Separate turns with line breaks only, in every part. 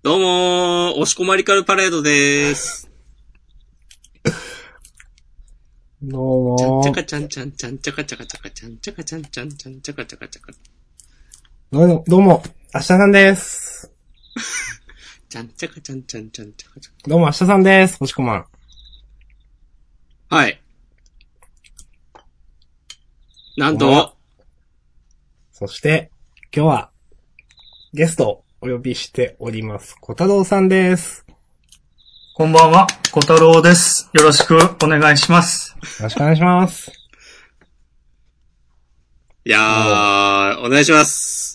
どうもー、押しこまりカルパレードでーす。
どうも
ちゃかちゃんちゃんちゃんちゃかちゃかちゃかちゃんちゃかちゃんちゃんちゃんちゃかちゃかちゃか。
どうも、明日さんです。
ちゃんちゃかちゃんちゃんちゃんちゃかちゃか。
どうも、明日さんです。星子マン。
はい。なんと、
そして、今日は、ゲストをお呼びしております。小太郎さんです。
こんばんは、小太郎です。よろしくお願いします。
よろしくお願いします。
いやー、お願いします。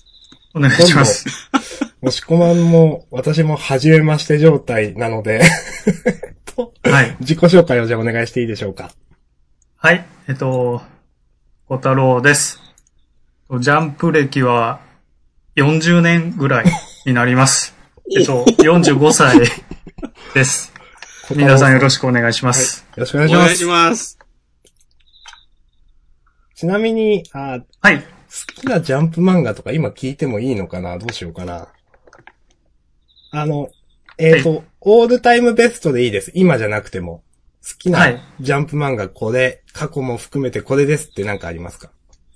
お願いします。
星子マンも、私も初めまして状態なので、
はい。
自己紹介をじゃあお願いしていいでしょうか。
はい、小太郎です。ジャンプ歴は40年ぐらいになります。45歳です。皆さんよろしくお願いします。
はい、よろしくお願いします。
お願いします。
ちなみに、
はい。
好きなジャンプ漫画とか今聞いてもいいのかな？どうしようかな。オールタイムベストでいいです。今じゃなくても。好きなジャンプ漫画これ、過去も含めてこれですって何かありますか？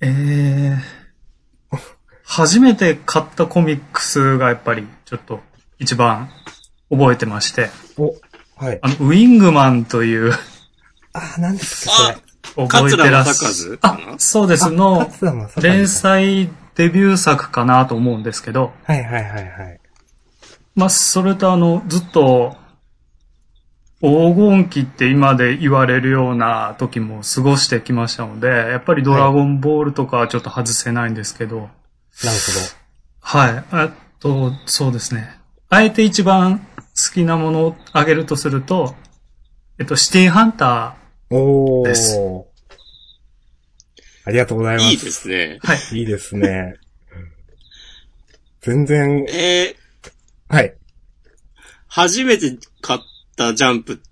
初めて買ったコミックスがやっぱりちょっと一番覚えてまして。
はい。
ウィングマンという。
何ですかそれ。
覚えてらっしゃる。そうですの、連載デビュー作かなと思うんですけど。
はいはいはいはい。
まあ、それとずっと、黄金期って今で言われるような時も過ごしてきましたので、やっぱりドラゴンボールとかはちょっと外せないんですけど。
なるほど。
はい。あと、そうですね。あえて一番好きなものを挙げるとすると、シティハンターです。
ありがとうございます。
いいですね。
はい。
いいですね。全然。はい。
初めて買ったジャンプって、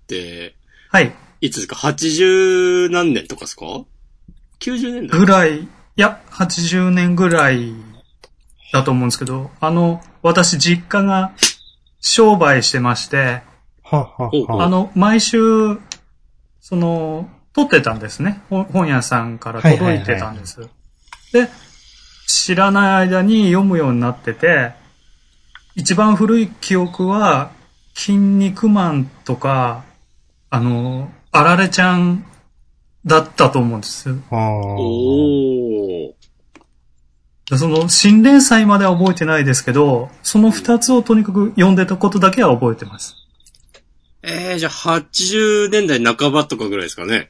はい。
いつですか ?80 何年とかですか ?90 年代
ぐらい、いや、80年ぐらいだと思うんですけど、私実家が商売してまして、毎週、撮ってたんですね。本屋さんから届いてたんです。で、知らない間に読むようになってて、一番古い記憶は、筋肉マンとか、あられちゃんだったと思うんです。その新連載までは覚えてないですけど、その2つをとにかく読んでたことだけは覚えてます。
じゃあ80年代半ばとかぐらいですかね。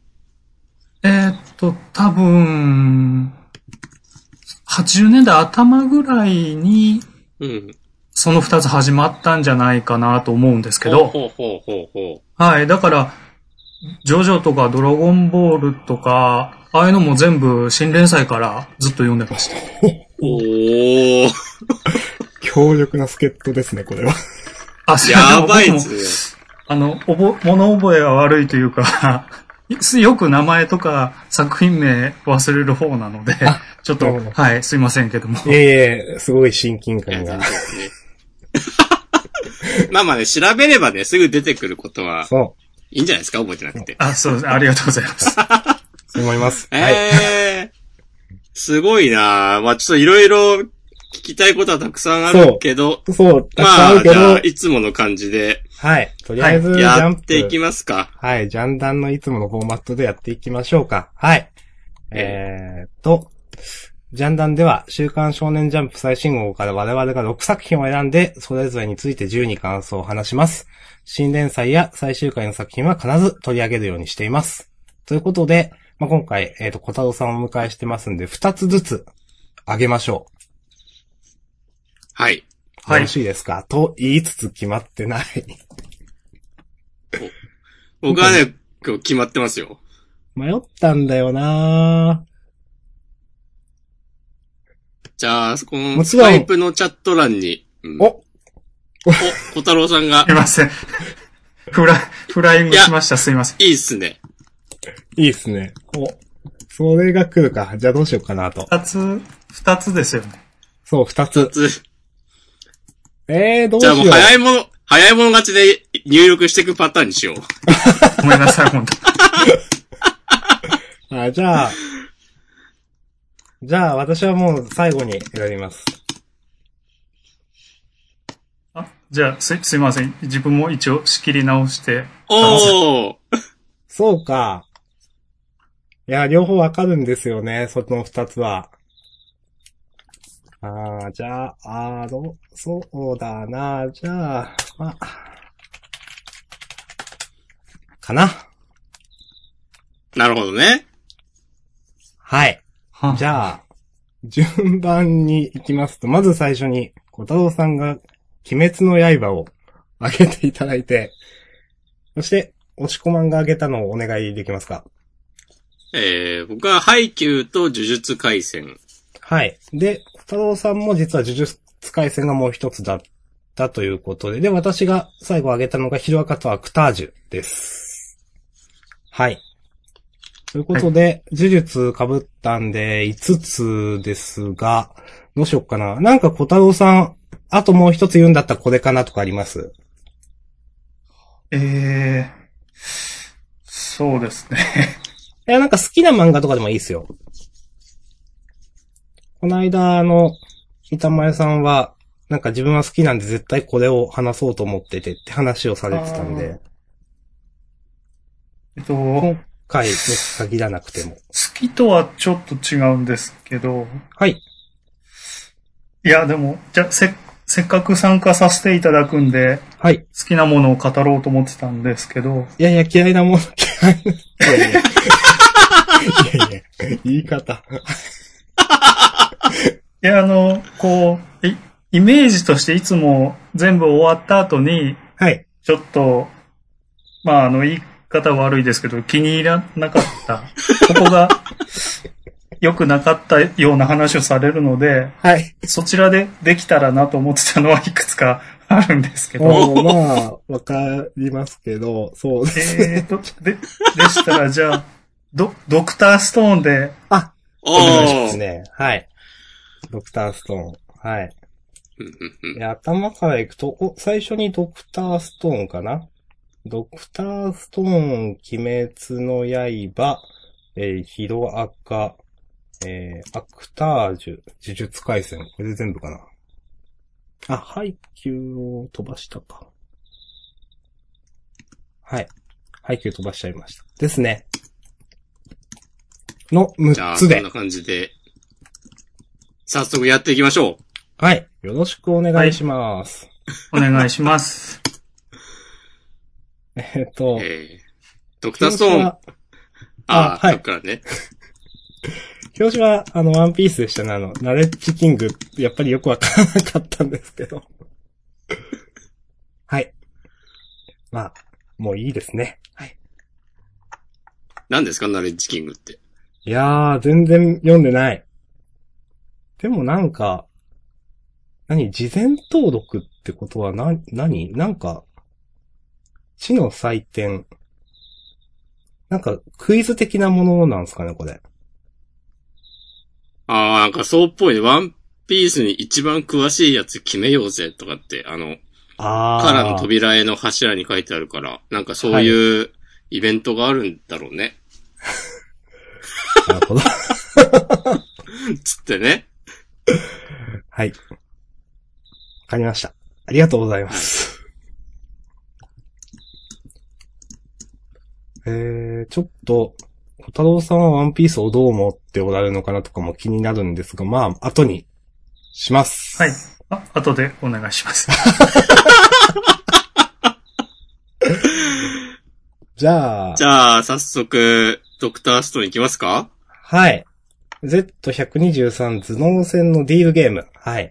多分、80年代頭ぐらいに、その2つ始まったんじゃないかなと思うんですけど。はい、だから、ジョジョとかドラゴンボールとか、ああいうのも全部新連載からずっと読んでました。
強力な助っ人ですね、これは。
やばいです
ね。物覚えが悪いというか、よく名前とか作品名忘れる方なので、ちょっと、はい、すいませんけども。
すごい親近感が。
まあね、調べればね、すぐ出てくることは、いいんじゃないですか、覚えてなくて。
そうですね、ありがとうございます。
そう思います。
すごいなまあちょっといろいろ聞きたいことはたくさんあるけど、
たくさん
あるけど。まあ、じゃあ、いつもの感じで。
はい。とりあえず、
やっていきますか。
はい。ジャンダンのいつものフォーマットでやっていきましょうか。はい。ジャンダンでは、週刊少年ジャンプ最新号から我々が6作品を選んで、それぞれについて自由に感想を話します。新連載や最終回の作品は必ず取り上げるようにしています。ということで、まあ、今回、小太郎さんをお迎えしてますんで、2つずつ、あげましょう。
はい。
よろしいですか、と言いつつ決まってない。
僕はね、今日決まってますよ。
迷ったんだよなぁ。
じゃあ、このスカイプのチャット欄に。小太郎さんが。
すいません。フライングしました。すいません。
いいっすね。
いいっすね。それが来るか。じゃあどうしようかなと。
二つですよね。
そう、二つ。 どうしよう。
じゃあもう早い者勝ちで入力していくパターンにしよう。
ごめんなさい、本
当。じゃあ私はもう最後に選びます。
じゃあ、すいません。自分も一応仕切り直して。
おーそうか。いや、両方わかるんですよね、その二つは。じゃあ、そうだな、じゃあ、かな。
なるほどね。
はい。じゃあ、順番に行きますと、まず最初に、小太郎さんが、鬼滅の刃をあげていただいて、そして、押し込まんがあげたのをお願いできますか？
僕はハイキューと呪術廻戦。
はい。で、小太郎さんも実は呪術廻戦がもう一つだったということで、私が最後あげたのがヒロアカとアクタージュです。はい。ということで、呪術被ったんで5つですが、どうしよっかな。なんか小太郎さん、あともう一つ言うんだったらこれかなとかあります？
そうですね。
いや、なんか好きな漫画とかでもいいですよ。この間、板前さんは、なんか自分は好きなんで絶対これを話そうと思っててって話をされてたんで。今回に限らなくても。
好きとはちょっと違うんですけど。
はい。
いや、でも、じゃあ、せっかく参加させていただくんで、
はい。
好きなものを語ろうと思ってたんですけど。
いやいや、嫌いなもの、嫌いな。いや、言い方。
いや、イメージとしていつも全部終わった後に、
はい。
ちょっと、言い方悪いですけど、気に入らなかった。ここが、良くなかったような話をされるので、
はい。
そちらでできたらなと思ってたのはいくつかあるんですけど。
わかりますけど、そうですね。
でしたら、じゃあ、ドクターストーンで。
お願いしますね。はい。ドクターストーン。はい。頭からいくと、最初にドクターストーンかな？ドクターストーン、鬼滅の刃、ヒロアカ、アクタージュ、呪術廻戦。これで全部かな。ハイキューを飛ばしたか。はい。ハイキュー飛ばしちゃいました。ですね。の6つで。
そんな感じで、早速やっていきましょう。
はい。よろしくお願いします。
はい、お願いします。
ドクターストーン。はい。そっからね。
表紙は、ワンピースでしたね。ナレッジキング、やっぱりよくわからなかったんですけど。はい。もういいですね。はい。
何ですか、ナレッジキングって。
いやー、全然読んでない。でもなんか、事前登録ってことはなんか、知の祭典。なんか、クイズ的なものなんですかね、これ。
なんかそうっぽいね。ワンピースに一番詳しいやつ決めようぜとかって、カラの扉絵の柱に書いてあるから、なんかそういうイベントがあるんだろうね。
なるほど。
つってね。
はい。わかりました。ありがとうございます。ちょっと、小太郎さんはワンピースをどう思っておられるのかなとかも気になるんですが、後にします。
はい。後でお願いします。
じゃ
あ、早速、ドクターストーンいきますか？
はい。Z123 頭脳戦のディールゲーム。はい。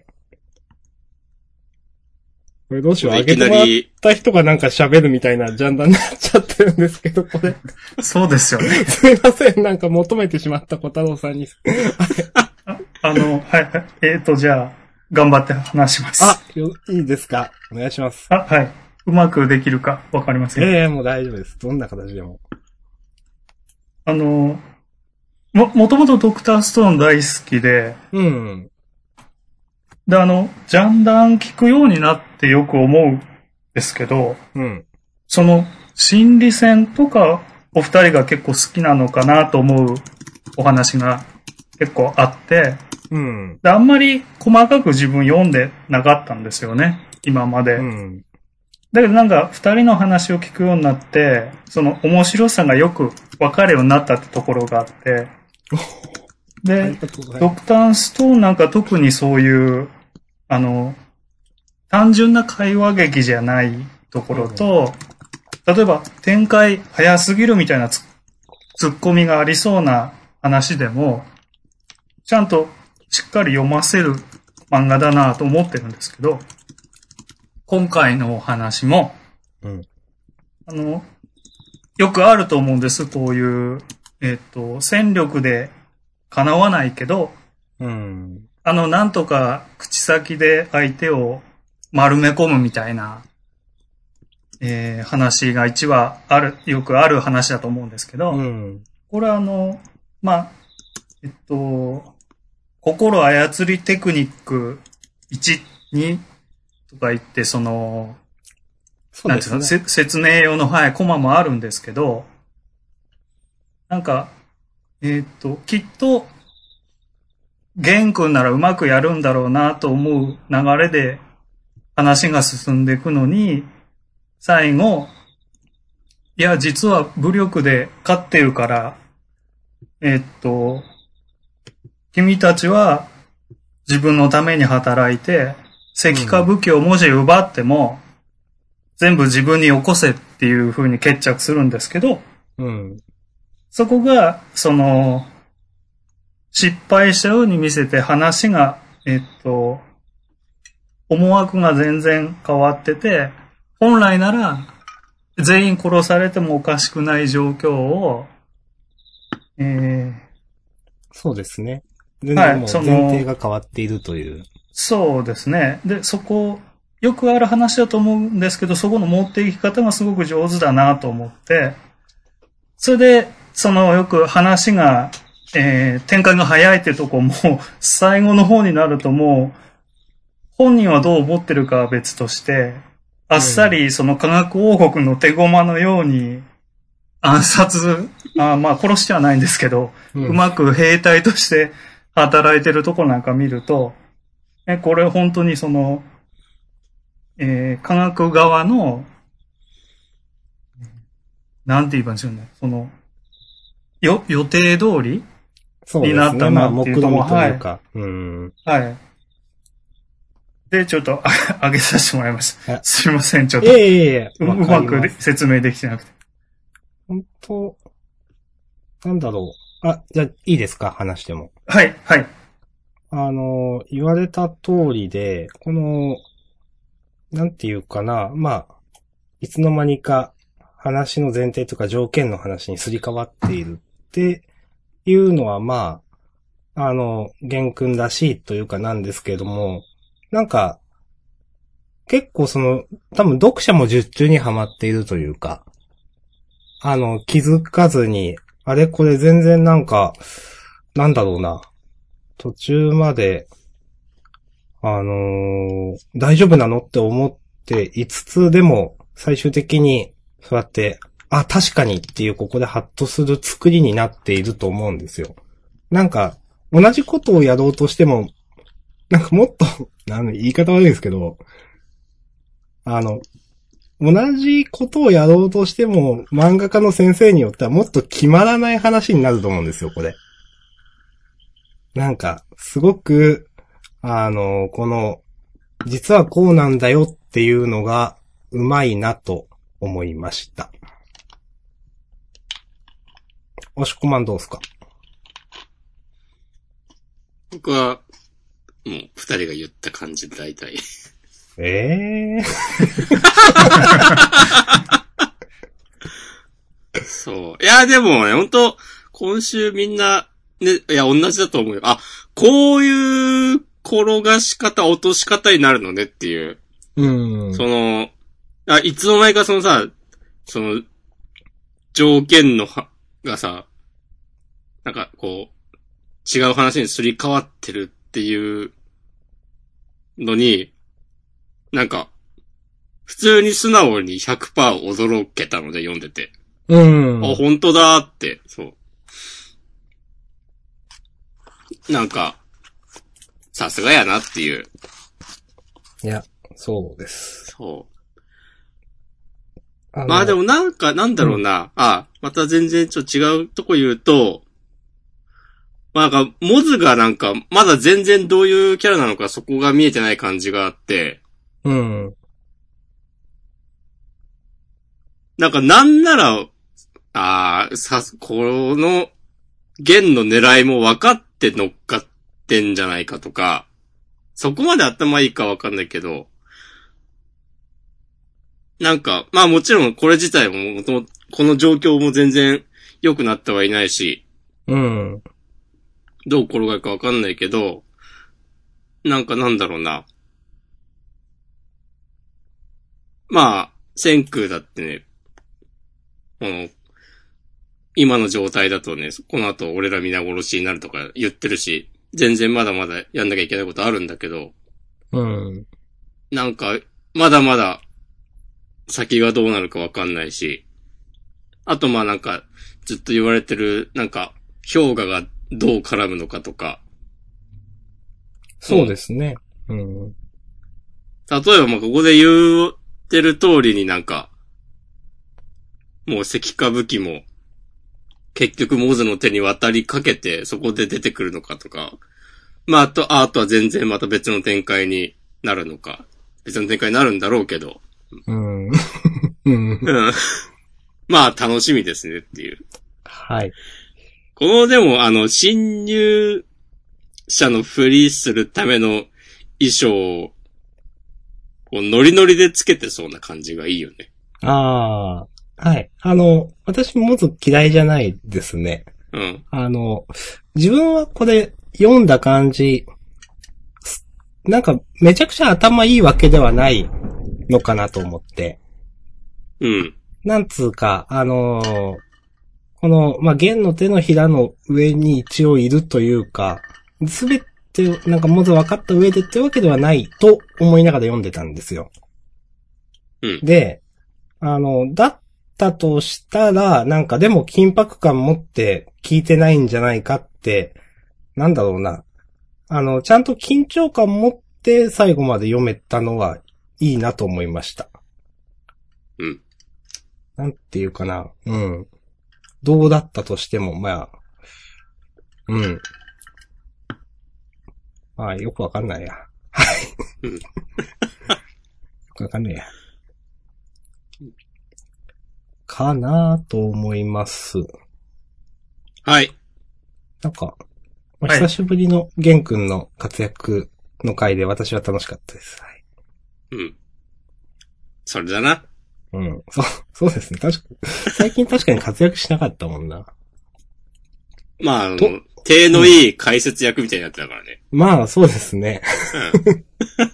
これどうしよう。あげてもらった人がなんか喋るみたいなジャンダンになっちゃってるんですけど、これ。
そうですよね。
すいません。なんか求めてしまった小太郎さんに。
はい。じゃあ、頑張って話します。
いいですか？お願いします。
はい。うまくできるかわかりません。
もう大丈夫です。どんな形でも。
もともとドクターストーン大好きで、
うん。
で、ジャンダン聞くようになってよく思うんですけど、
うん。
その、心理戦とか、お二人が結構好きなのかなと思うお話が結構あって、
うん。
で、あんまり細かく自分読んでなかったんですよね、今まで。
うん。
だけどなんか、二人の話を聞くようになって、その面白さがよく分かるようになったってところがあって、で、ドクターストーンなんか特にそういう、単純な会話劇じゃないところと、例えば展開早すぎるみたいなツッコミがありそうな話でも、ちゃんとしっかり読ませる漫画だなと思ってるんですけど、今回のお話も、
うん、
よくあると思うんです。こういう、戦力で叶わないけど、
うん、
なんとか口先で相手を丸め込むみたいな、話が一話よくある話だと思うんですけど、
うん、
これはまあ、心操りテクニック1、2とか言って、
そうですね。
なんていうの、説明用の、はい、コマもあるんですけど、なんか、きっと、ゲン君ならうまくやるんだろうなと思う流れで話が進んでいくのに、最後、いや、実は武力で勝ってるから、君たちは自分のために働いて、石化武器をもし奪っても、全部自分に起こせっていう風に決着するんですけど、
うん、
そこが、失敗したように見せて話が、思惑が全然変わってて、本来なら全員殺されてもおかしくない状況を、
そうですね。全然もう前提が変わっているという。
そうですね。で、よくある話だと思うんですけど、そこの持っていき方がすごく上手だなと思って、それで、よく話が、展開が早いってとこも、最後の方になるともう、本人はどう思ってるかは別として、あっさりその科学王国の手駒のように、暗殺、まあ殺してはないんですけど、うまく兵隊として働いてるとこなんか見ると、これ本当に科学側の、なんて言えばいいんでしょうね、予定通りになったなっていうところ、はい。はい。で、ちょっと上げさせてもらいました。すいません、ちょっと。うまく説明できてなくて。
本当なんだろう。じゃあ、いいですか話しても。
はい、はい。
言われた通りで、なんていうかな、まあ、いつの間にか話の前提とか条件の話にすり替わっているっていうのは、まあ、玄君らしいというかなんですけれども、なんか、結構多分読者も術中にはまっているというか、気づかずに、あれこれ全然なんか、なんだろうな、途中まで、大丈夫なのって思っていつつでも、最終的に、そうやって、確かにっていうここでハッとする作りになっていると思うんですよ。なんか、同じことをやろうとしても、なんかもっと、言い方悪いですけど、同じことをやろうとしても、漫画家の先生によってはもっと決まらない話になると思うんですよ、これ。なんか、すごく、実はこうなんだよっていうのが、うまいなと思いました。押し込まんどうすか？
僕は、もう、二人が言った感じで大体。そう。いや、でもね、ほんと、今週みんな、ね、いや、同じだと思うよ。こういう転がし方、落とし方になるのねっていう。いつの間にか条件がさ、なんかこう、違う話にすり替わってるっていうのに、なんか、普通に素直に 100% 驚けたので読んでて。
うん。
あ、本当だって、そう。なんか、さすがやなっていう。
いや、そうです。
そう。まあでもなんか、なんだろうな。また全然ちょっと違うとこ言うと、まあなんか、モズがなんか、まだ全然どういうキャラなのかそこが見えてない感じがあって、
うん。
なんかなんなら、この、弦の狙いも分かって乗っかってんじゃないかとか、そこまで頭いいか分かんないけど、なんか、まあもちろんこれ自体ももともと、この状況も全然良くなってはいないし、
うん。
どう転がるか分かんないけど、なんかなんだろうな。まあ、千空だってね、今の状態だとね、この後俺ら皆殺しになるとか言ってるし、全然まだまだやんなきゃいけないことあるんだけど、
うん。
なんか、まだまだ先がどうなるかわかんないし、あとまあなんか、ずっと言われてる、なんか、氷河がどう絡むのかとか。
そうですね。うん。
例えばまあここで言ってる通りになんか、もう石化武器も、結局モズの手に渡りかけて、そこで出てくるのかとか。まああとは全然また別の展開になるのか。別の展開になるんだろうけど。
うん。うん。
まあ楽しみですねっていう。
はい。
このでも侵入者のふりするための衣装を、こうノリノリでつけてそうな感じがいいよね。
ああ。はい。私もず嫌いじゃないですね。
うん。
自分はこれ読んだ感じ、なんかめちゃくちゃ頭いいわけではないのかなと思って。
うん。
なんつうか、この、まあ、弦の手のひらの上に一応いるというか、すべて、なんかもず分かった上でってわけではないと思いながら読んでたんですよ。
うん。で、
だったとしたら、なんかでも緊迫感持って聞いてないんじゃないかって、なんだろうな。ちゃんと緊張感持って最後まで読めたのはいいなと思いました。
うん。
なんていうかな。うん。どうだったとしても、まあ、うん。まあ、よくわかんないや。はい。よくわかんないや。かなぁと思います。
はい。
なんか、まあ、久しぶりのゲン君の活躍の回で私は楽しかったです。はい。
うん。それだな。
うん。そうですね。最近確かに活躍しなかったもんな。
まあ、手のいい解説役みたいになってたからね。
まあ、そうですね。うん。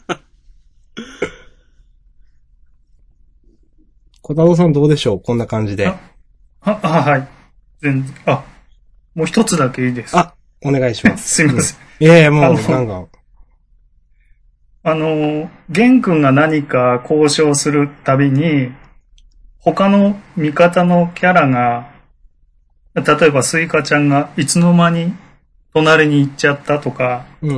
小太郎さんどうでしょうこんな感じで。
はい。もう一つだけいいです。
お願いします。
すいません。
いやいや、もう、なんか。
玄君が何か交渉するたびに、他の味方のキャラが、例えばスイカちゃんがいつの間に隣に行っちゃったとか、
うん。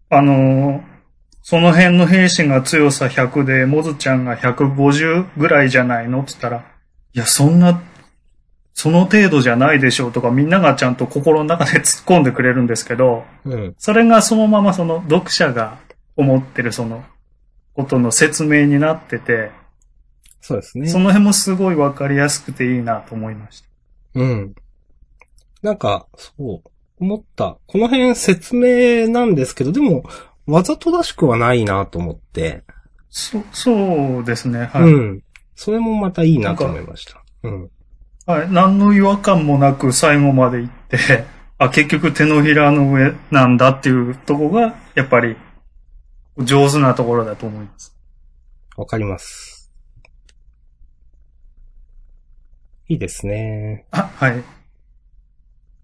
その辺の兵士が強さ100で、モズちゃんが150ぐらいじゃないのって言ったら、いや、その程度じゃないでしょうとか、みんながちゃんと心の中で突っ込んでくれるんですけど、
うん、
それがそのままその読者が思ってるそのことの説明になってて、
そうですね。
その辺もすごいわかりやすくていいなと思いました。
うん。なんか、そう、思った。この辺説明なんですけど、でも、わざとらしくはないなと思って。
そうですね。はい。
うん。それもまたいいなと思いました。うん。
はい。何の違和感もなく最後まで行って、結局手のひらの上なんだっていうところが、やっぱり、上手なところだと思います。
わかります。いいですね。
はい。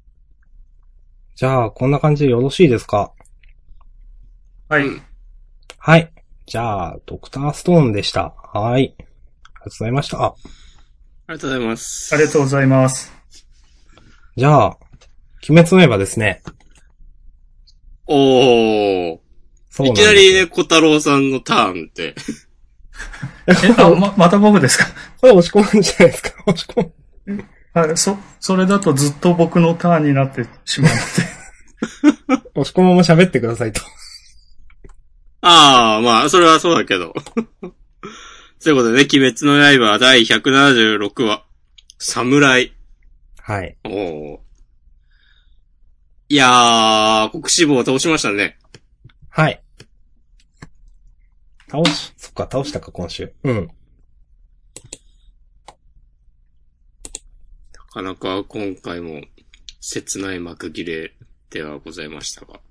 じゃあ、こんな感じでよろしいですか？
はい。
はい。じゃあ、ドクターストーンでした。はい。ありがとうございました。
ありがとうございます。
ありがとうございます。
じゃあ、鬼滅の刃ですね。
おー。そういきなりね、小太郎さんのターンって。
また僕ですか？
これ押し込むんじゃないですか？押し込む。
はい、それだとずっと僕のターンになってしまうの
で。押し込むまま喋ってくださいと。
ああ、まあ、それはそうだけど。ということでね、鬼滅の刃第176話、侍。
はい。
おー。いやー、国志望を倒しましたね。
はい。倒したか、今週。うん。
なかなか今回も切ない幕切れではございましたが。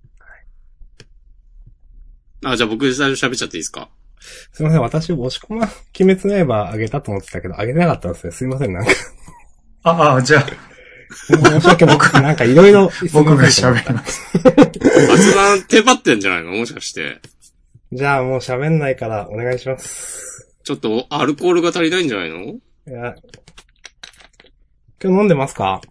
じゃあ僕最初喋っちゃっていいですか？
すいません、私、押し込ま、鬼滅の刃あげたと思ってたけど、あげてなかったんですね。すいません、なんか。
じゃあ。
申し訳僕、なんかいろいろ。
僕が喋ります。
発売手張ってんじゃないの？もしかして。
じゃあもう喋んないからお願いします。
ちょっとアルコールが足りないんじゃないの？い
や。今日飲んでますか？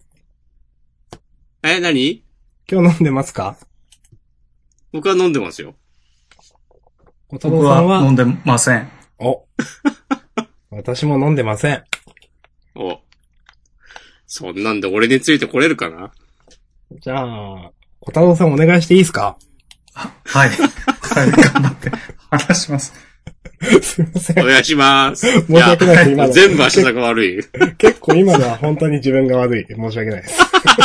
何？
今日飲んでますか？
僕は飲んでますよ。
小太郎さんは
飲んでません。
お。私も飲んでません。
お。そんなんで俺についてこれるかな？
じゃあ、小太郎さんお願いしていいですか？
はい。はい、頑張って話します。
すいません。
お願いします。
申し訳ないです、今の。
全部足が悪い。
結構今のは本当に自分が悪い。申し訳ないです。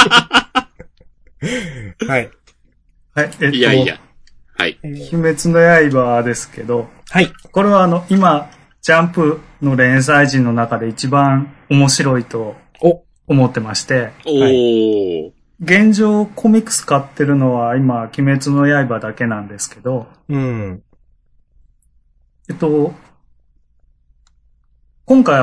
はい。
はい、
いやいや。はい。
鬼滅の刃ですけど。
はい。
これは今、ジャンプの連載陣の中で一番面白いと思ってまして。
おー。はい、
現状コミックス買ってるのは今、鬼滅の刃だけなんですけど。
うん。
今回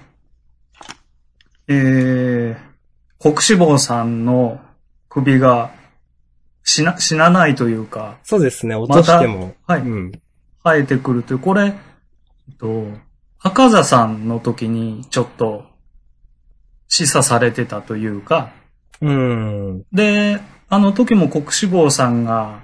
国志望さんの首が死なないというか。
そうですね、落としても。
はい。うん。生えてくるという、これ、赤座さんの時にちょっと示唆されてたというか。で、時も国志望さんが、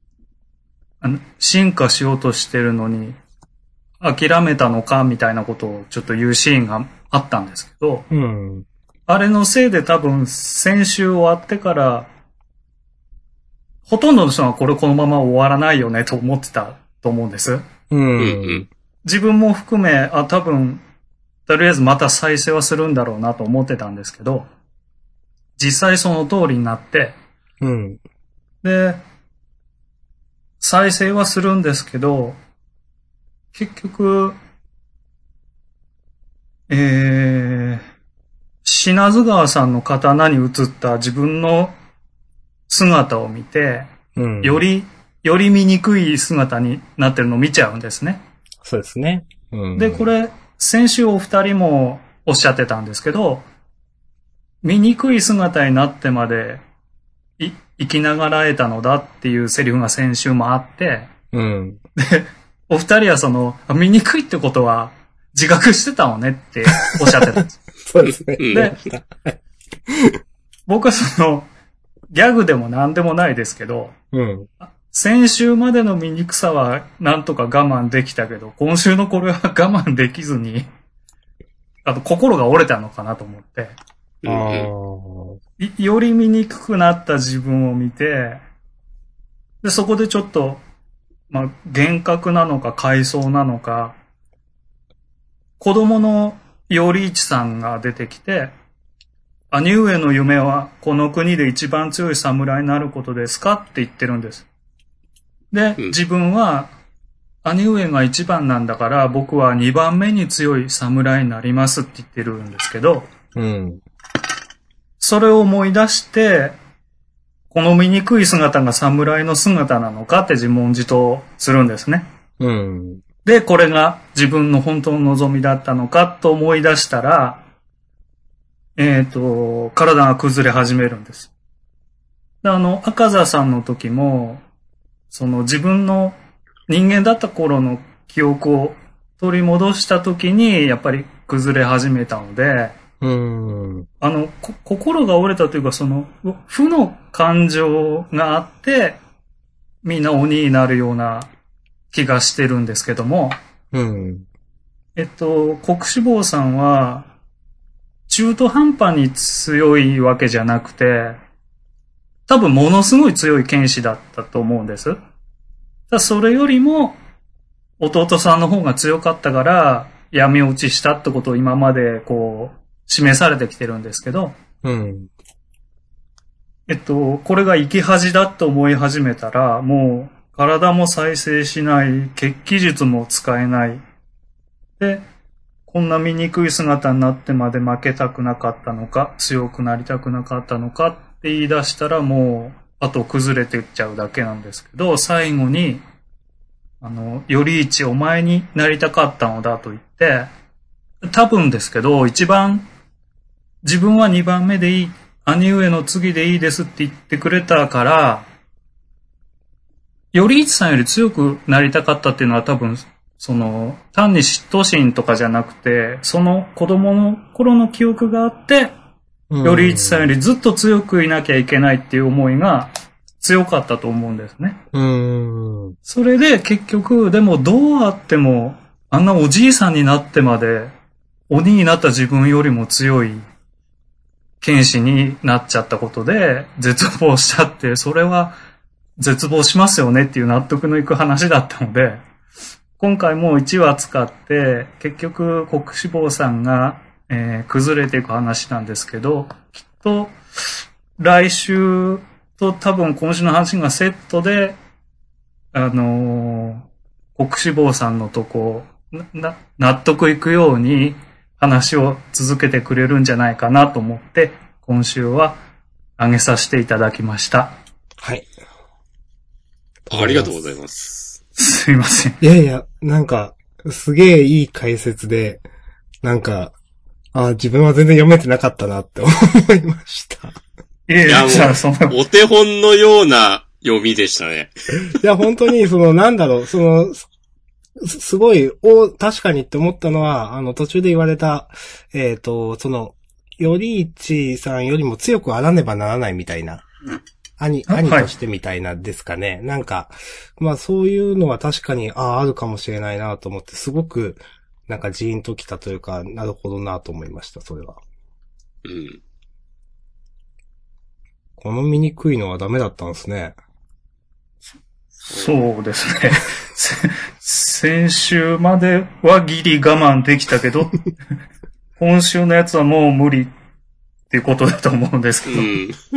進化しようとしてるのに、諦めたのかみたいなことをちょっと言うシーンがあったんですけど、あれのせいで多分先週終わってから、ほとんどの人はこのまま終わらないよねと思ってたと思うんです。自分も含め、多分、とりあえずまた再生はするんだろうなと思ってたんですけど、実際その通りになって、で、再生はするんですけど、結局、品津川さんの刀に映った自分の姿を見て、より見にくい姿になってるのを見ちゃうんですね。
そうですね。
で、これ、先週お二人もおっしゃってたんですけど、見にくい姿になってまで生きながらえたのだっていうセリフが先週もあって、で、お二人は見にくいってことは自覚してたのねっておっしゃってたんです。
そうですね。
で、僕はギャグでも何でもないですけど、先週までの醜さはなんとか我慢できたけど、今週のこれは我慢できずに、心が折れたのかなと思って、より見にくくなった自分を見て、で、そこでちょっと、幻覚なのか回想なのか、子供の頼一さんが出てきて、兄上の夢はこの国で一番強い侍になることですかって言ってるんです。で、自分は兄上が一番なんだから僕は二番目に強い侍になりますって言ってるんですけど、それを思い出して、この醜い姿が侍の姿なのかって自問自答するんですね。で、これが自分の本当の望みだったのかと思い出したら、体が崩れ始めるんです。で、赤座さんの時も、自分の人間だった頃の記憶を取り戻した時に、やっぱり崩れ始めたので、心が折れたというか、その、負の感情があって、みんな鬼になるような気がしてるんですけども、国志坊さんは、中途半端に強いわけじゃなくて、多分ものすごい強い剣士だったと思うんです。それよりも、弟さんの方が強かったから、闇落ちしたってことを今までこう、示されてきてるんですけど、これが生き恥だと思い始めたら、もう体も再生しない、血気術も使えない。で、こんな醜い姿になってまで負けたくなかったのか、強くなりたくなかったのかって言い出したらもう、あと崩れていっちゃうだけなんですけど、最後に、頼一お前になりたかったのだと言って、多分ですけど、一番、自分は2番目でいい、兄上の次でいいですって言ってくれたから、頼一さんより強くなりたかったっていうのは多分、単に嫉妬心とかじゃなくて、その子供の頃の記憶があって、頼一さんよりずっと強くいなきゃいけないっていう思いが強かったと思うんですね。それで結局、でもどうあっても、あんなおじいさんになってまで、鬼になった自分よりも強い剣士になっちゃったことで、絶望したって、それは絶望しますよねっていう納得のいく話だったので、今回も1話使って、結局国志坊さんが、崩れていく話なんですけど、きっと来週と多分今週の話がセットで、国志坊さんのとこ、納得いくように話を続けてくれるんじゃないかなと思って、今週は上げさせていただきました。
はい。
ありがとうございます。
すいません。
いやいや、なんか、すげえいい解説で、なんか、自分は全然読めてなかったなって思いました。
いや、もう、お手本のような読みでしたね。
いや、本当に、なんだろう、すごい、確かにって思ったのは、途中で言われた、頼一さんよりも強くあらねばならないみたいな。兄としてみたいなですかね。はい、なんか、まあそういうのは確かに、あるかもしれないなと思って、すごく、なんかジーンときたというか、なるほどなと思いました、それは。この醜いのはダメだったんですね。
そうですね。先週まではギリ我慢できたけど、今週のやつはもう無理っていうことだと思うんですけど。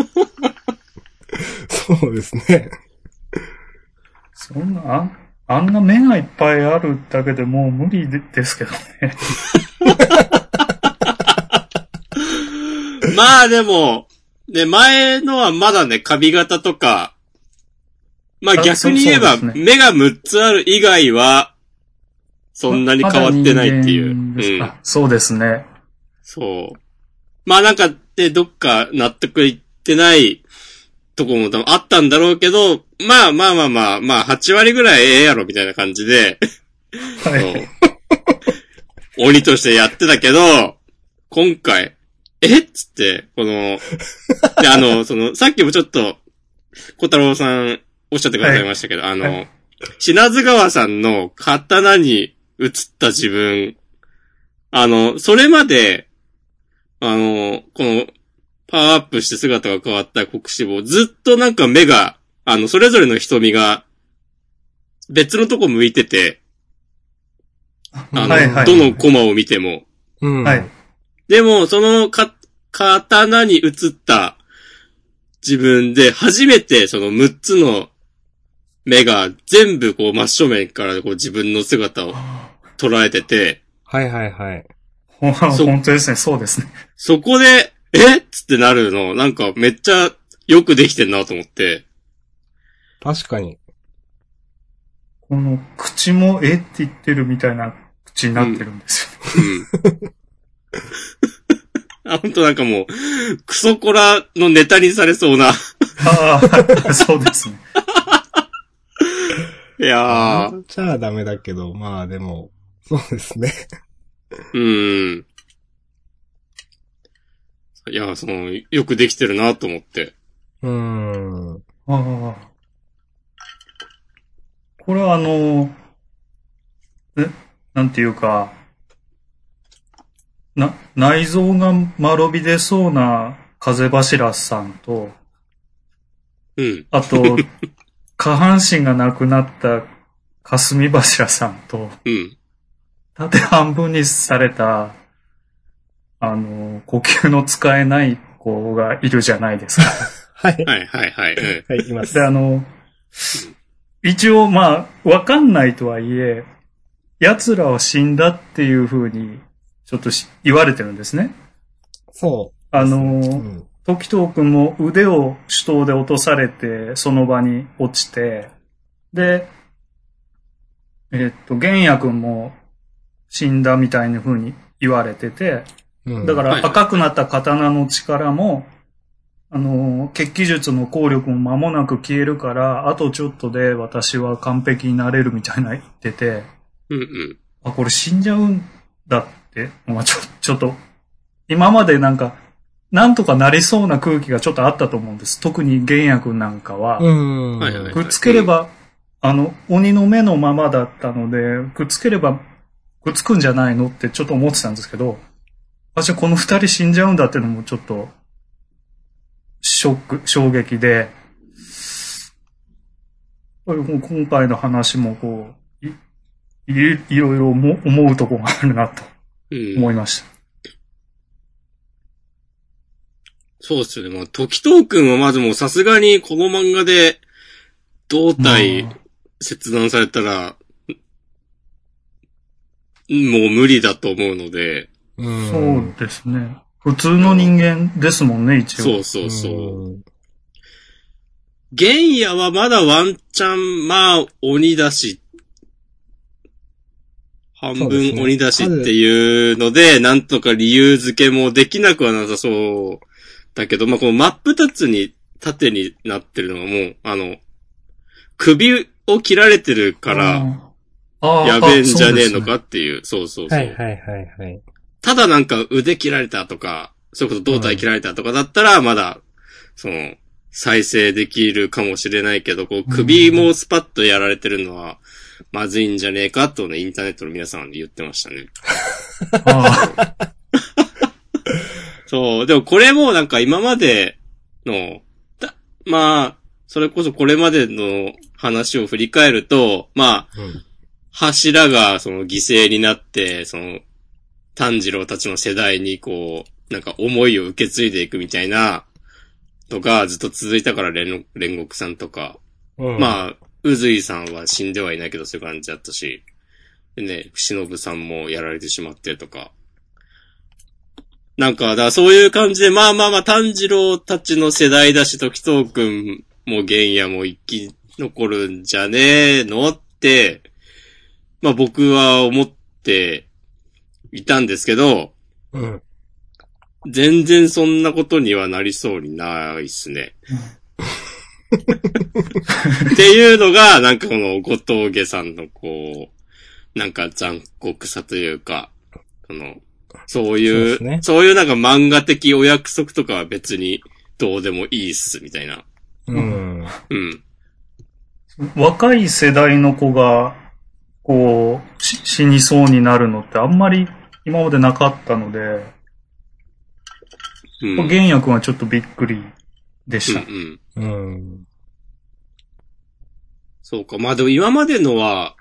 そうですね。
そんな、あんな目がいっぱいあるだけでもう無理ですけどね。
まあでも、ね、前のはまだね、髪型とか、まあ逆に言えば、目が6つある以外は、そんなに変わってないっていう。
そうですね。
そう。まあなんか、どっか納得いってないとこも多分あったんだろうけど、まあ、8割ぐらいええやろみたいな感じで、はい、鬼としてやってたけど、今回、っつって、で、さっきもちょっと、小太郎さんおっしゃってくださいましたけど、品津川さんの刀に映った自分、それまで、この、パワーアップして姿が変わった国志坊、ずっとなんか目が、それぞれの瞳が、別のとこ向いてて、どのコマを見ても。
はい。
でも、その刀に映った自分で、初めてその6つの目が全部こう真正面からこう自分の姿を捉えてて。
はいはいはい。
本当ですね、そうですね。
そこで、っつってなるの、なんかめっちゃよくできてんなと思って。
確かに。
この口もって言ってるみたいな口になってるんですよ。
ほんとなんかもう、クソコラのネタにされそうな。
そうですね。
いやー。
じゃあダメだけど、まあでも、そうですね。
いや、よくできてるなと思って。
ああ。これはなんていうか、内臓が丸び出そうな風柱さんと、あと、下半身がなくなった霞柱さんと、縦半分にされた、呼吸の使えない子がいるじゃないですか。
はい。
はい。
はい、います。
で、一応、まあ、わかんないとはいえ、奴らは死んだっていう風に、ちょっと言われてるんですね。
そう。
時藤くんも腕を手刀で落とされて、その場に落ちて、で、玄也くんも死んだみたいな風に言われてて、だから赤くなった刀の力も、血気術の効力も間もなく消えるから、あとちょっとで私は完璧になれるみたいな言ってて、あ、これ死んじゃうんだって、まあ、ちょっと、今までなんとかなりそうな空気がちょっとあったと思うんです。特に玄也くんなんかは、くっつければ、鬼の目のままだったので、くっつければ、くっつくんじゃないのってちょっと思ってたんですけど、私はこの二人死んじゃうんだっていうのもちょっと、衝撃で、今回の話もいろいろ思うとこがあるなと思いました。
そうですよね。まあ、時藤くんはまずもうさすがにこの漫画で胴体切断されたら、もう無理だと思うので。
そうですね。普通の人間ですもんね、一応。
そう。玄也はまだワンチャン、まあ、鬼だし、半分鬼だしっていうので、なんとか理由付けもできなくはなさそうだけど、まあ、この真っ二つに縦になってるのがもう、首を切られてるから、やべえんじゃねえのかっていう、そう。
はい。
ただなんか腕切られたとか、そういうこと胴体切られたとかだったら、まだ、再生できるかもしれないけど、首もスパッとやられてるのは、まずいんじゃねえかとね、インターネットの皆さんで言ってましたね。そう。でもこれもなんか今までの、まあ、それこそこれまでの話を振り返ると、まあ、柱が犠牲になって、炭治郎たちの世代になんか思いを受け継いでいくみたいな、とかずっと続いたから煉獄さんとか、まあ、宇髄さんは死んではいないけどそういう感じだったし、でね、忍さんもやられてしまってとか。なんか、だからそういう感じで、まあ、炭治郎たちの世代だし、時藤くんも玄也も生き残るんじゃねえのって、まあ僕は思っていたんですけど、全然そんなことにはなりそうにないっすね。っていうのが、なんかこの後藤家さんのなんか残酷さというか、そういうなんか漫画的お約束とかは別にどうでもいいっす、みたいな。
若い世代の子が、死にそうになるのってあんまり今までなかったので、玄也くんはちょっとびっくりでした。
そうか。まあでも今までのは、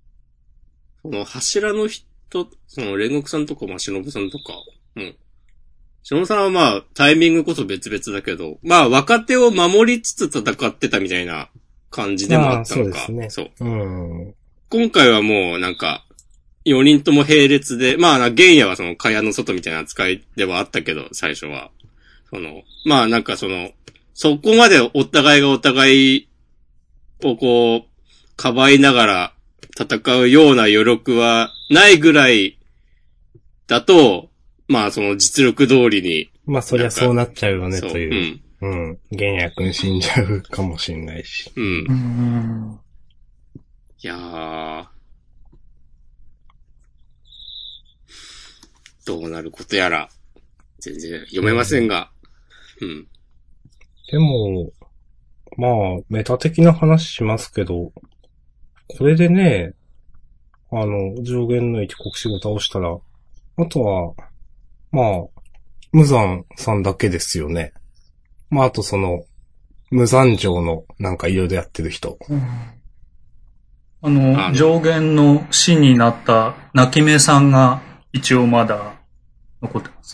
柱の人、煉獄さんとか、まあ、忍さんとか、忍さんはまあ、タイミングこそ別々だけど、まあ、若手を守りつつ戦ってたみたいな感じでもあったのか。
そうですね。
今回はもうなんか、4人とも並列で、まあ、玄也は蚊帳の外みたいな扱いではあったけど、最初は。まあなんかそこまでお互いがお互いをかばいながら戦うような余力はないぐらいだと、まあ実力通りに。
まあそりゃそうなっちゃうよねという。玄也くん死んじゃうかもしんないし。
いやー、どうなることやら、全然読めませんが。うん。
でも、まあ、メタ的な話しますけど、これでね、上限の一国士を倒したら、あとは、まあ、無惨さんだけですよね。まあ、あと無惨状のなんかいろいろやってる人。
上限の死になった泣き目さんが一応まだ残ってます。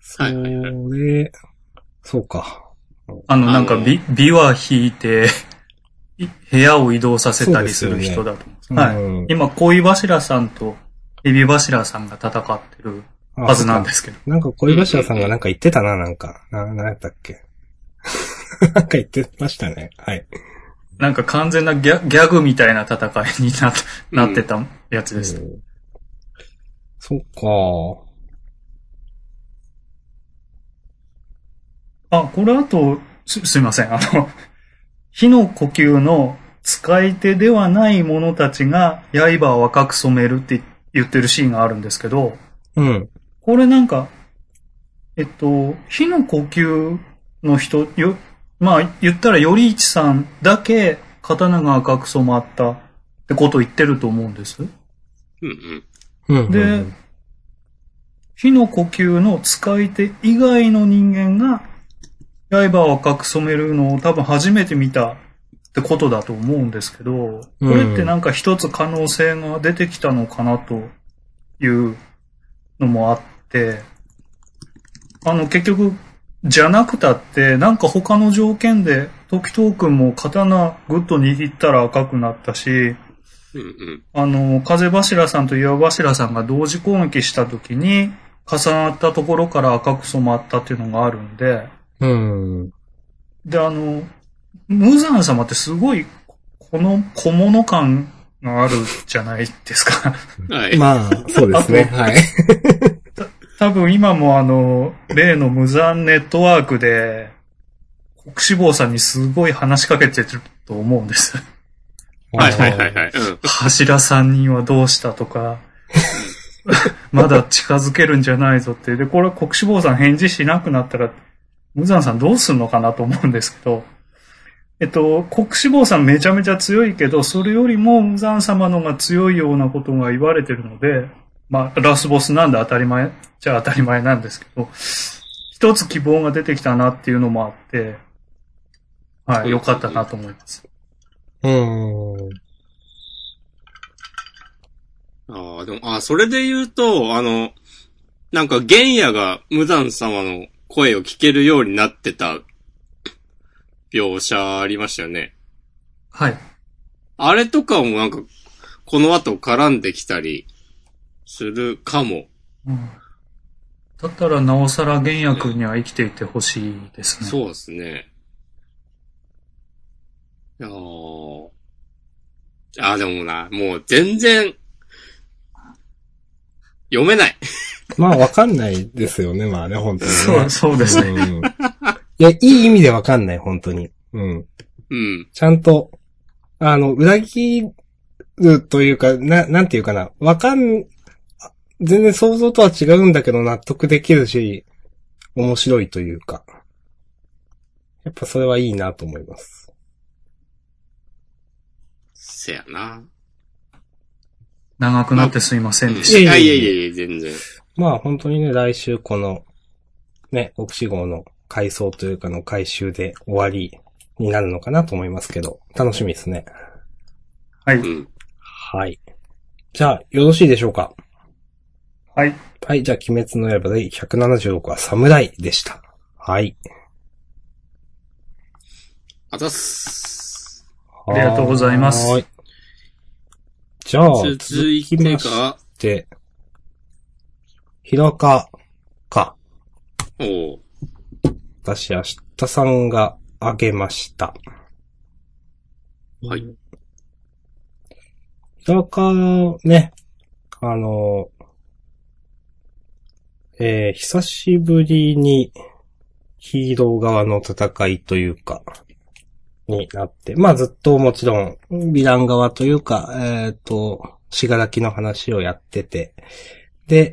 そうか。
なんか琵琶引いて、部屋を移動させたりする人だと思います。はい。今、恋柱さんとエビ柱さんが戦ってるはずなんですけど。
なんか恋柱さんがなんか言ってたな、なんか。なんやったっけ。なんか言ってましたね。はい。
なんか完全なギャグみたいな戦いになってたやつです。
そっか。
これあと、すいません。火の呼吸の使い手ではない者たちが刃を赤く染めるって言ってるシーンがあるんですけど、
うん。
これなんか、火の呼吸の人、まあ言ったら頼一さんだけ刀が赤く染まったってことを言ってると思うんです。
うん
うん。
で、火の呼吸の使い手以外の人間が刃を赤く染めるのを多分初めて見たってことだと思うんですけど、これってなんか一つ可能性が出てきたのかなというのもあって、結局、じゃなくたって、なんか他の条件で、時藤くんも刀グッと握ったら赤くなったし、風柱さんと岩柱さんが同時攻撃した時に、重なったところから赤く染まったっていうのがあるんで、で、無惨様ってすごい、この小物感があるじゃないですか。
はい。
まあ、そうですね。はい。
多分今も例の無惨ネットワークで、国志望さんにすごい話しかけてると思うんです。
はいはいはいはい。
柱3人はどうしたとか、まだ近づけるんじゃないぞって。で、これ国志望さん返事しなくなったら、無惨さんどうすんのかなと思うんですけど、国志望さんめちゃめちゃ強いけど、それよりも無惨様のが強いようなことが言われてるので、まあ、ラスボスなんで当たり前じゃ当たり前なんですけど、一つ希望が出てきたなっていうのもあって、はい、良かったなと思います。
でも、それで言うと、なんか玄也が無惨様の声を聞けるようになってた描写ありましたよね。
はい。
あれとかもなんか、この後絡んできたりするかも。
だったらなおさら玄也君には生きていてほしいですね。
そうですね。でもな、もう全然、読めない。
まあ、わかんないですよね、まあね、本当に、ね。
そうですね。
いや、いい意味でわかんない、本当に。ちゃんと、裏切るというか、なんていうかな。全然想像とは違うんだけど納得できるし、面白いというか。やっぱそれはいいなと思います。
せやな。
長くなってすいませんでした。
いや、全然。
まあ本当にね、来週この、ね、国志号の回想というかの回収で終わりになるのかなと思いますけど、楽しみですね。
はい。
はい。じゃあ、よろしいでしょうか。
はい。
はい、じゃあ、鬼滅の刃で176は侍でした。はい。
あ
りがとうございます。はい。
じゃあ、
続いてが、
ひらかか。
私、
明日さんがあげました。
はい。
ひらかね、久しぶりにヒーロー側の戦いというか、 になって、まあずっともちろん、ヴィラン側というか、しがらきの話をやってて、で、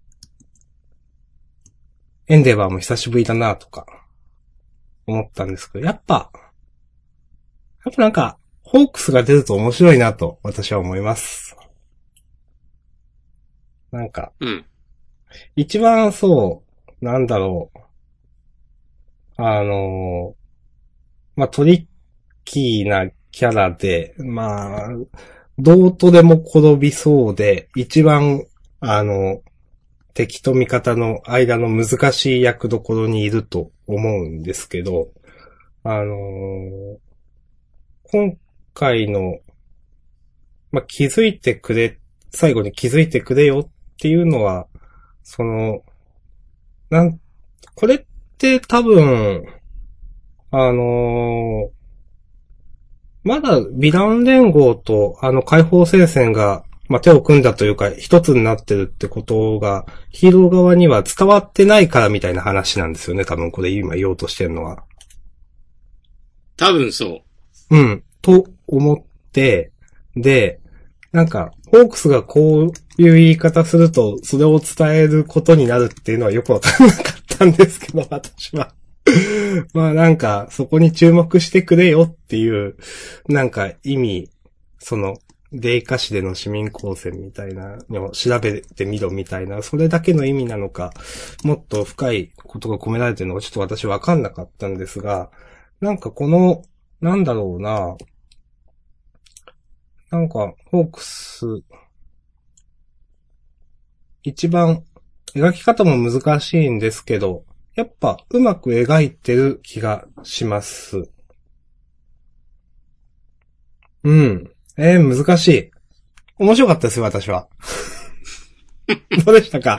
エンデバーも久しぶりだなとか、思ったんですけど、やっぱなんか、ホークスが出ると面白いなと、私は思います。なんか、一番そう、なんだろう。まあ、トリッキーなキャラで、まあ、どうとでも転びそうで、一番、敵と味方の間の難しい役どころにいると思うんですけど、今回の、まあ、最後に気づいてくれよっていうのは、これって多分、まだヴィラン連合と解放戦線が、まあ、手を組んだというか一つになってるってことがヒーロー側には伝わってないからみたいな話なんですよね。多分これ今言おうとしてるのは。
多分そう。
うん。と思って、で、なんか、ホークスがこういう言い方すると、それを伝えることになるっていうのはよくわからなかったんですけど、私は。まあなんか、そこに注目してくれよっていう、なんか意味、デイカ市での市民公選みたいなのを調べてみろみたいな、それだけの意味なのか、もっと深いことが込められてるのかちょっと私わかんなかったんですが、なんかなんだろうな、なんか、ホークス、一番、描き方も難しいんですけど、やっぱ、うまく描いてる気がします。うん。難しい。面白かったですよ、私は。どうでしたか？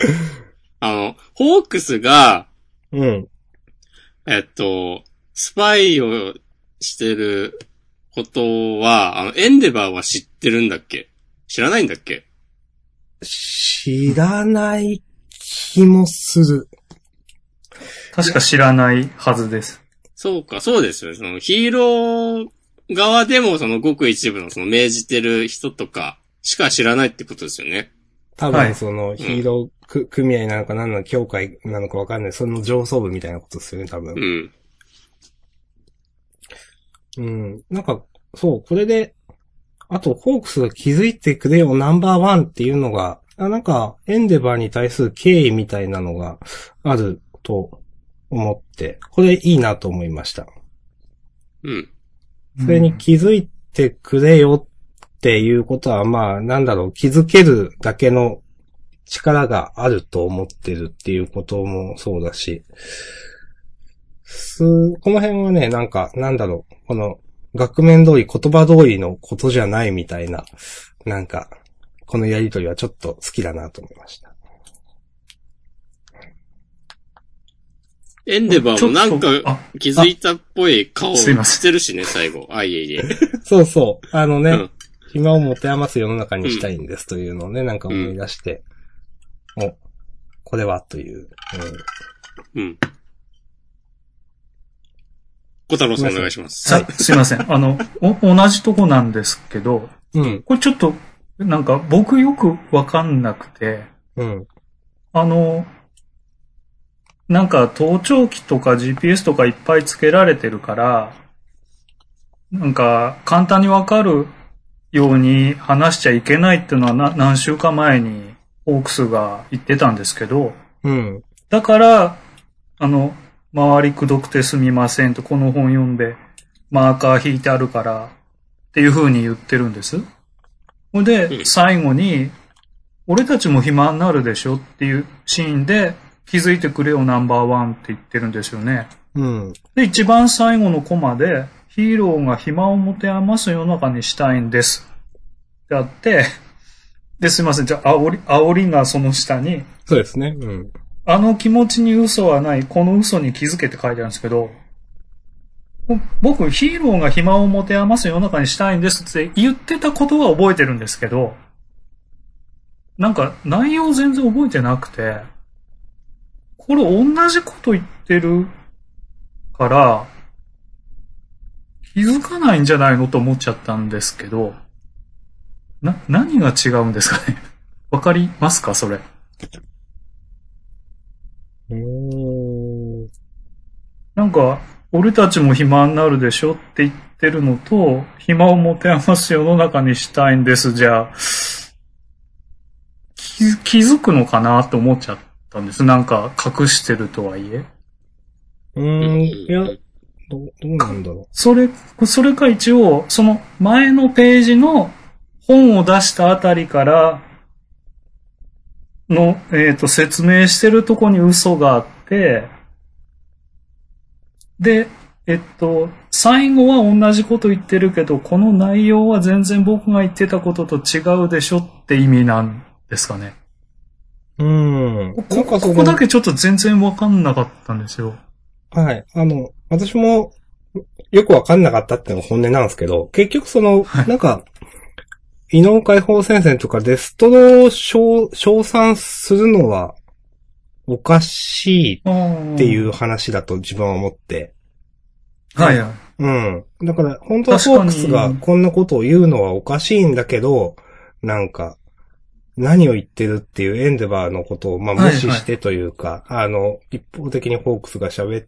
ホークスが、
うん。
スパイをしてることは、エンデバーは知ってるんだっけ？知らないんだっけ？
知らない気もする。
確か知らないはずです。
そうか、そうですよ。ヒーロー側でもごく一部の命じてる人とかしか知らないってことですよね。
多分ヒーロー組合なのか何なの協会なのかわかんない。その上層部みたいなことですよね、多分。なんか、そう、これで、あと、ホークスが気づいてくれよナンバーワンっていうのが、なんか、エンデバーに対する敬意みたいなのがあると思って、これいいなと思いました。それに気づいてくれよっていうことは、まあ、なんだろう、気づけるだけの力があると思ってるっていうこともそうだし、この辺はね、なんか、なんだろう、この、額面通り言葉通りのことじゃないみたいな、なんか、このやりとりはちょっと好きだなと思いました。
エンデバーもなんか気づいたっぽい顔してるしね、最後。いえ。
そうそう。暇を持て余す世の中にしたいんですというのをね、なんか思い出して、これはという。
小太郎さんお願いします。
はい、すいません。同じとこなんですけど、これちょっと、なんか僕よくわかんなくて、なんか盗聴器とか GPS とかいっぱいつけられてるから、なんか簡単にわかるように話しちゃいけないっていうのは何週間前にホークスが言ってたんですけど、だから、周りくどくてすみませんとこの本読んでマーカー引いてあるからっていう風に言ってるんです。ほんで、最後に、俺たちも暇になるでしょっていうシーンで、気づいてくれよナンバーワンって言ってるんですよね。で、一番最後のコマで、ヒーローが暇を持て余す世の中にしたいんです。ってあって、で、すいません。じゃあ、煽りがその下に。
そうですね。
気持ちに嘘はない、この嘘に気づけって書いてあるんですけど、僕、ヒーローが暇を持て余す世の中にしたいんですって言ってたことは覚えてるんですけど、なんか内容全然覚えてなくて、これ同じこと言ってるから、 気づかないんじゃないのと思っちゃったんですけど、何が違うんですかね。わかりますかそれ。なんか、俺たちも暇になるでしょって言ってるのと、暇を持て余す世の中にしたいんですじゃあ、気づくのかなと思っちゃったんです。なんか隠してるとはいえ。
いや、どうなんだろう。
それか一応、その前のページの本を出したあたりからの、説明してるとこに嘘があって、で、最後は同じこと言ってるけど、この内容は全然僕が言ってたことと違うでしょって意味なんですかね。ここだけちょっと全然わかんなかったんですよ。
はい。私もよくわかんなかったっていうのが本音なんですけど、結局なんか、異能解放戦線とかデストロを称賛するのはおかしいっていう話だと自分は思って。
はいはい。
うん。だから本当はフォークスがこんなことを言うのはおかしいんだけど、なんか、何を言ってるっていうエンデバーのことを無視してというか、一方的にフォークスが喋って、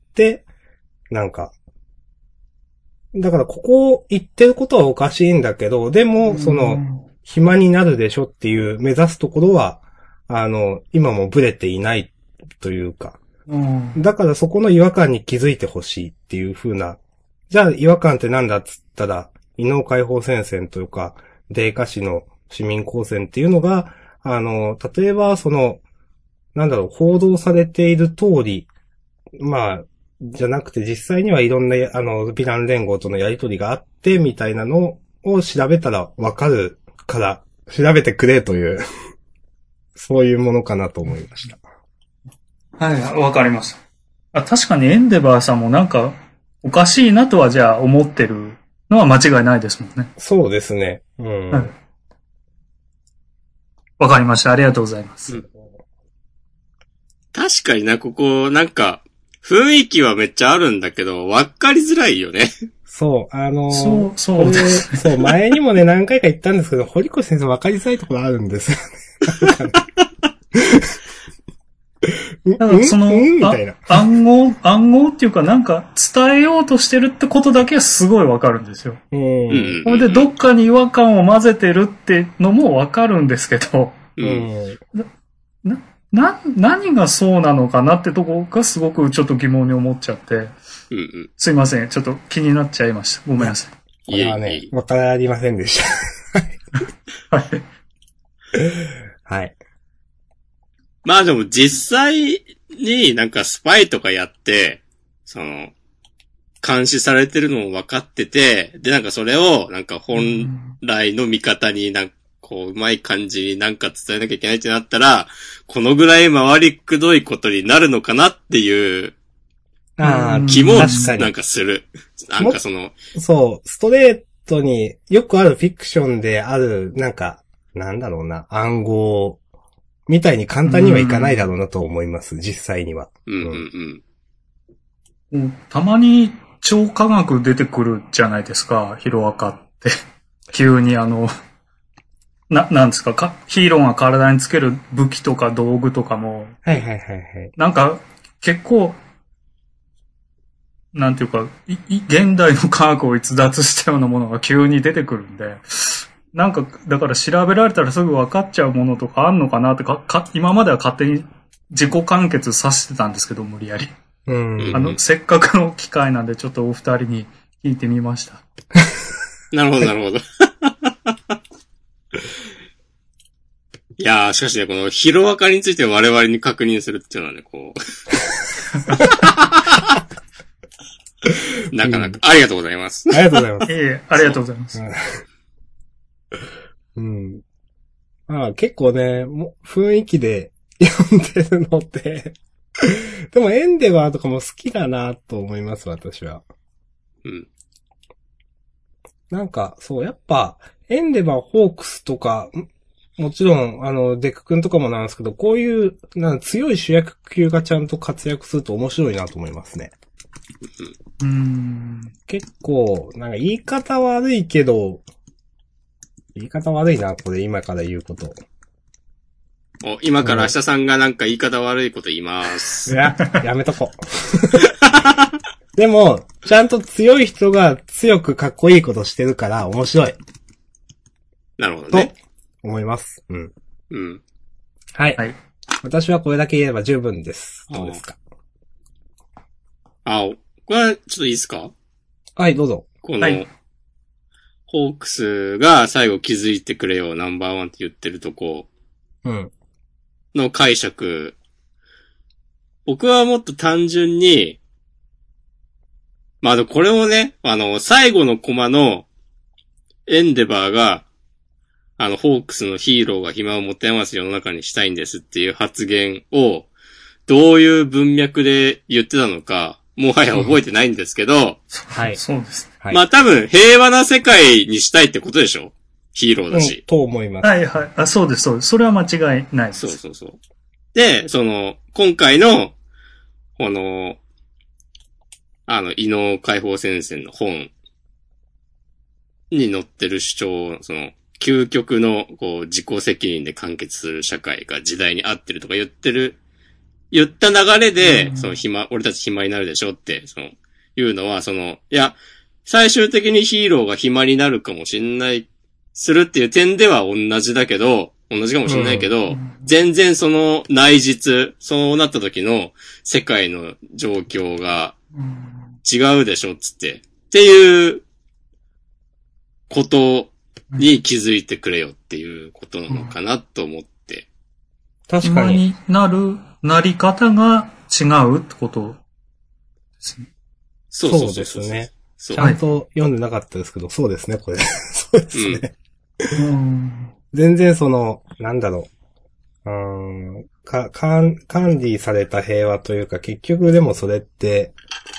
なんか、だからここ言ってることはおかしいんだけど、でも、暇になるでしょっていう目指すところは、今もブレていないというか、だからそこの違和感に気づいてほしいっていう風な、じゃあ違和感ってなんだっつったら、異能解放戦線というか、デーカ市の市民光線っていうのが、例えば報道されている通り、じゃなくて実際にはいろんな、ヴィラン連合とのやりとりがあって、みたいなのを調べたらわかるから、調べてくれという、そういうものかなと思いました。
はい、わかりました。確かにエンデバーさんもなんか、おかしいなとはじゃあ思ってるのは間違いないですもんね。
そうですね。はい。
わかりました。ありがとうございます。
確かにな、ここ、なんか、雰囲気はめっちゃあるんだけど、わかりづらいよね。
そう、
そうです。
そう、前にもね、何回か言ったんですけど、堀越先生わかりづらいところあるんですよね。
なんかみたいな。暗号っていうかなんか伝えようとしてるってことだけはすごいわかるんですよ。それでどっかに違和感を混ぜてるってのもわかるんですけど、何がそうなのかなってとこがすごくちょっと疑問に思っちゃって、すいません、ちょっと気になっちゃいました。ごめんなさい。
これはね、わかりませんでした。はい。はい。
まあでも実際になんかスパイとかやって、監視されてるのも分かってて、でなんかそれをなんか本来の味方になんかこううまい感じになんか伝えなきゃいけないってなったら、このぐらい回りくどいことになるのかなっていう気もなんかする。なんか
そう、ストレートによくあるフィクションである、なんか、なんだろうな、暗号みたいに簡単にはいかないだろうなと思います、実際には。
たまに超科学出てくるじゃないですか、ヒロアカって。急になんですか、ヒーローが体につける武器とか道具とかも。
はいはいはいはい。
なんか、結構、なんていうか、現代の科学を逸脱したようなものが急に出てくるんで、なんか、だから調べられたらすぐ分かっちゃうものとかあんのかなって今までは勝手に自己完結させてたんですけど、無理やり。せっかくの機会なんでちょっとお二人に聞いてみました。
なるほど、なるほど。いやー、しかしね、このヒロアカについて我々に確認するっていうのはね、こう。なかなか、ありがとうございます。
ありがとうございます。
ありがとうございます。
結構ね、雰囲気で読んでるので、でもエンデバーとかも好きだなと思います、私は。なんか、そう、やっぱ、エンデバー、ホークスとか、もちろん、デク君とかもなんですけど、こういう、強い主役級がちゃんと活躍すると面白いなと思いますね。 結構、なんか言い方悪いけど、言い方悪いな、これ今から言うこと。
今から明日さんがなんか言い方悪いこと言います。
いや、やめとこ。でも、ちゃんと強い人が強くかっこいいことしてるから面白い。
なるほどね。
と思います。うん。
うん。
はい。はい。私はこれだけ言えば十分です。どうですか？
これはちょっといいですか？
はい、どうぞ。
この、はい、ホークスが最後気づいてくれよナンバーワンって言ってるとこ。
うん。
の解釈。僕はもっと単純に、まあ、これをね、最後のコマのエンデバーが、ホークスのヒーローが暇を持て余す世の中にしたいんですっていう発言を、どういう文脈で言ってたのか、もはや覚えてないんですけど、
はい。
そうです。
はい、
まあ多分平和な世界にしたいってことでしょ？ヒーローだし。
と思います。
はいはい。あ、そうです、そうです。それは間違いないです。
そうそうそう。で、今回の、異能解放戦線の本に載ってる主張、究極の、自己責任で完結する社会が時代に合ってるとか言った流れで、俺たち暇になるでしょって、いうのは、いや、最終的にヒーローが暇になるかもしんない、するっていう点では同じかもしんないけど、全然内実、そうなった時の世界の状況が違うでしょっつって、っていうことに気づいてくれよっていうことなのかなと思って。
確かに。
なり方が違うってことですね。
そうですね。ちゃんと読んでなかったですけど、そうですね、これ。そうですね。全然なんだろう。管理された平和というか、結局でもそれって、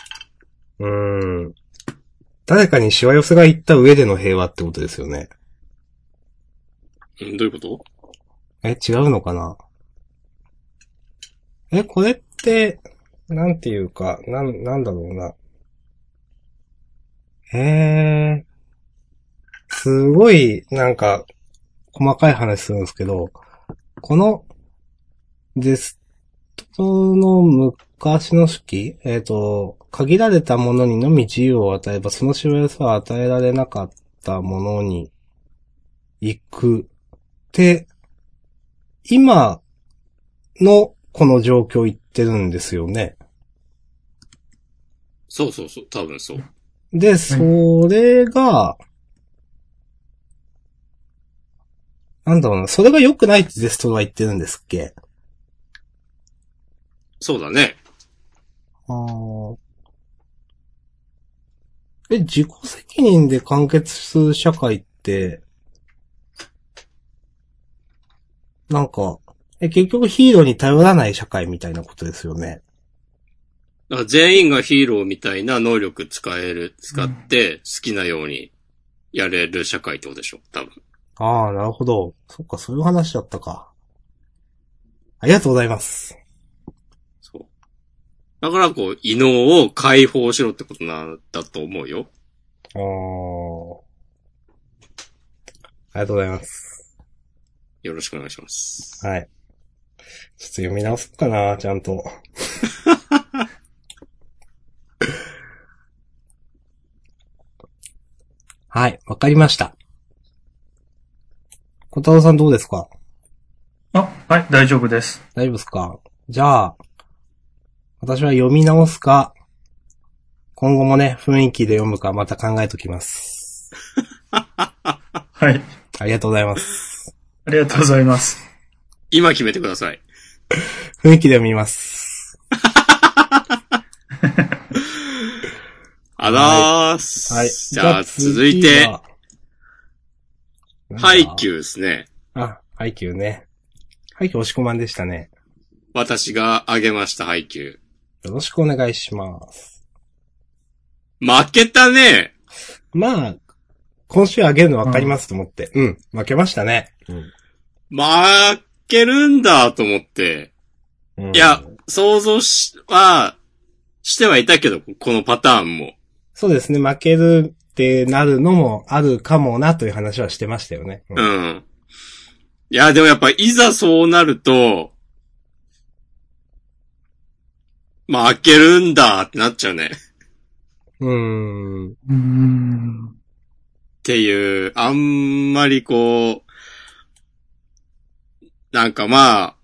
誰かにしわ寄せが言った上での平和ってことですよね。
どういうこと？
違うのかな？これって、なんていうか、なんだろうな。すごい、なんか、細かい話するんですけど、この、デストの昔の式、限られたものにのみ自由を与えば、そのしわ寄せは与えられなかったものに行く。って、今のこの状況言ってるんですよね。
そうそうそう、多分そう。
で、それが、なんだろうな、それが良くないってデストロは言ってるんですっけ？
そうだね。
自己責任で完結する社会って、なんか、結局ヒーローに頼らない社会みたいなことですよね。
だから全員がヒーローみたいな能力使って好きなようにやれる社会ってことでしょ、多分。
ああ、なるほど。そっか、そういう話だったか。ありがとうございます。
そう。だから異能を解放しろってことなんだと思うよ。
ありがとうございます。
よろしくお願いします。
はい。ちょっと読み直すかな、ちゃんと。はい、わかりました。小太郎さんどうですか？
はい、大丈夫です。
大丈夫ですか？じゃあ、私は読み直すか、今後もね、雰囲気で読むかまた考えときます。
はい。
ありがとうございます。
ありがとうございます。
今決めてください。
雰囲気で読みます。
あらーす。はい。じゃあ、続いて、ハイキューですね。
ハイキューね。ハイキュー押し込まんでしたね。
私が挙げました、ハイキュー。
よろしくお願いします。
負けたね。
まあ、今週挙げるの分かりますと思って。負けましたね。
負けるんだと思って。いや、想像は、 してはいたけど、このパターンも。
そうですね、負けるってなるのもあるかもなという話はしてましたよね。
うん。いや、でもやっぱいざそうなると、負けるんだってなっちゃうね。っていう、あんまりこう、なんかまあ、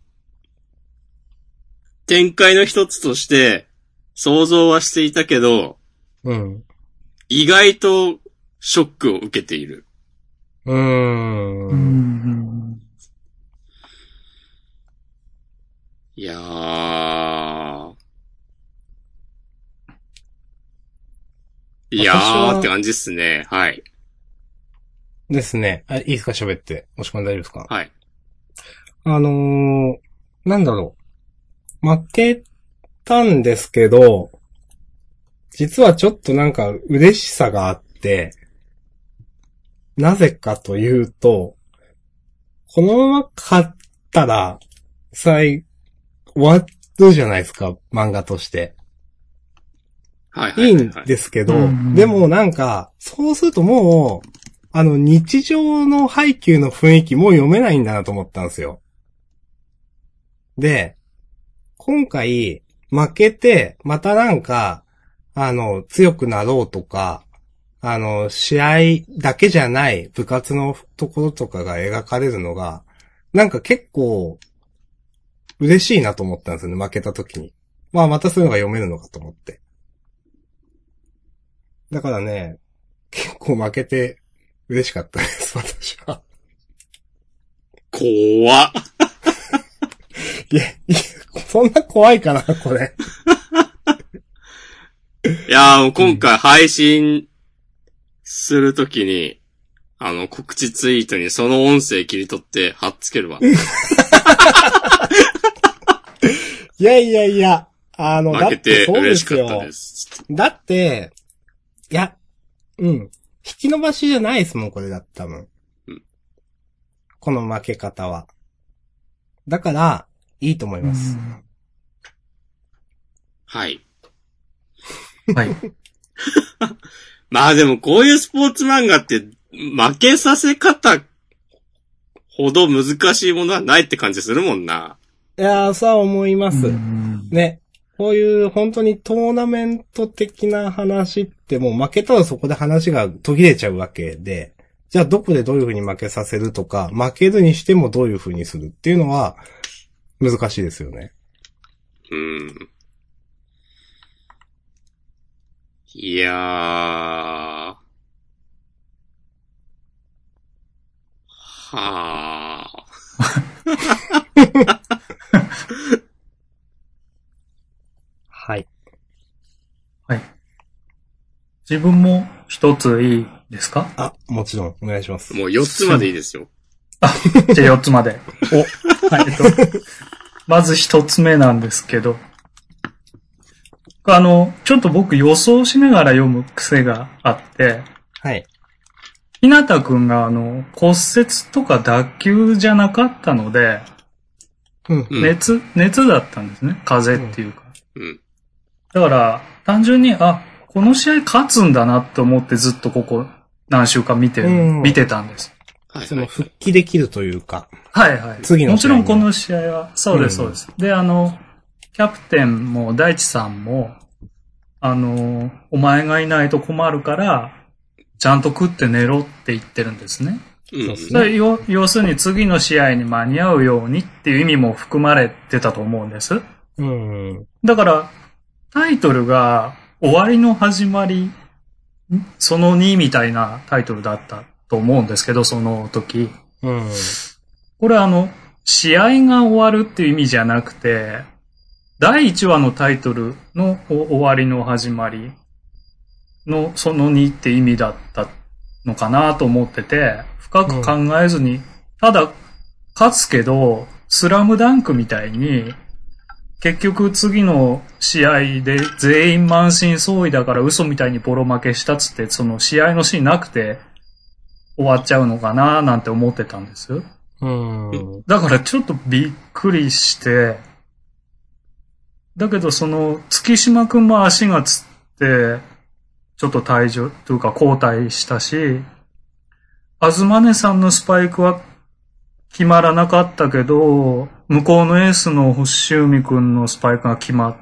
展開の一つとして想像はしていたけど、
うん。
意外とショックを受けている。いやー。いやーって感じっすね。はい。
ですね。いいですか喋って。もしくは大丈夫ですか？
はい。
なんだろう。負けたんですけど、実はちょっとなんか嬉しさがあって、なぜかというと、このまま勝ったら、終わるじゃないですか、漫画として。
はい。
いいんですけど、でもなんか、そうするともう、日常の配給の雰囲気もう読めないんだなと思ったんですよ。で、今回、負けて、またなんか、強くなろうとか、試合だけじゃない部活のところとかが描かれるのが、なんか結構、嬉しいなと思ったんですよね、負けた時に。まあ、またそういうのが読めるのかと思って。だからね、結構負けて嬉しかったです、私は。
怖っ。
いや、そんな怖いかな、これ。
いやー、今回配信するときに、告知ツイートにその音声切り取って貼っつけるわ。
いやいやいや、
負けて嬉しかったです。
だって、いや、引き伸ばしじゃないですもん、これだった多分。この負け方は。だから、いいと思います。
はい。
はい。
まあでもこういうスポーツ漫画って負けさせ方ほど難しいものはないって感じするもんな。
いやー、そう思います。ね。こういう本当にトーナメント的な話ってもう負けたらそこで話が途切れちゃうわけで、じゃあどこでどういう風に負けさせるとか、負けるにしてもどういう風にするっていうのは難しいですよね。
いやー。はあ。
はい。
はい。自分も一ついいですか？
あ、もちろん、お願いします。
もう4つまでいいですよ。
あ、じゃあ4つまで。はい。まず一つ目なんですけど、ちょっと僕予想しながら読む癖があって、
はい。
ひなたくんが骨折とか脱臼じゃなかったので、熱だったんですね。風邪っていうか。だから、単純に、この試合勝つんだなって思ってずっとここ何週間見てたんです。
その復帰できるというか。
はいはい。
次の
もちろんこの試合は、そうです、そうです。で、キャプテンも大地さんも、お前がいないと困るから、ちゃんと食って寝ろって言ってるんですね。要するに次の試合に間に合うようにっていう意味も含まれてたと思うんです。だから、タイトルが終わりの始まり、その2みたいなタイトルだったと思うんですけど、その時。これ試合が終わるっていう意味じゃなくて、第1話のタイトルの終わりの始まりのその2って意味だったのかなと思ってて、深く考えずに、ただ勝つけど、スラムダンクみたいに、結局次の試合で全員満身創痍だから嘘みたいにボロ負けしたっつって、その試合のシーンなくて終わっちゃうのかななんて思ってたんです。だからちょっとびっくりして、 だけど月島くんも足がつって、ちょっと退場というか交代したし、あずまねさんのスパイクは決まらなかったけど、向こうのエースの星海くんのスパイクが決まって、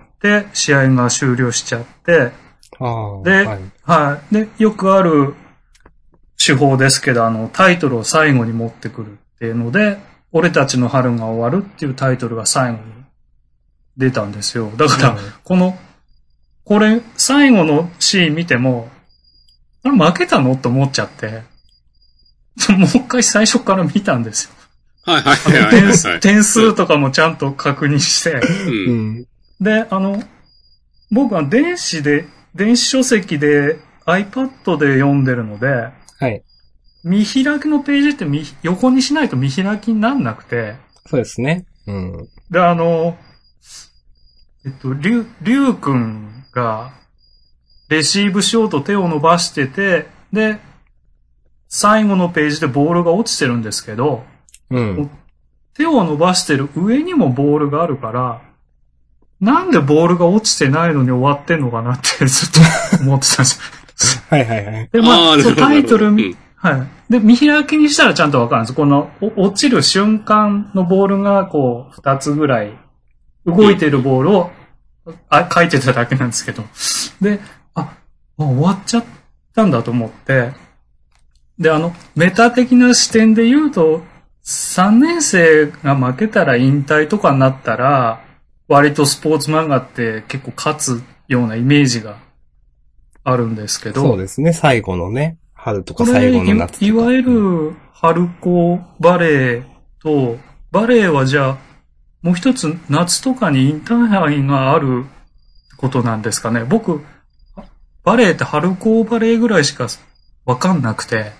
試合が終了しちゃって、で、はい。で、よくある手法ですけど、タイトルを最後に持ってくるっていうので、俺たちの春が終わるっていうタイトルが最後に出たんですよ。だから、これ、最後のシーン見ても、あれ負けたのと思っちゃって、もう一回最初から見たんですよ。
はいはいはい。
点数とかもちゃんと確認して、うん、で、僕は電子書籍で iPad で読んでるので、
はい。
見開きのページって横にしないと見開きになんなくて。
そうですね。うん。
で、りゅうくんが、レシーブしようと手を伸ばしてて、で、最後のページでボールが落ちてるんですけど、
うん、
手を伸ばしてる上にもボールがあるから、なんでボールが落ちてないのに終わってんのかなってずっと思ってたんです
よ。はいはいはい。
で、タイトル、はい。で、見開きにしたらちゃんとわかるんです。この、落ちる瞬間のボールが、こう、2つぐらい、動いてるボールを、書いてただけなんですけど。で、もう終わっちゃったんだと思って、で、メタ的な視点で言うと、3年生が負けたら引退とかになったら、割とスポーツ漫画って結構勝つようなイメージがあるんですけど。
そうですね、最後のね、春とか最後の夏とか。
いわゆる春高バレーと、バレーはじゃあ、もう一つ夏とかにインターハイがあることなんですかね。僕、バレーって春高バレーぐらいしかわかんなくて。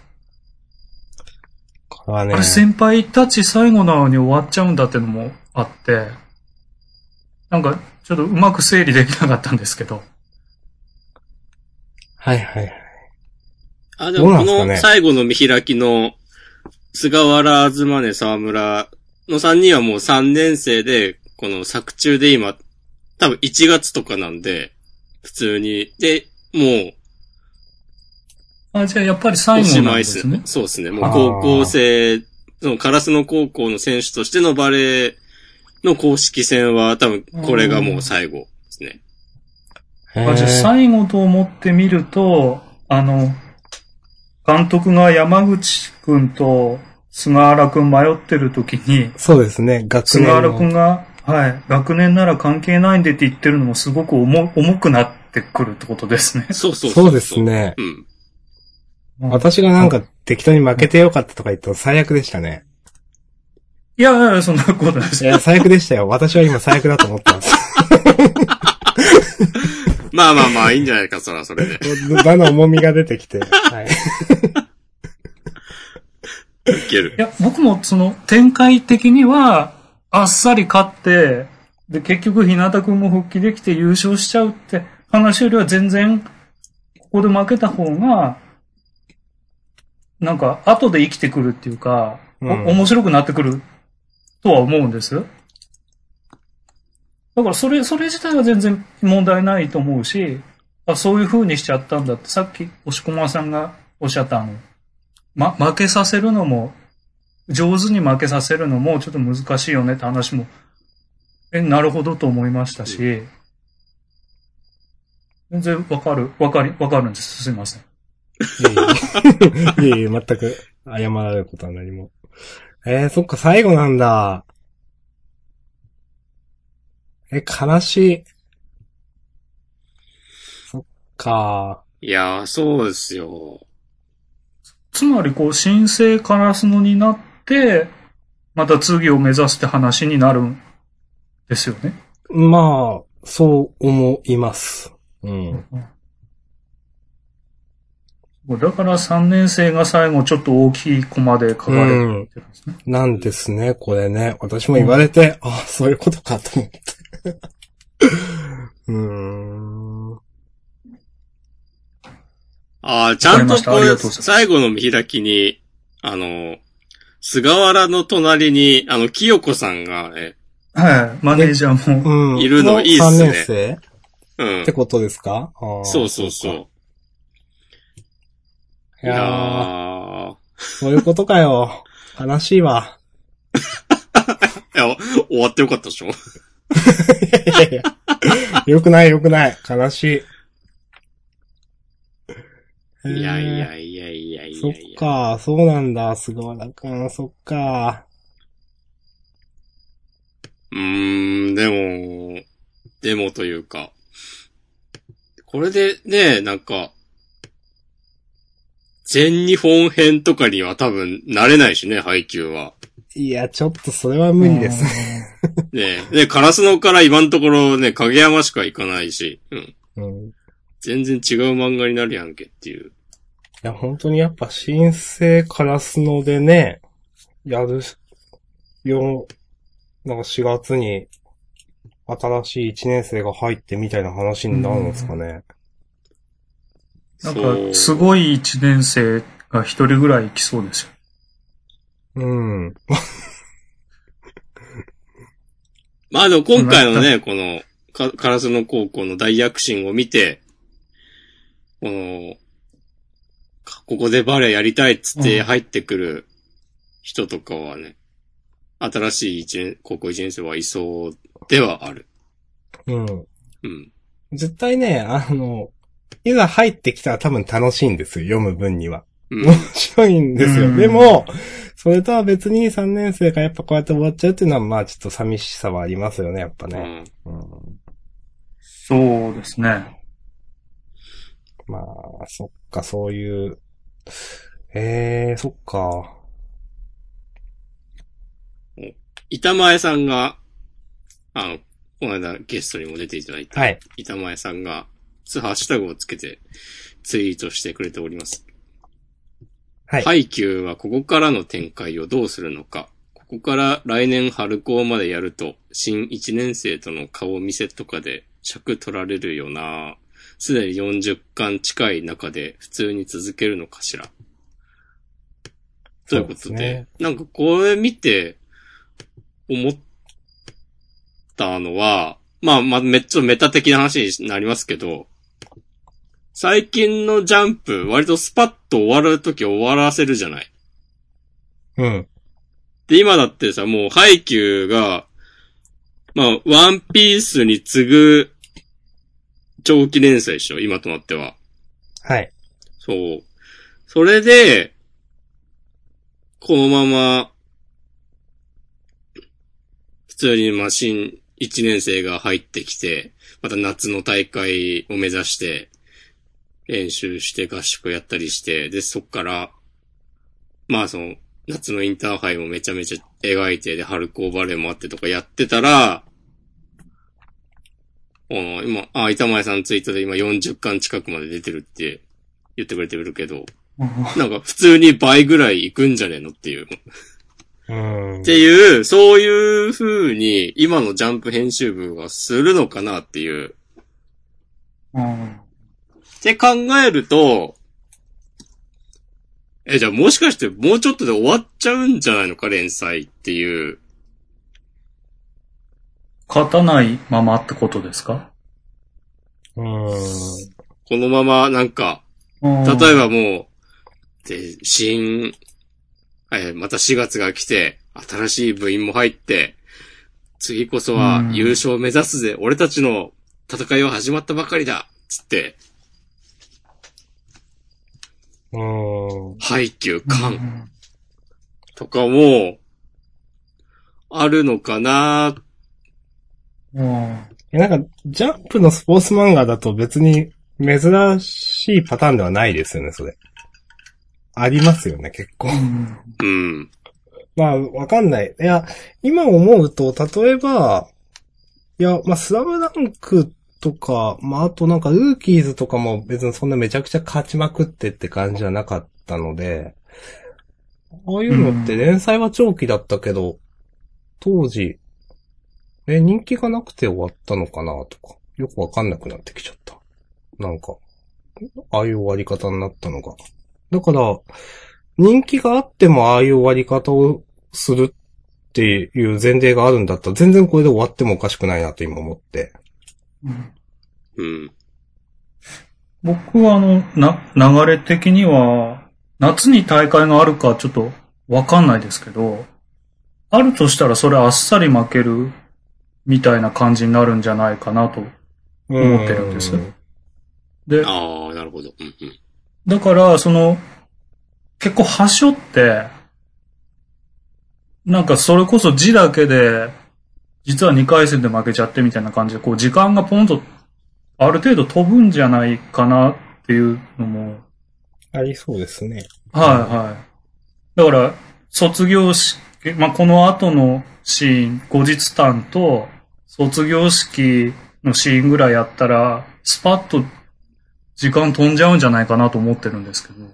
あれ先輩たち最後なのに終わっちゃうんだってのもあって、なんかちょっとうまく整理できなかったんですけど。
はいはいはい。
でもこの最後の見開きの菅原、東根、沢村の3人はもう3年生で、この作中で今、多分1月とかなんで、普通に。で、も
う、じゃあやっぱり最後なんですね。
そうですね。もう高校生、その烏野高校の選手としてのバレーの公式戦は多分これがもう最後ですね。
じゃあ最後と思ってみると、監督が山口くんと菅原くん迷ってる時に、
そうですね、
菅原くんが、はい、学年なら関係ないんでって言ってるのもすごく重くなってくるってことですね。
そうですね。うん。私がなんか適当に負けてよかったとか言ったら最悪でしたね。
いや、そんなことないです。
いや、最悪でしたよ。私は今最悪だと思ってます。
まあ、いいんじゃないか、それで。
だの重みが出てきて。はい。
いける。
いや、僕も展開的には、あっさり勝って、で、結局、日向くんも復帰できて優勝しちゃうって話よりは全然、ここで負けた方が、なんか、後で生きてくるっていうか、面白くなってくるとは思うんです。だからそれ自体は全然問題ないと思うし、そういう風にしちゃったんだって、さっき押駒さんがおっしゃった負けさせるのも、上手に負けさせるのもちょっと難しいよねって話も、なるほどと思いましたし、全然わかるんです。すいません。
いえ、全く謝られることは何も。そっか、最後なんだ。悲しい。そっか。
いやー、そうですよ。
つまり、新生烏野になって、また次を目指すって話になるんですよね。
まあ、そう思います。うん。
だから3年生が最後ちょっと大きいコマで書かれてるんですね。
なんですね、これね。私も言われて、そういうことかと思って。
ちゃんとこれ、最後の見開きに、菅原の隣に、清子さんが、
はい。マネージャーも。
いるのいいっすね。
3年生ってことですか？
そうそうそう。
いやー。そういうことかよ。悲しいわ。
いや、終わってよかったでしょ？い
やいやいや。よくないよくない。悲し
い。いやいやいやいやいや。
そっか、そうなんだ。菅原くん、そっか。
でもというか。これでね、なんか、全日本編とかには多分なれないしね、配給は。
いや、ちょっとそれは無理ですね。
ねえ。で、カラスノから今のところね、影山しか行かないし、全然違う漫画になるやんけっていう。
いや、本当にやっぱ新生カラスノでね、やるよ、なんか4月に新しい1年生が入ってみたいな話になるんですかね。
なんか、すごい1年生が1人ぐらい来そうですよ。
まあでも今回のね、この、カラスノ高校の大躍進を見て、ここでバレエやりたいっつって入ってくる人とかはね、新しい高校1年生はいそうではある。
絶対ね、いざ入ってきたら多分楽しいんですよ、読む分には。面白いんですよ。でも、それとは別に3年生がやっぱこうやって終わっちゃうっていうのはまあちょっと寂しさはありますよね、やっぱね。
そうですね。
まあ、そっか、そういう、そっか。
板前さんが、この間ゲストにも出ていただいた、板前さんが、ハッシュタグをつけてツイートしてくれております。配給はここからの展開をどうするのか。ここから来年春高までやると、新1年生との顔見せとかで尺取られるよな。すでに40巻近い中で普通に続けるのかしら。ということで、なんかこれ見て思ったのは、まあめっちゃメタ的な話になりますけど、最近のジャンプ、割とスパッと終わるとき終わらせるじゃない。で、今だってさ、もうハイキューが、まあ、ワンピースに次ぐ長期連載でしょ、今となっては。そう。それで、このまま、普通に新1年生が入ってきて、また夏の大会を目指して、練習して合宿やったりして、で、そっから、まあ夏のインターハイもめちゃめちゃ描いて、で、春高バレーもあってとかやってたら、今、板前さんツイートで今40巻近くまで出てるって言ってくれてるけど、なんか普通に倍ぐらい行くんじゃねえのっていう。っていう、そういう風に今のジャンプ編集部がするのかなっていう。って考えると、じゃあもしかしてもうちょっとで終わっちゃうんじゃないのか、連載っていう。
勝たないままってことですか？
このままなんか、例えばもう、で、また4月が来て、新しい部員も入って、次こそは優勝を目指すぜ、俺たちの戦いは始まったばかりだつって、配給感とかも、あるのかな。
なんか、ジャンプのスポーツ漫画だと別に珍しいパターンではないですよね、それ。ありますよね、結構。まあ、わかんない。いや、今思うと、例えば、スラムダンクとか、あとなんかルーキーズとかも別にそんなめちゃくちゃ勝ちまくってって感じじゃなかったので、ああいうのって連載は長期だったけど、当時、人気がなくて終わったのかなとか、よくわかんなくなってきちゃった。なんか、ああいう終わり方になったのが。だから、人気があってもああいう終わり方をするっていう前提があるんだったら、全然これで終わってもおかしくないなと今思って。
うん。
僕は流れ的には、夏に大会があるかちょっとわかんないですけど、あるとしたらそれあっさり負けるみたいな感じになるんじゃないかなと思ってるんです。で、
ああ、なるほど。うんうん。
だから、結構端折って、なんかそれこそ字だけで、実は2回戦で負けちゃってみたいな感じで、こう時間がポンとある程度飛ぶんじゃないかなっていうのも。
ありそうですね。
はいはい。だから、卒業式、まあ、この後のシーン、後日談と、卒業式のシーンぐらいやったら、スパッと時間飛んじゃうんじゃないかなと思ってるんですけど。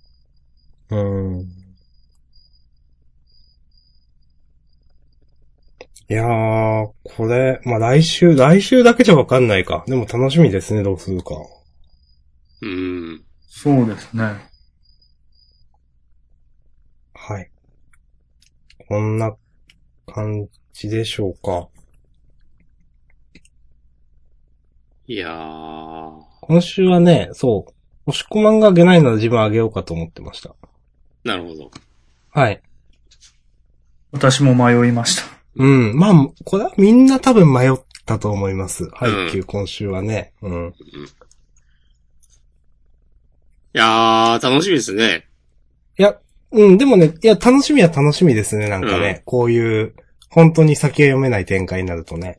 いやー、これ、まあ、来週だけじゃわかんないか。でも楽しみですね、どうするか。
そうですね。
はい。こんな感じでしょうか。
いやー。
今週はね、そう、押し込まんがあげないなら自分あげようかと思ってました。
なるほど。
はい。
私も迷いました。
うん。まあ、これはみんな多分迷ったと思います。配給今週はね。うん。
いやー、楽しみですね。
いや、でもね、楽しみは楽しみですね、なんかね。こういう、本当に先が読めない展開になるとね。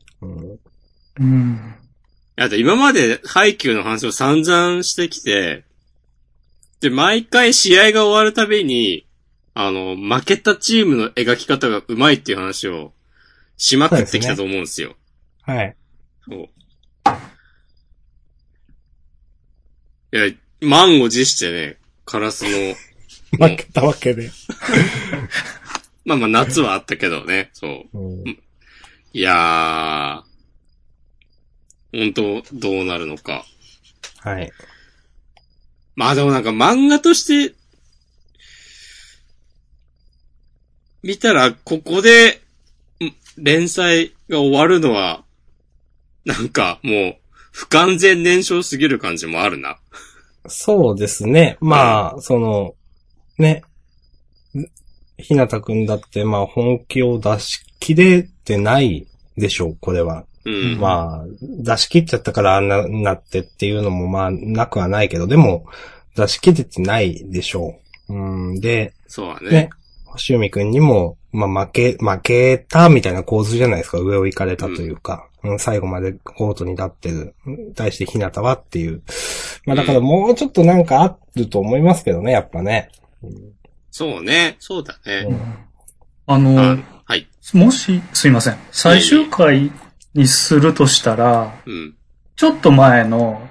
あと今まで配給の話を散々してきて、で、毎回試合が終わるたびに、負けたチームの描き方が上手いっていう話をしまくってきたと思うんですよ。
はい。
そう。いや、満を持してね、カラスの。
負けたわけで。
まあまあ夏はあったけどね、そう。いやー、本当どうなるのか。
はい。
まあでもなんか漫画として、見たらここで連載が終わるのは、なんかもう不完全燃焼すぎる感じもあるな。
そうですね。まあ、ね。ひなたくんだってまあ本気を出し切れてないでしょう、これは。まあ、出し切っちゃったからあんなってっていうのもまあなくはないけど、でも出し切れてないでしょう。で、
そうだね。
星海くんにも、まあ負けたみたいな構図じゃないですか。上を行かれたというか、最後までコートに立ってる。対してひなたはっていう。まあだからもうちょっとなんかあると思いますけどね、やっぱね。
そうね。そうだね。
はい。もし、すいません。最終回にするとしたら、ちょっと前の、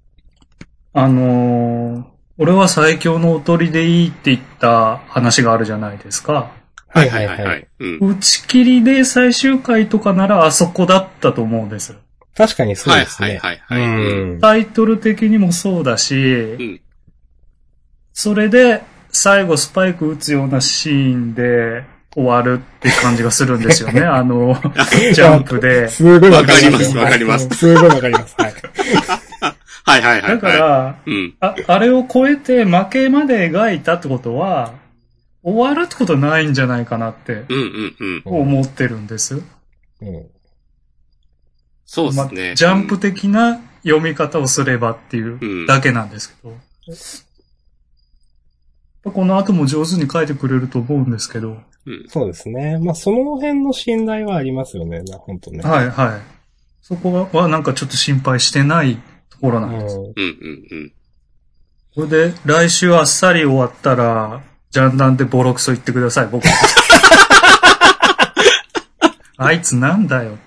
俺は最強のおとりでいいって言った話があるじゃないですか。
はいはいはい。
打ち切りで最終回とかならあそこだったと思うんです。
確かにそうですね。
タイトル的にもそうだし、それで最後スパイク打つようなシーンで終わるって感じがするんですよね。ジャンプで。
すごい
わかります、わかります。
すごいわかります。はい。
はいはいはい。
だから、あれを超えて負けまで描いたってことは、終わるってことないんじゃないかなって、思ってるんです。
そうですね。
ジャンプ的な読み方をすればっていうだけなんですけど。この後も上手に書いてくれると思うんですけど。
そうですね。まあその辺の信頼はありますよね、本当ね。
はいはい。そこはなんかちょっと心配してないところなんです。これで来週あっさり終わったら、ジャンダンでボロクソ言ってください、僕。あいつなんだよって。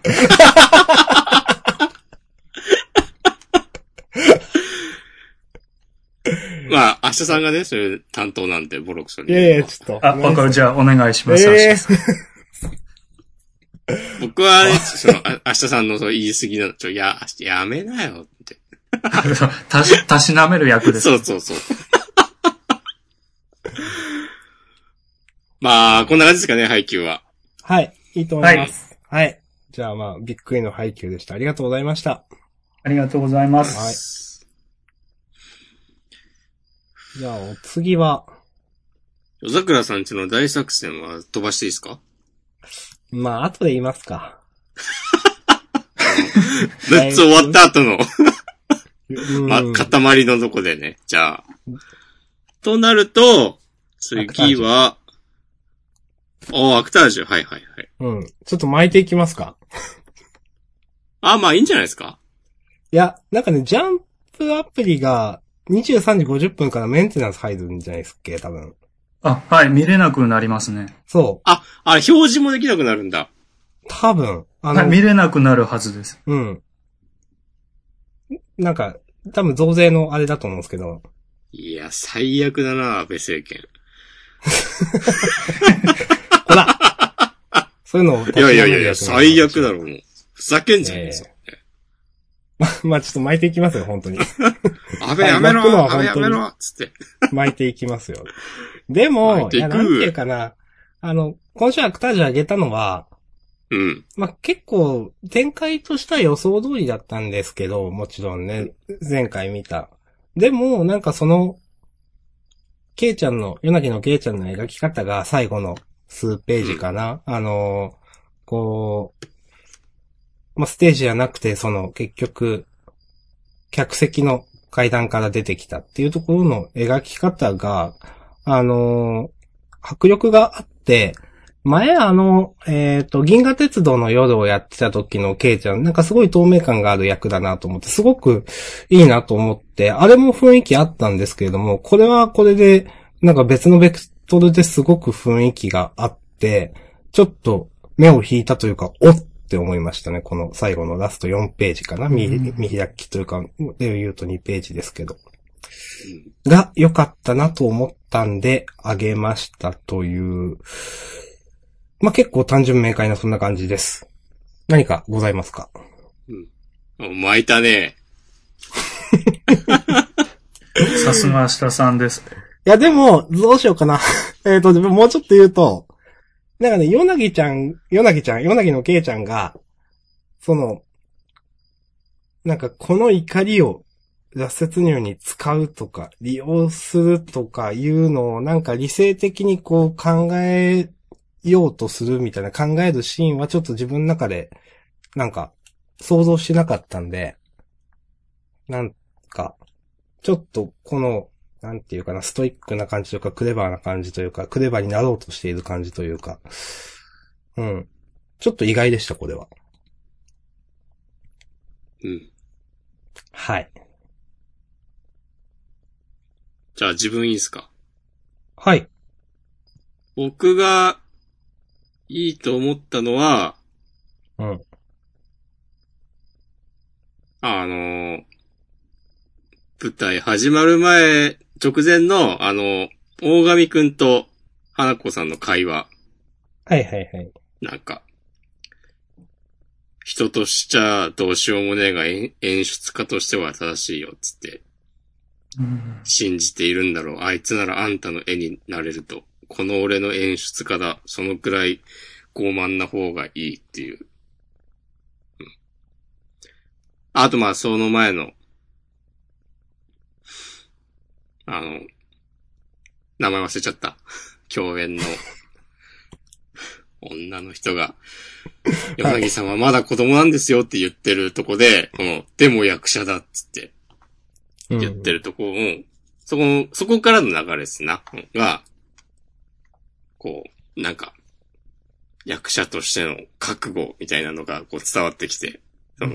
まあ、明日さんがね、そういう担当なんで、ボロクソに。
いやちょっと。
わかる。じゃあ、お願いします。
僕は、明日さんのそう言い過ぎなの、やめなよって。
たしなめる役です。
そう。まあ、こんな感じですかね、配給は。
はい。いいと思います。はい。じゃあまあ、びっくりの配給でした。ありがとうございました。
ありがとうございます。
はい。じゃあ、お次は。
夜桜さんちの大作戦は飛ばしていいですか？
まあ、後で言いますか。
6つ終わった後のまあ、塊のとこでね。じゃあ。となると、次は、アクタージュ。はいはいはい。
うん。ちょっと巻いていきますか。
まあいいんじゃないですか？
いや、なんかね、ジャンプアプリが23時50分からメンテナンス入るんじゃないですっけ、多分。
はい、見れなくなりますね。
そう。
表示もできなくなるんだ。
多分。
はい、見れなくなるはずです。
うん。なんか、多分増税のあれだと思うんですけど。
いや、最悪だな、安倍政権。
ほらそういうのを。
いや、最悪だろ、もう。ふざけんじゃねえぞ。
まあちょっと巻いていきますよ、本当に。
安倍やめろ安倍やめろつって。
巻いていきますよ。でも、いや、なんていうかな。今週アクタージュ上げたのは、
うん。
まあ、結構、展開とした予想通りだったんですけど、もちろんね、前回見た。でも、なんかその、ケイちゃんの、夜泣きのケイちゃんの描き方が最後の数ページかな。こう、まあ、ステージじゃなくて、結局、客席の階段から出てきたっていうところの描き方が、迫力があって、前銀河鉄道の夜をやってた時のケイちゃん、なんかすごい透明感がある役だなと思って、すごくいいなと思って、あれも雰囲気あったんですけれども、これはこれで、なんか別のベクトルですごく雰囲気があって、ちょっと目を引いたというか、おって思いましたね。この最後のラスト4ページかな。見開きというか、で言うと2ページですけど。が良かったなと思ったんで、あげましたという、まあ、結構単純明快なそんな感じです。何かございますか？
うん。巻いたね。
さすが下さんです。
いや、でも、どうしようかな。もうちょっと言うと、なんかね、夜なぎのけいちゃんが、なんかこの怒りを脱雪入に使うとか、利用するとかいうのをなんか理性的にこう考えようとするみたいな考えるシーンはちょっと自分の中でなんか想像しなかったんで、なんか、ちょっとこの、なんていうかな、ストイックな感じというか、クレバーな感じというか、クレバーになろうとしている感じというか、うん。ちょっと意外でした、これは。
うん。
はい。
じゃあ自分いいですか？
はい。
僕がいいと思ったのは、
うん。
舞台始まる直前の、大神くんと花子さんの会話。
はいはいはい。
なんか、人としちゃどうしようもねえが演出家としては正しいよ、つって。信じているんだろう。あいつならあんたの絵になれると。この俺の演出家だ。そのくらい傲慢な方がいいっていう。うん、あとその前の、名前忘れちゃった。共演の女の人が、柳さんはまだ子供なんですよって言ってるとこで、でも役者だっつって言ってるとこを、そこからの流れですな。が、こう、なんか、役者としての覚悟みたいなのがこう伝わってきて、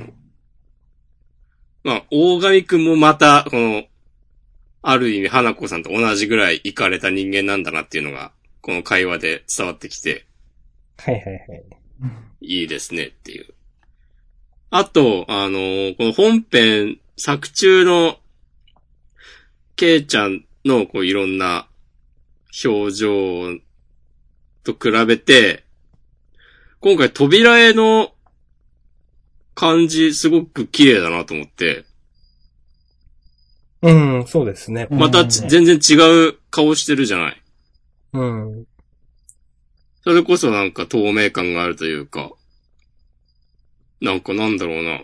大神くんもまた、ある意味花子さんと同じぐらいイカれた人間なんだなっていうのが、この会話で伝わってきて、
はいはいはい。
いいですねっていう。あと、この本編作中のケイちゃんのこういろんな表情と比べて、今回扉絵の感じすごく綺麗だなと思って。
うん、そうですね。
また全然違う顔してるじゃない。
うん。
それこそなんか透明感があるというか、なんかなんだろうな。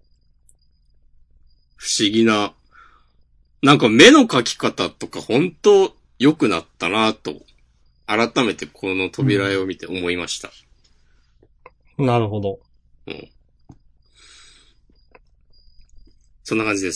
不思議な、なんか目の描き方とか本当良くなったなと、改めてこの扉絵を見て思いました。
なるほど。
うん。そんな感じです。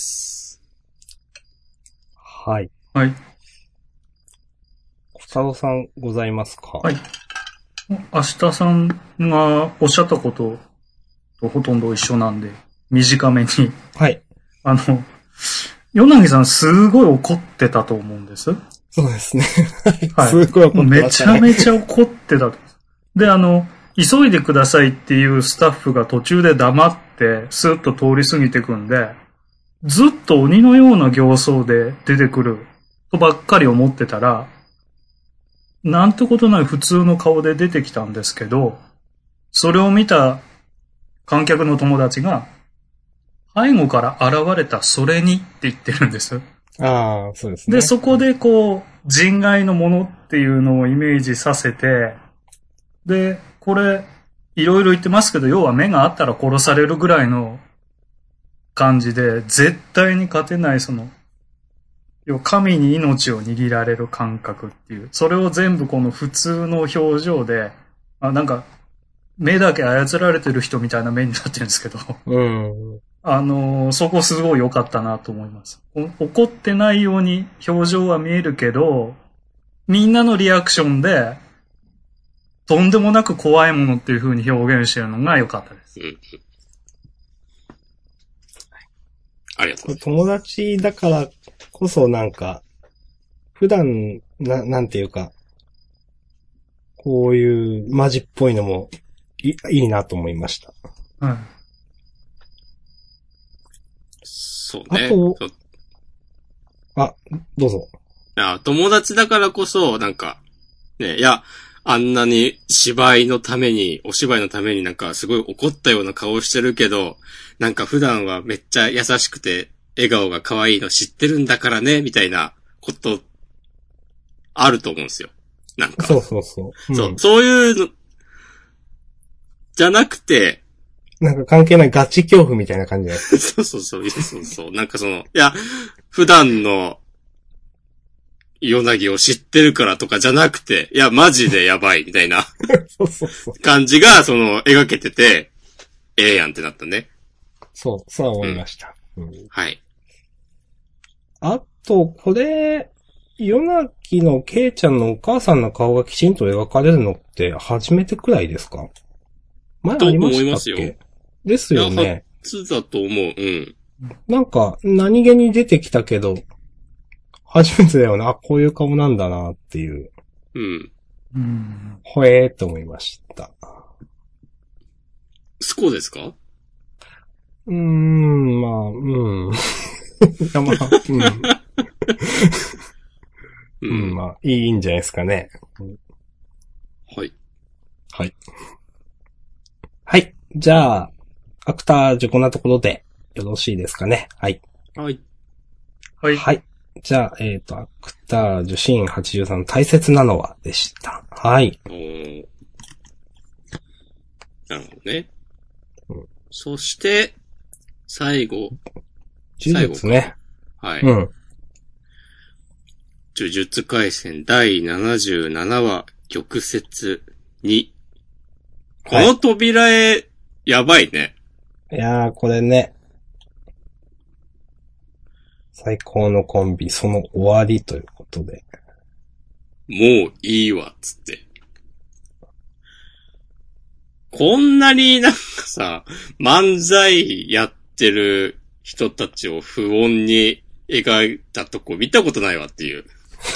はい。
はい。
小太郎さんございますか？
はい。明日さんがおっしゃったこととほとんど一緒なんで、短めに。
はい。
ヨナギさんすごい怒ってたと思うんです。
そうですね。
はい。
すごい怒ってましたね。
めちゃめちゃ怒ってた。で、急いでくださいっていうスタッフが途中で黙って、スーッと通り過ぎてくんで、ずっと鬼のような形相で出てくるとばっかり思ってたら、なんてことない普通の顔で出てきたんですけど、それを見た観客の友達が、背後から現れたそれにって言ってるんです。
ああ、そうですね。
で、そこでこう、人外のものっていうのをイメージさせて、で、これ、いろいろ言ってますけど、要は目があったら殺されるぐらいの感じで、絶対に勝てない要は神に命を握られる感覚っていう、それを全部この普通の表情で、なんか、目だけ操られてる人みたいな目になってるんですけど、そこすごい良かったなと思います。怒ってないように表情は見えるけど、みんなのリアクションで、とんでもなく怖いものっていう風に表現してるのが良かったです。うん。
ありがとうございます。
友達だからこそなんか、普段、なんていうか、こういうマジっぽいのもいいなと思いました。
うん。
そうね。
どうぞ。
友達だからこそ、なんか、ね、いや、あんなにお芝居のためになんかすごい怒ったような顔してるけど、なんか普段はめっちゃ優しくて、笑顔が可愛いの知ってるんだからね、みたいなこと、あると思うんですよ。なんか。
そう。
そういうの、じゃなくて、
なんか関係ないガチ恐怖みたいな感じです。
そう。なんかいや、普段の、ヨナギを知ってるからとかじゃなくて、いや、マジでやばい、みたいな感じが、描けてて、ええやんってなったね。
そう思いました。
はい。
あと、これ、ヨナギのケイちゃんのお母さんの顔がきちんと描かれるのって初めてくらいですか？前ありましたっけ？と思いますよ。ですよね。
初だと思う。うん。
なんか、何気に出てきたけど、初めてだよな。こういう顔なんだなっていう。
うん。
ほえーって思いました。
スコですか？
まあ、まあ、いいんじゃないですかね。
はい。
はい。じゃあ、アクタージュこんなところでよろしいですかね。はい。
はい。
じゃあ、アクタージュシーン83大切なのはでした。はい。
なるほどね。そして、最後。
呪術ね。
はい。呪術廻戦第77話、玉折2。この扉絵、やばいね。
いやー、これね。最高のコンビ、その終わりということで。
もういいわ、つって。こんなになんかさ、漫才やってる人たちを不穏に描いたとこ見たことないわっていう。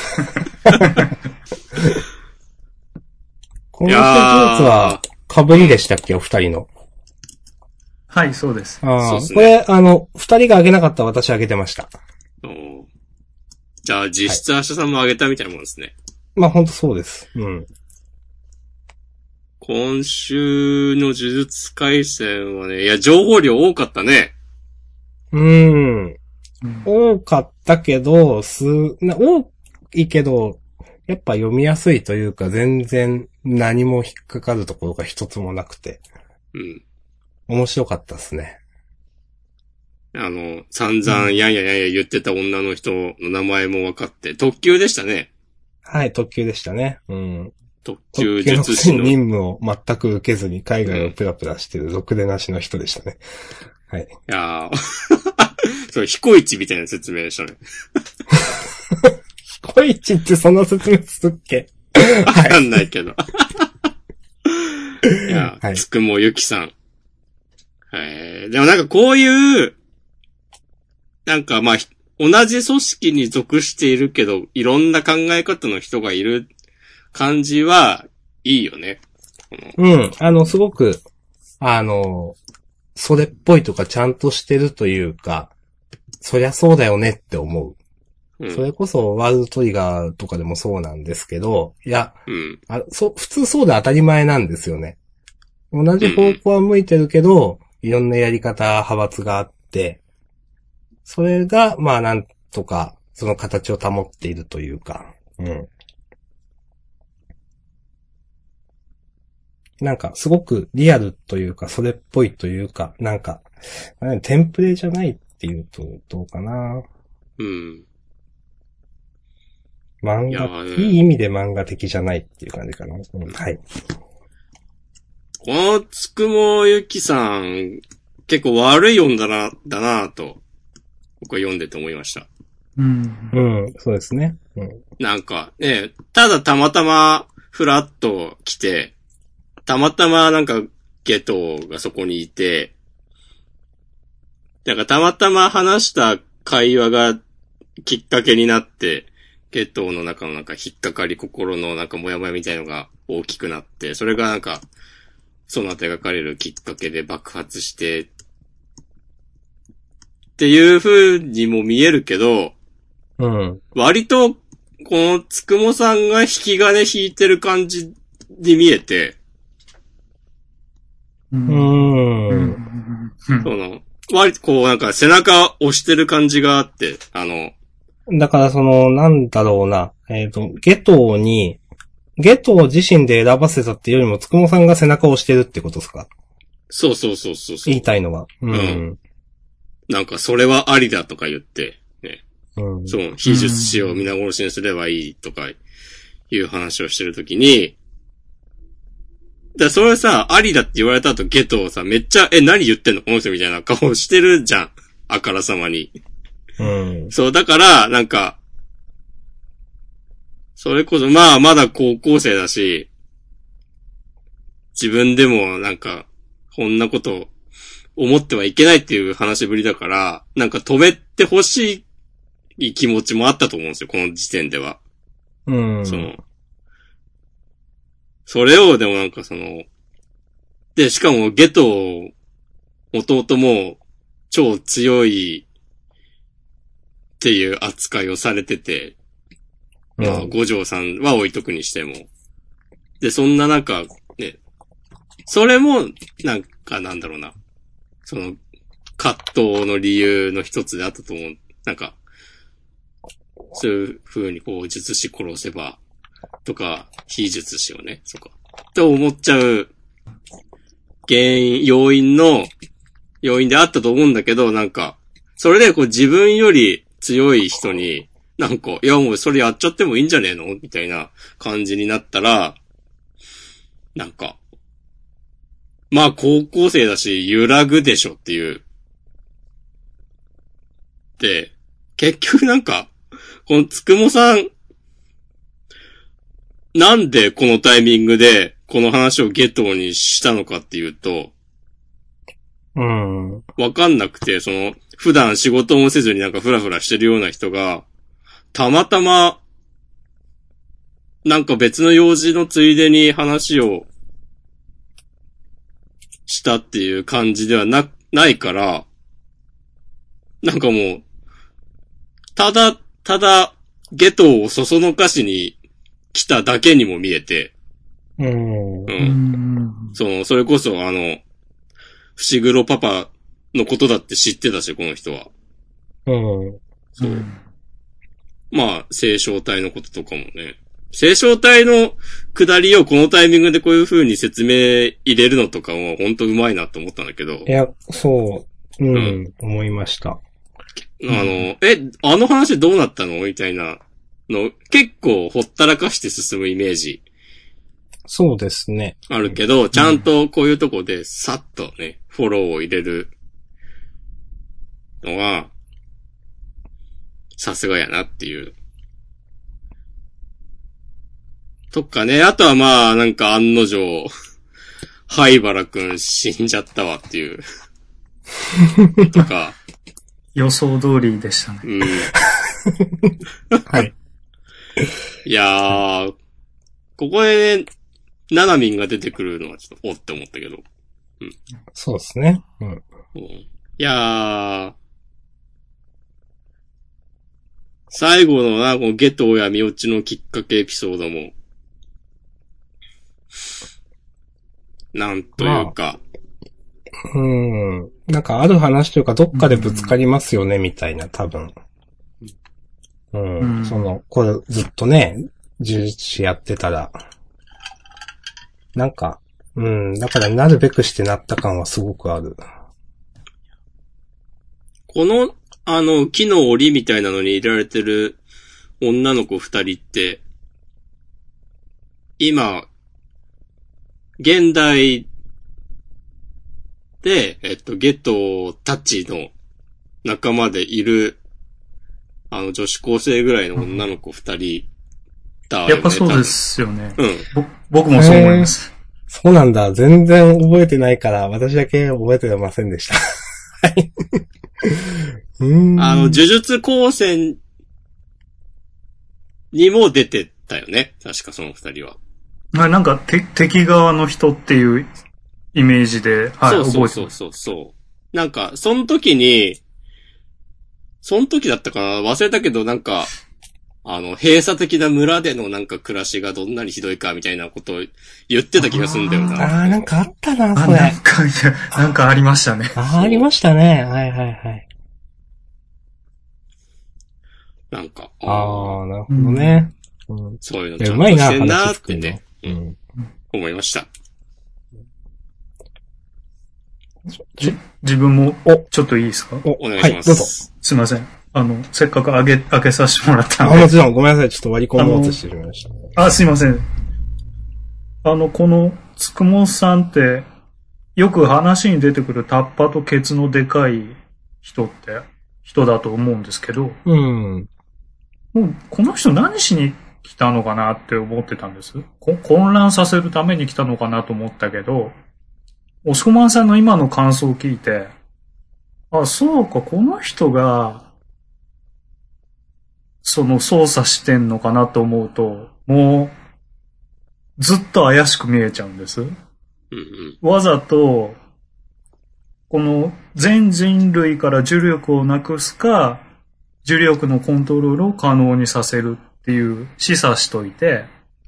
この一つは被りでしたっけ、お二人の。
はい、そうです。
そうですね。これ、二人が挙げなかった私挙げてました。
じゃあ、実質明日さんも挙げたみたいなもんですね。
まあ、ほんとそうです。
今週の呪術廻戦はね、いや、情報量多かったね。
多かったけど、多いけど、やっぱ読みやすいというか、全然何も引っかかるところが一つもなくて。
うん。
面白かったですね。
散々やんや言ってた女の人の名前も分かって、特急でしたね。
はい、特急でしたね。うん。
特急術師の。
任務を全く受けずに海外をプラプラしてるろくでなしの人でしたね。はい。い
やー。それ、彦一みたいな説明でしたね。
彦一ってその説明すっけ
わかんないけど。いや、はい、つくもゆきさん。でもなんかこういう、なんかまあ、同じ組織に属しているけど、いろんな考え方の人がいる感じはいいよね。
うん。すごく、それっぽいとかちゃんとしてるというか、そりゃそうだよねって思う。うん、それこそワールドトリガーとかでもそうなんですけど、いや、
うん、
普通そうで当たり前なんですよね。同じ方向は向いてるけど、いろんなやり方、派閥があって、それが、まあなんとか、その形を保っているというか、うん。なんか、すごくリアルというか、それっぽいというか、なんか、テンプレじゃないっていうと、どうかな。
うん。
漫画、いい意味で漫画的じゃないっていう感じかな。うん、はい。
このつくもゆきさん、結構悪い女だなと、僕は読んでて思いました。
うん。
うん、そうですね。うん。
なんか、ね、ただたまたまフラッと来て、たまたまなんかゲトがそこにいて、なんかたまたま話した会話がきっかけになって、ゲトの中のなんか引っかかり心のなんかモヤモヤみたいのが大きくなって、それがなんか、その後描かれるきっかけで爆発して、っていう風にも見えるけど、
うん。
割と、このつくもさんが引き金引いてる感じに見えて、
その、
割とこうなんか背中押してる感じがあって、
だからその、なんだろうな、ゲト自身で選ばせたっていうよりも、つくもさんが背中を押してるってことですか？
そう。
言いたいのは。うん。
なんか、それはありだとか言って、ね。
うん。
そう、非術師を皆殺しにすればいいとか、いう話をしてるときに、それさ、ありだって言われた後、ゲトをさ、めっちゃ、何言ってんのこの人みたいな顔してるじゃん。あからさまに。
うん。
そう、だから、なんか、それこそ、まあ、まだ高校生だし、自分でもなんか、こんなこと思ってはいけないっていう話ぶりだから、なんか止めてほしい気持ちもあったと思うんですよ、この時点では。
うん。
それをでもなんかで、しかもゲト、弟も超強いっていう扱いをされてて、まあ、五条さんは置いとくにしても。で、そんな中、ね、それも、なんかなんだろうな。葛藤の理由の一つであったと思う。なんか、そういう風にこう、術師殺せば、とか、非術師をね、とか、と思っちゃう、要因であったと思うんだけど、なんか、それでこう自分より強い人に、なんか、いやもうそれやっちゃってもいいんじゃねえのみたいな感じになったら、なんか、まあ高校生だし揺らぐでしょっていう。で、結局なんか、このつくもさん、なんでこのタイミングでこの話をゲトにしたのかっていうと、わかんなくて、普段仕事もせずになんかフラフラしてるような人が、たまたま、なんか別の用事のついでに話をしたっていう感じではないから、なんかもう、ただ、ゲトをそそのかしに来ただけにも見えて、それこそ伏黒パパのことだって知ってたし、この人は。そう。まあ、星漿体のこととかもね、 星漿体の下りをこのタイミングでこういう風に説明入れるのとかも本当うまいなと思ったんだけど。
いや、そう、思いました。
あの話どうなったのみたいなの、結構ほったらかして進むイメージ。
そうですね。
あるけど、ちゃんとこういうとこでさっとね、フォローを入れるのは、さすがやなっていう。とかね、あとはまあ、なんか案の定、灰原くん死んじゃったわっていう。とか。
予想通りでしたね。
うん。
はい。
いやー、ここでね、ナナミンが出てくるのはちょっとおって思ったけど。うん。
そうですね。うん。
いやー、最後のな、このゲトや身内のきっかけエピソードも、なんというか。
なんかある話というかどっかでぶつかりますよね、みたいな、多分。これずっとね、呪術師やってたら。なんか、だからなるべくしてなった感はすごくある。
この、木の檻みたいなのに入れられてる女の子二人って、今、現代で、ゲトたちの仲間でいる、女子高生ぐらいの女の子二人だよね。
やっぱそうですよね。
うん。
僕もそう思います。
そうなんだ。全然覚えてないから、私だけ覚えてませんでした。はい。
呪術高専にも出てたよね。確かその二人は。
なんか、敵側の人っていうイメージで、はい、覚えてます。
そう。なんか、その時だったかな忘れたけど、なんか、閉鎖的な村でのなんか暮らしがどんなにひどいかみたいなことを言ってた気がするんだよな。
なんかあったな、それ。
なんかありましたね。
ありましたね。はい。
なんか。
なるほどね。
そういうのちゃんとしてんなってね。思いました。
自分も、ちょっといいですか？
お願いします。
はい、どうぞ。
すいません。せっかく開けさせてもらったんで。
もちろん、ごめんなさい。ちょっと割り込もうとしてしまいました。
すいません。この、つくもさんって、よく話に出てくるタッパとケツのでかい人だと思うんですけど、もう、この人何しに来たのかなって思ってたんです。混乱させるために来たのかなと思ったけど、おしこまんさんの今の感想を聞いて、そうか、この人が、操作してんのかなと思うと、もう、ずっと怪しく見えちゃうんです。わざと、この全人類から重力をなくすか、重力のコントロールを可能にさせるっていう示唆しといて、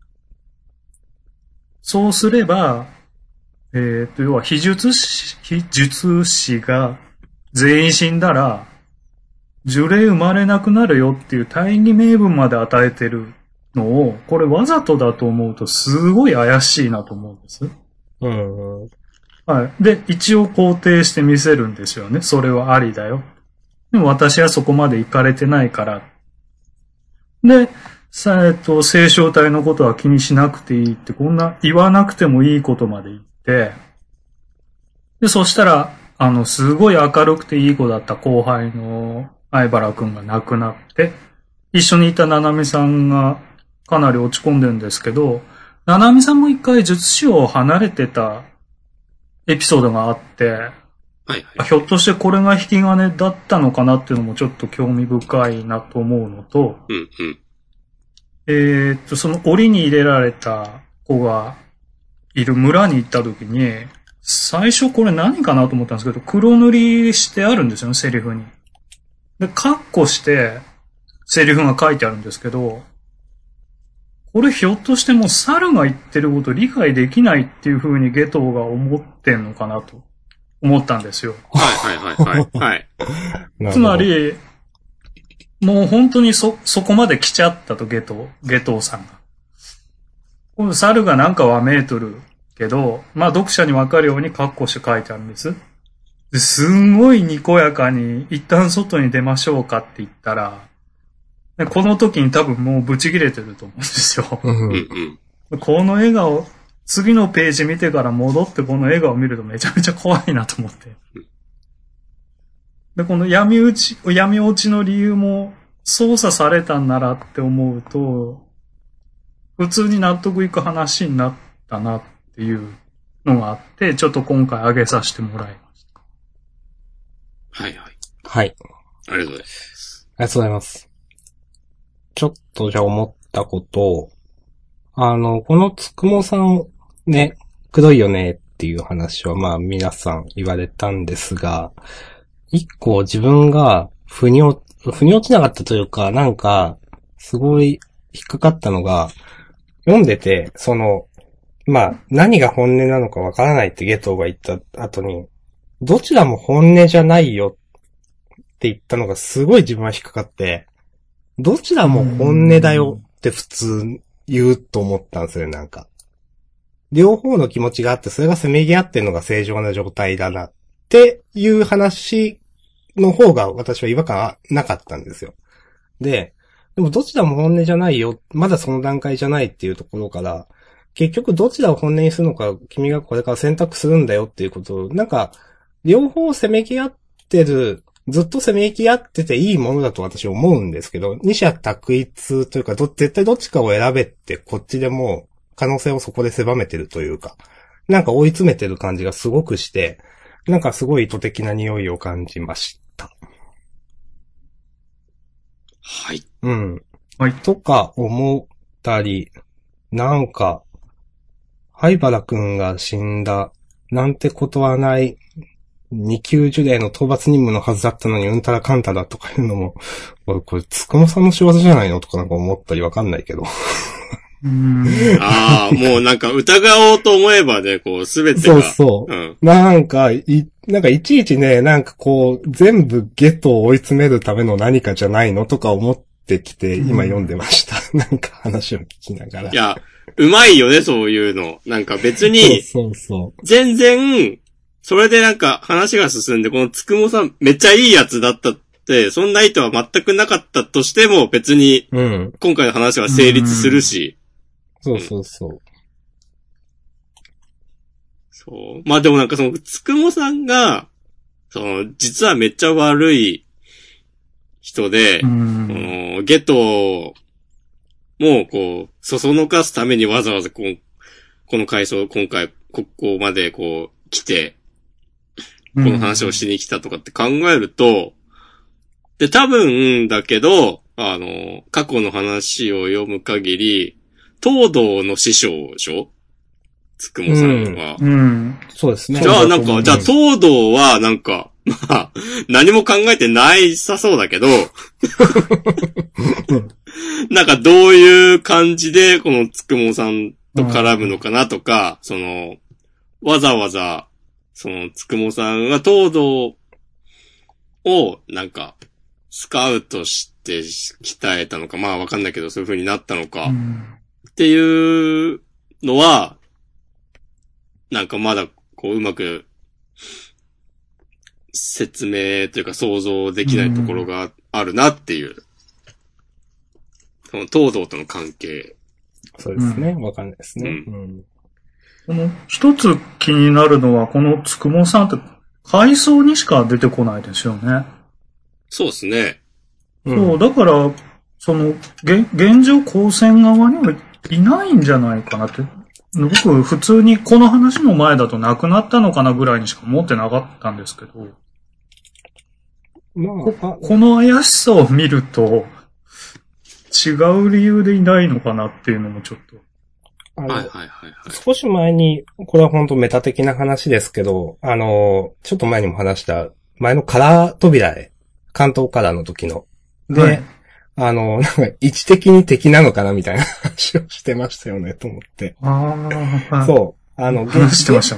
そうすれば、要は非術師が全員死んだら、呪霊生まれなくなるよっていう大義名分まで与えてるのを、これわざとだと思うとすごい怪しいなと思うんです。はい。で、一応肯定してみせるんですよね。それはありだよ。でも私はそこまで行かれてないから。で、聖書体のことは気にしなくていいって、こんな言わなくてもいいことまで言って、で、そしたら、すごい明るくていい子だった後輩の相原くんが亡くなって、一緒にいたななみさんがかなり落ち込んでるんですけど、ななみさんも一回術師を離れてたエピソードがあって、ひょっとしてこれが引き金だったのかなっていうのもちょっと興味深いなと思うのと、その檻に入れられた子がいる村に行った時に、最初これ何かなと思ったんですけど、黒塗りしてあるんですよね、セリフに。で、カッコしてセリフが書いてあるんですけど、これひょっとしてもう猿が言ってること理解できないっていう風にゲトウが思ってんのかなと思ったんですよ。
はい。
つまり、もう本当にそこまで来ちゃったとゲトウさんが。 この猿がなんかはメートルけど、まあ読者にわかるようにカッコして書いてあるんです。ですんごいにこやかに一旦外に出ましょうかって言ったら、この時に多分もうブチ切れてると思うんですよ。この笑顔、次のページ見てから戻ってこの笑顔を見るとめちゃめちゃ怖いなと思って。で、この闇落ちの理由も操作されたんならって思うと、普通に納得いく話になったなっていうのがあって、ちょっと今回上げさせてもらいました。
はいはい。
はい。
ありがとうございます。
ありがとうございます。ちょっとじゃあ思ったことを、このつくもさんね、くどいよねっていう話はまあ皆さん言われたんですが、一個自分が腑に落ちなかったというか、なんか、すごい引っかかったのが、読んでて、まあ、何が本音なのかわからないってゲトウが言った後に、どちらも本音じゃないよって言ったのがすごい自分は引っかかって、どちらも本音だよって普通言うと思ったんですよね、なんか。両方の気持ちがあって、それがせめぎ合ってるのが正常な状態だなっていう話の方が私は違和感はなかったんですよ。でもどちらも本音じゃないよ、まだその段階じゃないっていうところから、結局どちらを本音にするのか君がこれから選択するんだよっていうことを、なんか、両方せめぎ合ってる、ずっとせめぎ合ってていいものだと私は思うんですけど、二者択一というか、絶対どっちかを選べってこっちでも可能性をそこで狭めてるというか、なんか追い詰めてる感じがすごくして、なんかすごい意図的な匂いを感じました。
はい。
うん。はい。とか思ったり、なんか、灰原くんが死んだ、なんてことはない、二級呪霊の討伐任務のはずだったのにうんたらかんたらとかいうのも、これつくもさんの仕業じゃないのとかなんか思ったりわかんないけど。
ああ、もうなんか疑おうと思えばね、こうすべてが。
そう。うん、なんかいちいちね、なんかこう、全部ゲットを追い詰めるための何かじゃないのとか思ってきて、今読んでました。なんか話を聞きながら。
いや、うまいよね、そういうの。なんか別に、全然、それでなんか話が進んで、このつくもさんめっちゃいいやつだったって、そんな意図は全くなかったとしても別に、今回の話は成立するし。
そう。
そう。まあでもなんかつくもさんが、実はめっちゃ悪い人で、ゲトもこう、そそのかすためにわざわざこの回想、今回、ここまでこう、来て、この話をしに来たとかって考えると、で、多分だけど、過去の話を読む限り、東堂の師匠でしょ？つくもさんは。
そうですね。
じゃあ東堂はなんか、まあ、何も考えてないさそうだけど、なんかどういう感じでこのつくもさんと絡むのかなとか、わざわざ、つくもさんが東堂をなんか、スカウトして鍛えたのか、まあわかんないけどそういう風になったのか、っていうのは、なんかまだこううまく説明というか想像できないところがあるなっていう。その東堂との関係。
そうですね。わかんないですね。
この一つ気になるのは、このつくもさんって回想にしか出てこないですよね。
そうですね。
そう、だから、現状高専側にはいないんじゃないかなって。僕、普通にこの話の前だと亡くなったのかなぐらいにしか思ってなかったんですけど。この怪しさを見ると、違う理由でいないのかなっていうのもちょっと。
少し前に、これは本当メタ的な話ですけど、ちょっと前にも話した、前のカラー扉へ、関東カラーの時の。で、なんか位置的に敵なのかなみたいな話をしてましたよね、と思って。そう。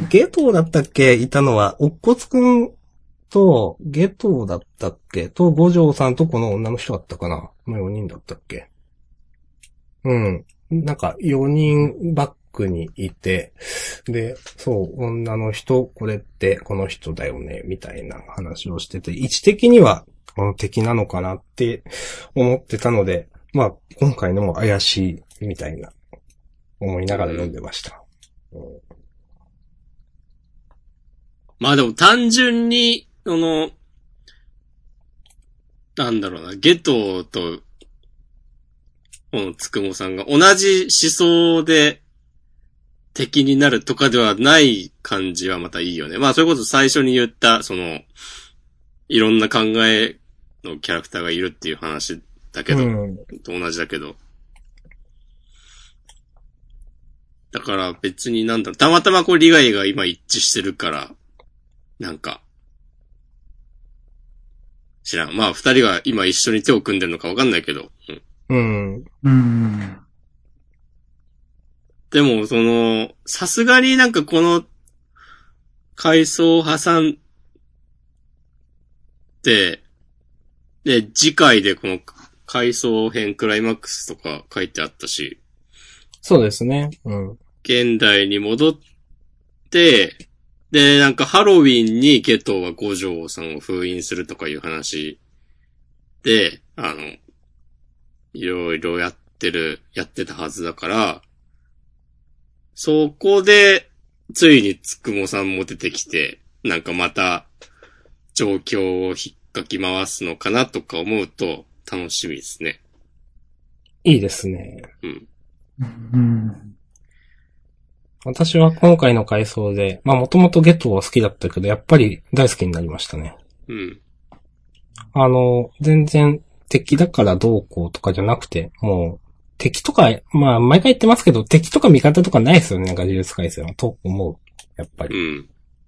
ゲトウだったっけいたのは、おっこつくんと、ゲトウだったっけと、五条さんとこの女の人だったかなの4人だったっけなんか4人バックにいて、で、そう、女の人、これってこの人だよね、みたいな話をしてて、位置的には敵なのかなって思ってたので、まあ、今回のも怪しい、みたいな、思いながら読んでました。
まあでも単純に、なんだろうな、ゲトと、このつくもさんが同じ思想で敵になるとかではない感じはまたいいよね。まあそれこそ最初に言った、いろんな考えのキャラクターがいるっていう話だけど、と同じだけど。だから別になんだ、たまたまこう利害が今一致してるから、なんか、知らん。まあ二人が今一緒に手を組んでるのかわかんないけど。でもさすがになんかこの、階層を挟んで、で、次回でこの階層編クライマックスとか書いてあったし。
そうですね。
現代に戻って、で、なんかハロウィンにゲトは五条さんを封印するとかいう話で、いろいろやってたはずだから、そこで、ついにつくもさんも出てきて、なんかまた、状況を引っかき回すのかなとか思うと、楽しみですね。
いいですね。私は今回の回想で、まあもともとゲトは好きだったけど、やっぱり大好きになりましたね。全然敵だからどうこうとかじゃなくて、もう、敵とか、まあ毎回言ってますけど、敵とか味方とかないですよね、なんか呪術廻戦は、と思う。やっぱり。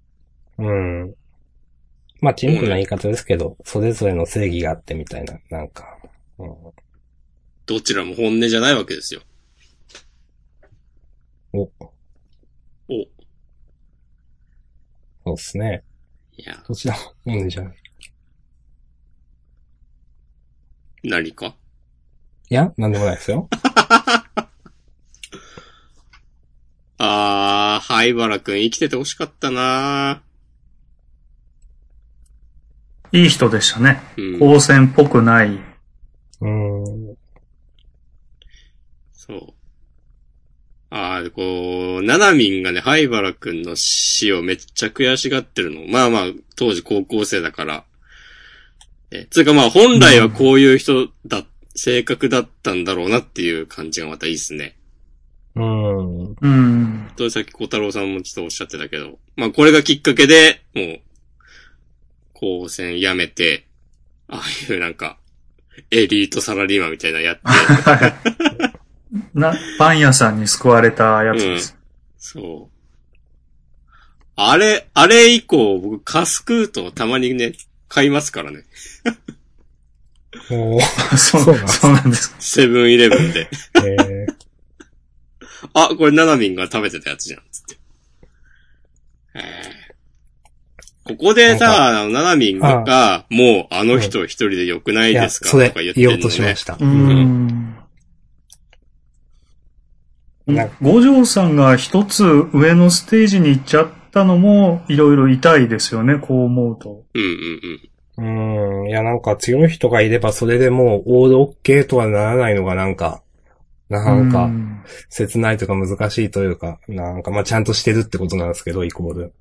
まあシンプルな言い方ですけど、それぞれの正義があってみたいな、なんか。
どちらも本音じゃないわけですよ。
そうですね。
いや。
どちらも本音じゃない。
何か？
いや、なんでもないですよ。
灰原くん生きてて欲しかった
いい人でしたね。光線っぽくない。
そう。ナナミンがね、灰原くんの死をめっちゃ悔しがってるの。まあまあ、当時高校生だから。つうかまあ、本来はこういう人性格だったんだろうなっていう感じがまたいいっすね。とさっき小太郎さんもちょっとおっしゃってたけど、まあこれがきっかけで、もう、高専辞めて、ああいうなんか、エリートサラリーマンみたいなやって。
パン屋さんに救われたやつです。
そう。あれ以降、僕、カスクートをたまにね、買いますからね。
そうなんですか。
セブンイレブンで。あ、これナナミンが食べてたやつじゃん、つって。ここでさ、ナナミンが、もうあの人一人で良くないですか、とか言ってるのね。
言おうとしました。
五条さんが一つ上のステージに行っちゃったのも、いろいろ痛いですよね、こう思うと。
いや、なんか強い人がいればそれでもうオールオッケーとはならないのがなんか、切ないというか難しいというか、なんかまあちゃんとしてるってことなんですけど、イコール。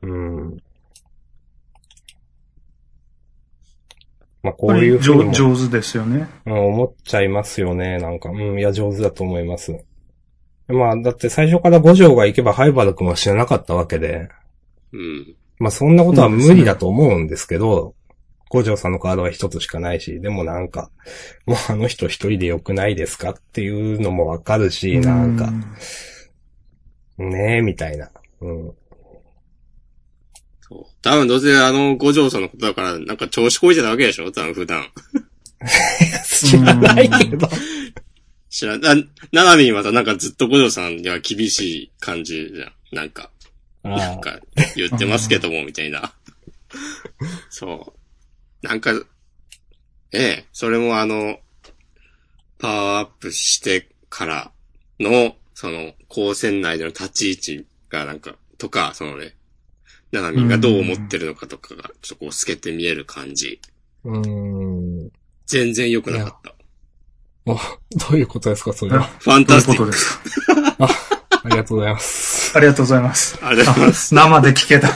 まあこういう風にも
上手ですよね。
思っちゃいますよね、なんか。いや上手だと思います。まあだって最初から五条が行けば灰原くんは知らなかったわけで。まあそんなことは無理だと思うんですけど、五条さんのカードは一つしかないし、でもなんか、もうあの人一人で良くないですかっていうのもわかるし、なんか、ねえ、みたいな。
そう。多分どうせ五条さんのことだから、なんか調子こいてたわけでしょ、多分普段。
知らないけど。
ナナミンはさ、なんかずっと五条さんには厳しい感じじゃん。なんか言ってますけども、みたいな。そう。なんか、それもパワーアップしてからの、その、高専内での立ち位置がなんか、とか、そのね、ななみんがどう思ってるのかとかが、ちょっとこう透けて見える感じ。全然良くなかった。
どういうことですか、それは。
ファンタスティック。
どういうことですか。
ありがとうございます。
ありがとうございます。
ありがとうございます。
生で聞けた。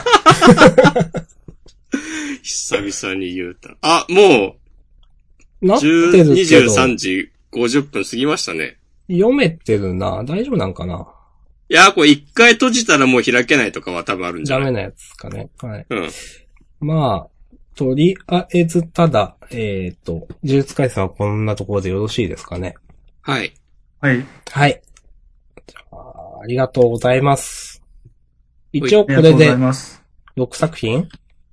久々に言うた。あ、もう、23時50分過ぎましたね。
読めてるな。大丈夫なんかな。
いや、これ一回閉じたらもう開けないとかは多分あるんじゃない？
ダメなやつかね。はい。
うん。
まあ、とりあえずただ、呪術廻戦はこんなところでよろしいですかね。
はい。
はい。
はい。ありがとうございます。一応これで、6作品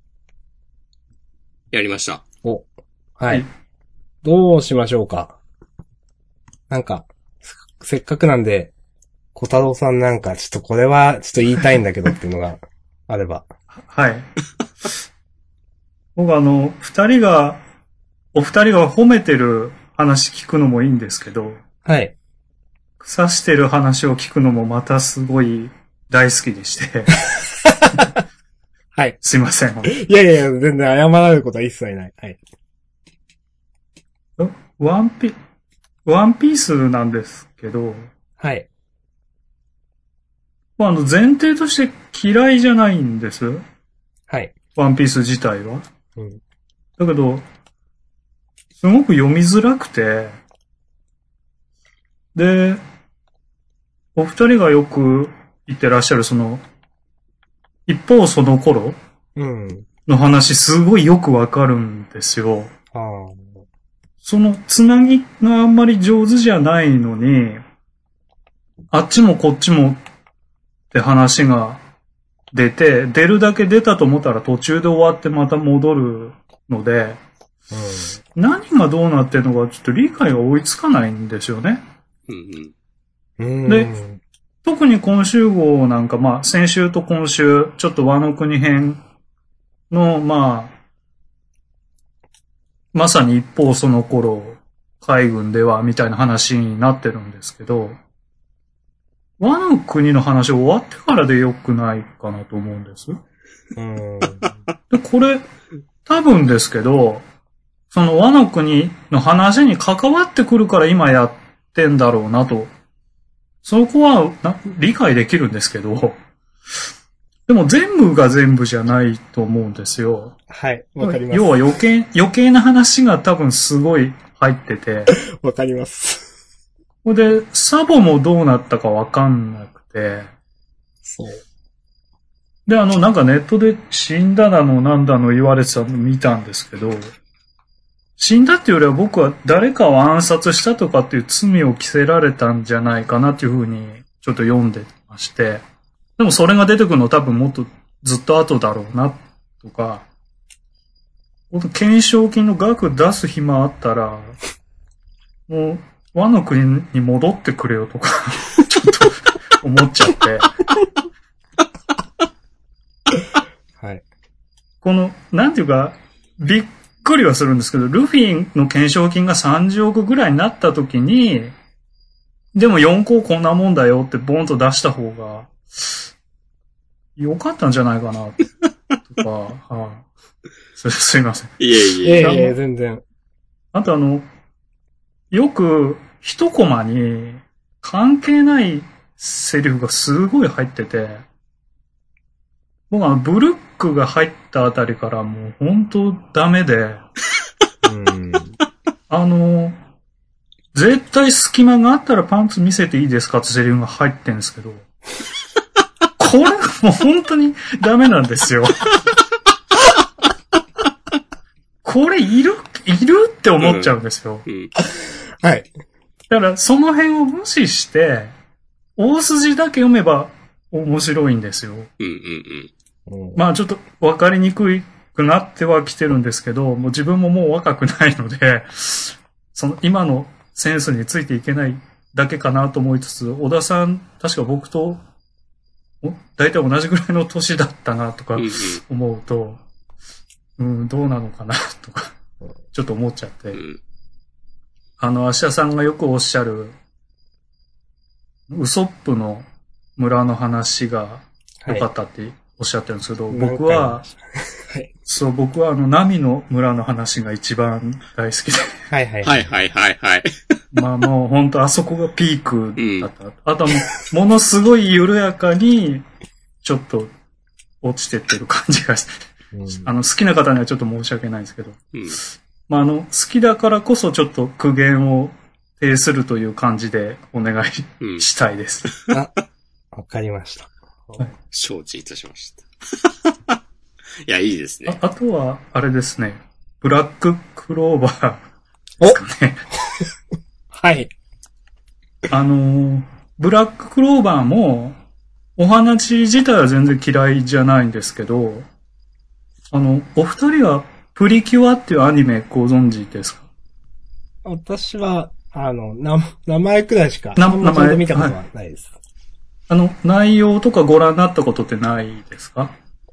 やりました。
はい。どうしましょうか。なんか、せっかくなんで、小太郎さんなんか、ちょっとこれは、ちょっと言いたいんだけどっていうのがあれば。
はい。僕お二人が褒めてる話聞くのもいいんですけど。
はい。
腐してる話を聞くのもまたすごい大好きでして。
はい。
すいません。
いやいや、全然謝られることは一切ない。はい。
ワンピースなんですけど。
はい。
まあ、前提として嫌いじゃないんです。
はい。
ワンピース自体は。
うん。
だけど、すごく読みづらくて、で、お二人がよく言ってらっしゃるその、一方その頃の話すごいよくわかるんですよ。そのつなぎがあんまり上手じゃないのに、あっちもこっちもって話が出て、出るだけ出たと思ったら途中で終わってまた戻るので、何がどうなってるのかちょっと理解が追いつかないんですよね。で、特に今週号なんか、まあ先週と今週、ちょっとワノ国編の、まさに一方その頃、海軍ではみたいな話になってるんですけど、ワノ国の話終わってからでよくないかなと思うんです。で、これ、多分ですけど、そのワノ国の話に関わってくるから今やってんだろうなと。そこは理解できるんですけど、でも全部が全部じゃないと思うんですよ。
はい、わかります。
要は余計な話が多分すごい入ってて。
わかります。
で、サボもどうなったかわかんなくて。
そう。
で、なんかネットで死んだだのなんだの言われてたの見たんですけど、死んだっていうよりは僕は誰かを暗殺したとかっていう罪を着せられたんじゃないかなっていうふうにちょっと読んでまして。でもそれが出てくるの多分もっとずっと後だろうなとか、懸賞金の額出す暇あったら、もうワノ国に戻ってくれよとか、ちょっと思っちゃって。
はい。
この、なんていうか、びっくりはするんですけど、ルフィの懸賞金が30億ぐらいになった時に、でも4個こんなもんだよってボンと出した方が、よかったんじゃないかな、とか、すいません。
いえ、
全然。
あとよく一コマに関係ないセリフがすごい入ってて、僕ブルックが入ったあたりからもう本当ダメで、絶対隙間があったらパンツ見せていいですかってセリフが入ってんですけど、これもう本当にダメなんですよ。これいるって思っちゃうんですよ。
はい。
だからその辺を無視して、大筋だけ読めば面白いんですよ。まあちょっと分かりにくくなってはきてるんですけど、もう自分ももう若くないので、その今のセンスについていけないだけかなと思いつつ、小田さん確か僕と大体同じぐらいの年だったなとか思うと、どうなのかなとか、ちょっと思っちゃって。芦田さんがよくおっしゃる、 ウソップの村の話が良かったっておっしゃってるんですけど、僕は、はい、そう、僕はナミの村の話が一番大好きで。
はいはいはいはいはい。
まあもう本当あそこがピークだった。あとはものすごい緩やかに、ちょっと落ちてってる感じがして、好きな方にはちょっと申し訳ないですけど。まあ好きだからこそちょっと苦言を呈するという感じでお願いしたいです。
わかりました。
承知いたしました。いや、いいですね。
あとは、あれですね。ブラッククローバーですかね。
はい。
ブラッククローバーも、お話自体は全然嫌いじゃないんですけど、お二人はプリキュアっていうアニメご存知ですか？
私は、名前くらいしか、名前で見たことはないです。
はい、内容とかご覧になったことってないですか？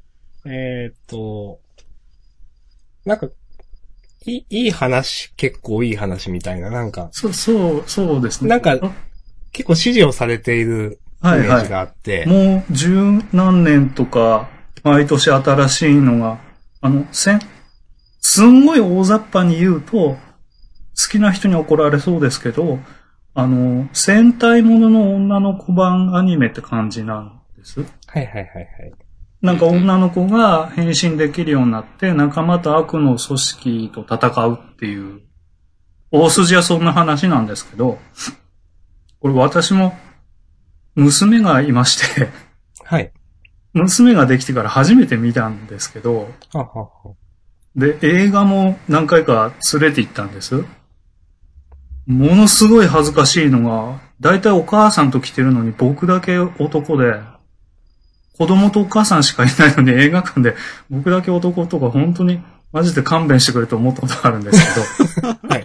なんか、いい話、結構いい話みたいな、なんか。
そうですね。
なんか、結構支持をされているイメージがあって。
はいはい、もう十何年とか、毎年新しいのが、すんごい大雑把に言うと、好きな人に怒られそうですけど、戦隊ものの女の子版アニメって感じなんです。
はいはいはいはい。
なんか女の子が変身できるようになって仲間と悪の組織と戦うっていう、大筋はそんな話なんですけど、これ私も娘がいまして、
はい。
娘ができてから初めて見たんですけど、で、映画も何回か連れて行ったんです。ものすごい恥ずかしいのが、だいたいお母さんと来てるのに僕だけ男で、子供とお母さんしかいないのに映画館で僕だけ男とか本当にマジで勘弁してくれと思ったことがあるんですけど。はい。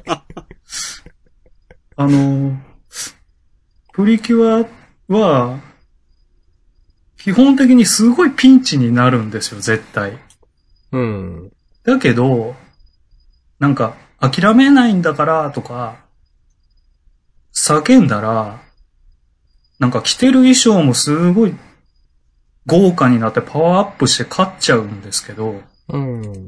プリキュアは、基本的にすごいピンチになるんですよ、絶対。
うん。
だけど、なんか、諦めないんだからとか、叫んだら、なんか着てる衣装もすごい豪華になってパワーアップして勝っちゃうんですけど、
うん。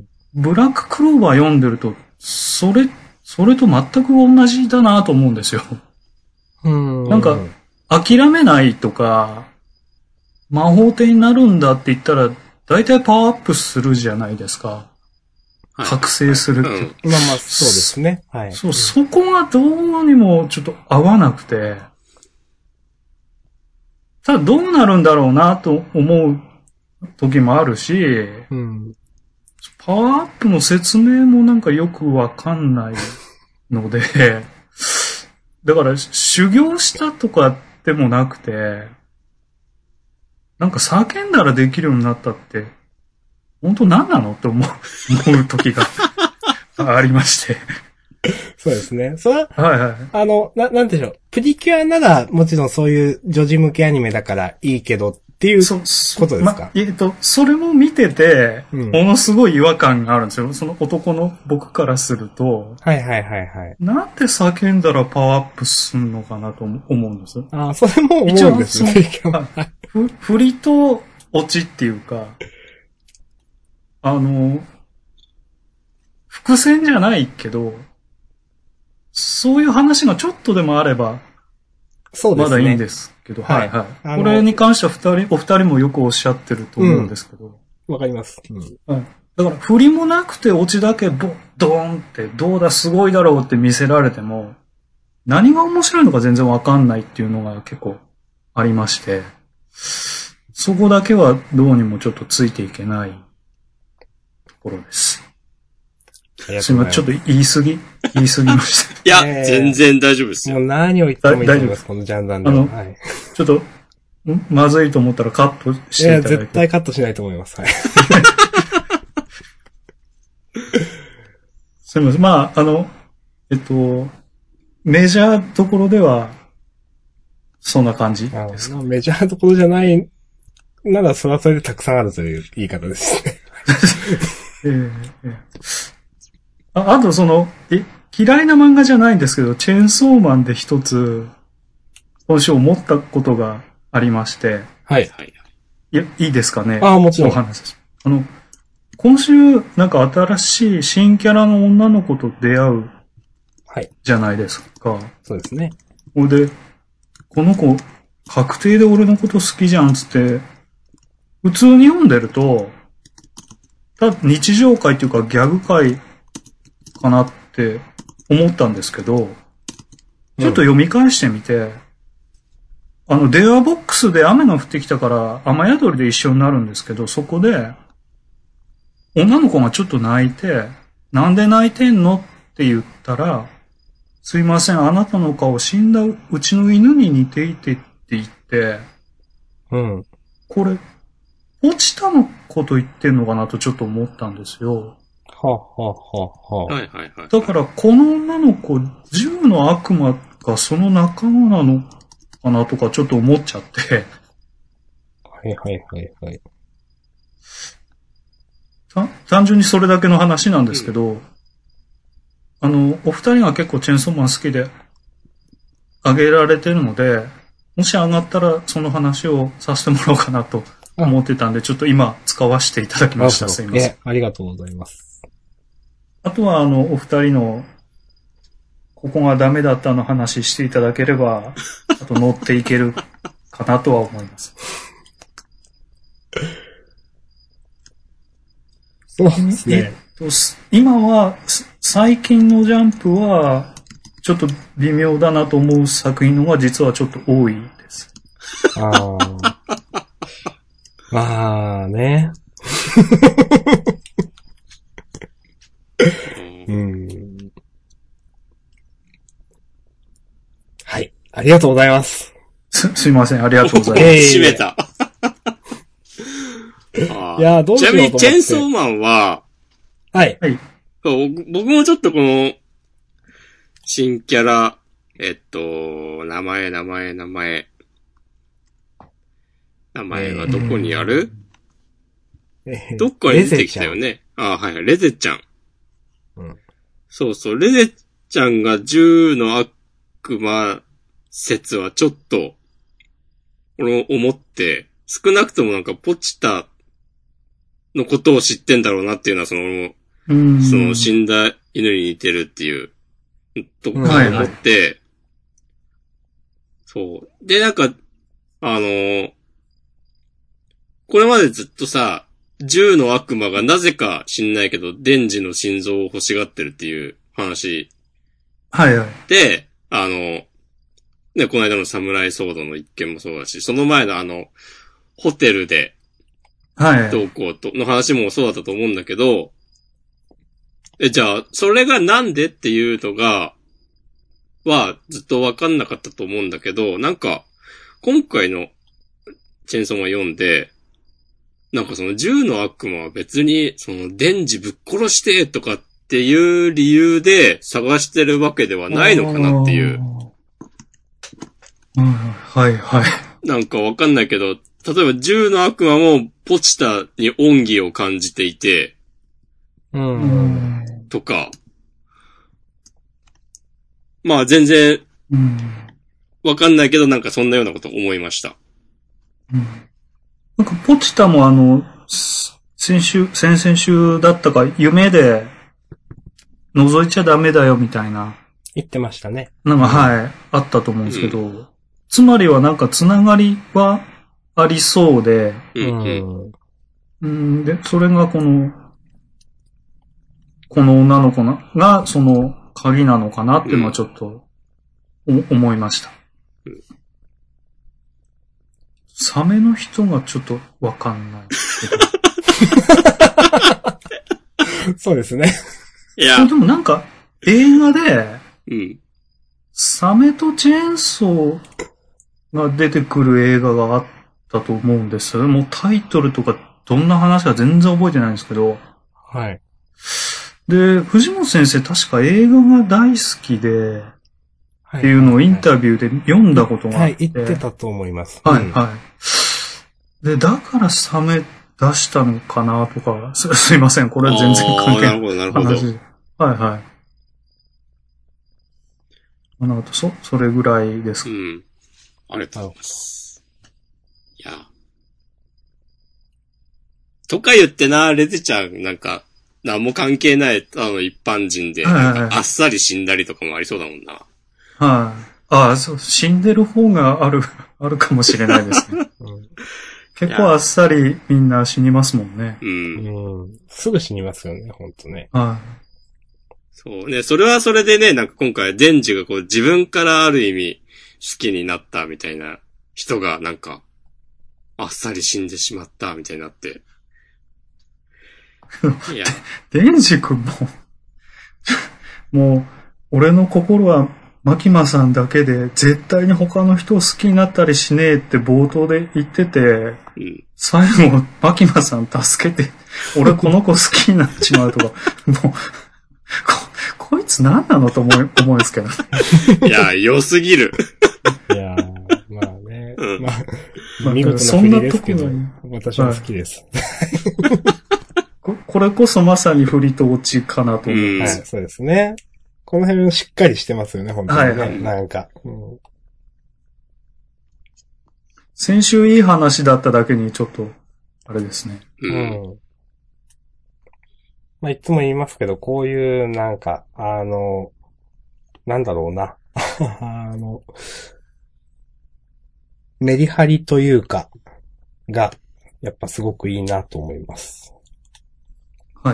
ブラッククローバー読んでると、それと全く同じだなと思うんですよ。なんか、諦めないとか、魔法帝になるんだって言ったら、大体パワーアップするじゃないですか。はい、覚醒するって、
まあまあ、そうですね。はい。
そこがどうにもちょっと合わなくて、ただどうなるんだろうなと思う時もあるし、
うん、
パワーアップの説明もなんかよくわかんないので、だから修行したとかでもなくて、なんか叫んだらできるようになったって、本当何なのって思う時がありまして。
そうですね。それは、
はいはい。
なんでしょう。プリキュアならもちろんそういう女児向けアニメだからいいけどっていうことですか？
それも見てて、ものすごい違和感があるんですよ。その男の僕からすると。
はいはいはいはい。
なんで叫んだらパワーアップすんのかなと思うんです。
ああ、それも思うんですね。
振りと落ちっていうか、伏線じゃないけど、そういう話がちょっとでもあれば、
そうですね。
まだいいんですけど、はいはい。これに関してはお二人もよくおっしゃってると思うんですけど。
わかります。
はい。だから振りもなくて落ちだけドーンってどうだすごいだろうって見せられても、何が面白いのか全然わかんないっていうのが結構ありまして、そこだけはどうにもちょっとついていけないところです。すいません、ちょっと言い過ぎました。
いや、全然大丈夫ですよ。
もう何を言ってもいいと思います、このジャンダンで。はい。
ちょっと、まずいと思ったらカットしていただいて。
いや、絶対カットしないと思います。はい。
すいません。まあ、メジャーどころでは、そんな感じですか？
メジャーどころじゃないなら、それはそれでたくさんあるという言い方ですね。あと嫌いな漫画じゃないんですけど、チェーンソーマンで一つ、
今週思ったことがありまして。
はい。
いいですかね。
もちろん。
お話し。今週、なんか新しい新キャラの女の子と出会う。
はい。
じゃないですか。
そうですね。
で、この子、確定で俺のこと好きじゃんつって、普通に読んでると、日常会っていうかギャグ会かなって思ったんですけど、ちょっと読み返してみて、電話ボックスで雨が降ってきたから雨宿りで一緒になるんですけど、そこで、女の子がちょっと泣いて、なんで泣いてんのって言ったら、すいません、あなたの顔死んだうちの犬に似ていてって言って、
うん。
これ、落ちたのこと言ってんのかなとちょっと思ったんですよ。
はいはいはい。
だから、この女の子、10の悪魔がその仲間なのかなとかちょっと思っちゃって。
はいはいはいはい。
単純にそれだけの話なんですけど、お二人が結構チェーンソーマン好きで、あげられてるので、もし上がったらその話をさせてもらおうかなと思ってたんで、ちょっと今使わせていただきました。すいません。
ありがとうございます。
あとはお二人の、ここがダメだったの話していただければ、あと乗っていけるかなとは思います。
そうですね。
今は、最近のジャンプは、ちょっと微妙だなと思う作品の方が実はちょっと多いです。
まあね。はい。ありがとうございます。
すいません、ありがとうございます。
閉めた。
いや、どうしようと思って。ちなみに
チェンソーマンは、
はい。
僕もちょっとこの、新キャラ、名前がどこにある？どっかに出てきたよね。はい、レゼちゃん。
うん。
そうそう、レゼちゃんが10の悪魔説はちょっと、俺思って、少なくともなんかポチタのことを知ってんだろうなっていうのはその死んだ犬に似てるっていう、とか思って、はいはい、そう。で、なんか、これまでずっとさ、10の悪魔がなぜか知んないけど、デンジの心臓を欲しがってるっていう話。
はいはい。
で、ね、この間のサムライソードの一件もそうだし、その前のホテルで、
はい。
どうこうと、の話もそうだったと思うんだけど、じゃあ、それがなんでっていうのが、ずっとわかんなかったと思うんだけど、なんか、今回のチェーンソーマン読んで、なんかその10の悪魔は別に、そのデンジぶっ殺してとかっていう理由で探してるわけではないのかなっていう。
はいはい。
なんかわかんないけど、例えば10の悪魔もポチタに恩義を感じていて、とか、まあ全然、わかんないけどなんかそんなようなこと思いました。
なんかポチタも先々週だったか夢で覗いちゃダメだよみたいな。
言ってましたね。
なんかはい、あったと思うんですけど、つまりはなんかつながりはありそうで、で、それがこの女の子がその鍵なのかなっていうのはちょっと思いました。サメの人がちょっとわかんないけ
ど。そうですね。
いや。でもなんか映画で、サメとチェーンソーが出てくる映画があったと思うんです。もうタイトルとかどんな話か全然覚えてないんですけど。
はい。
で、藤本先生確か映画が大好きで、っていうのをインタビューで読んだことがあって。
はい、言ってたと思います。
はい、はい。で、だからサメ出したのかなとか、すいません、これは全然関係ない話。
なるほど。
はいはい。それぐらいです。
ありがとうございます。いや。とか言ってな、レゼちゃん、なんか、何も関係ない、一般人で、あっさり死んだりとかもありそうだもんな。
はい。ああ、そう、死んでる方があるかもしれないですね。結構あっさりみんな死にますもんね。
すぐ死にますよね、ほんとね。
はい。
そうね、それはそれでね、なんか今回、デンジがこう自分からある意味好きになったみたいな人がなんか、あっさり死んでしまったみたいになって。
いや。デンジ君もう、俺の心はマキマさんだけで絶対に他の人を好きになったりしねえって冒頭で言ってて、最後、マキマさん助けて、俺この子好きになっちまうとか、もう、こいつ何なのと思うんですけど。
いや、良すぎる。
いやまあね。まあ、見事な振りですけど、私は好きです。
これこそまさに振りと落ちかなと思います。
はい、そうですね。この辺しっかりしてますよね、本当にね。はいはい、なんか、
先週いい話だっただけにちょっと、あれですね。
まあ、いつも言いますけど、こういう、なんか、なんだろうな。メリハリというか、が、やっぱすごくいいなと思います。
はい。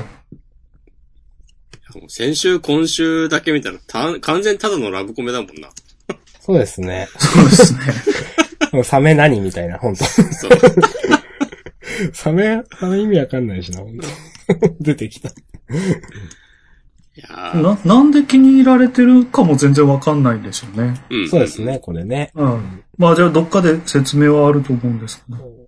先週、今週だけ見たら、完全ただのラブコメだもんな。
そうですね。
そうですね。
サメ何みたいな、本当そう。サメ意味わかんないしな、本当出てきた。い
やなんで気に入られてるかも全然わかんないんですよね。
そうですね、これね。
まあじゃあどっかで説明はあると思うんですけど。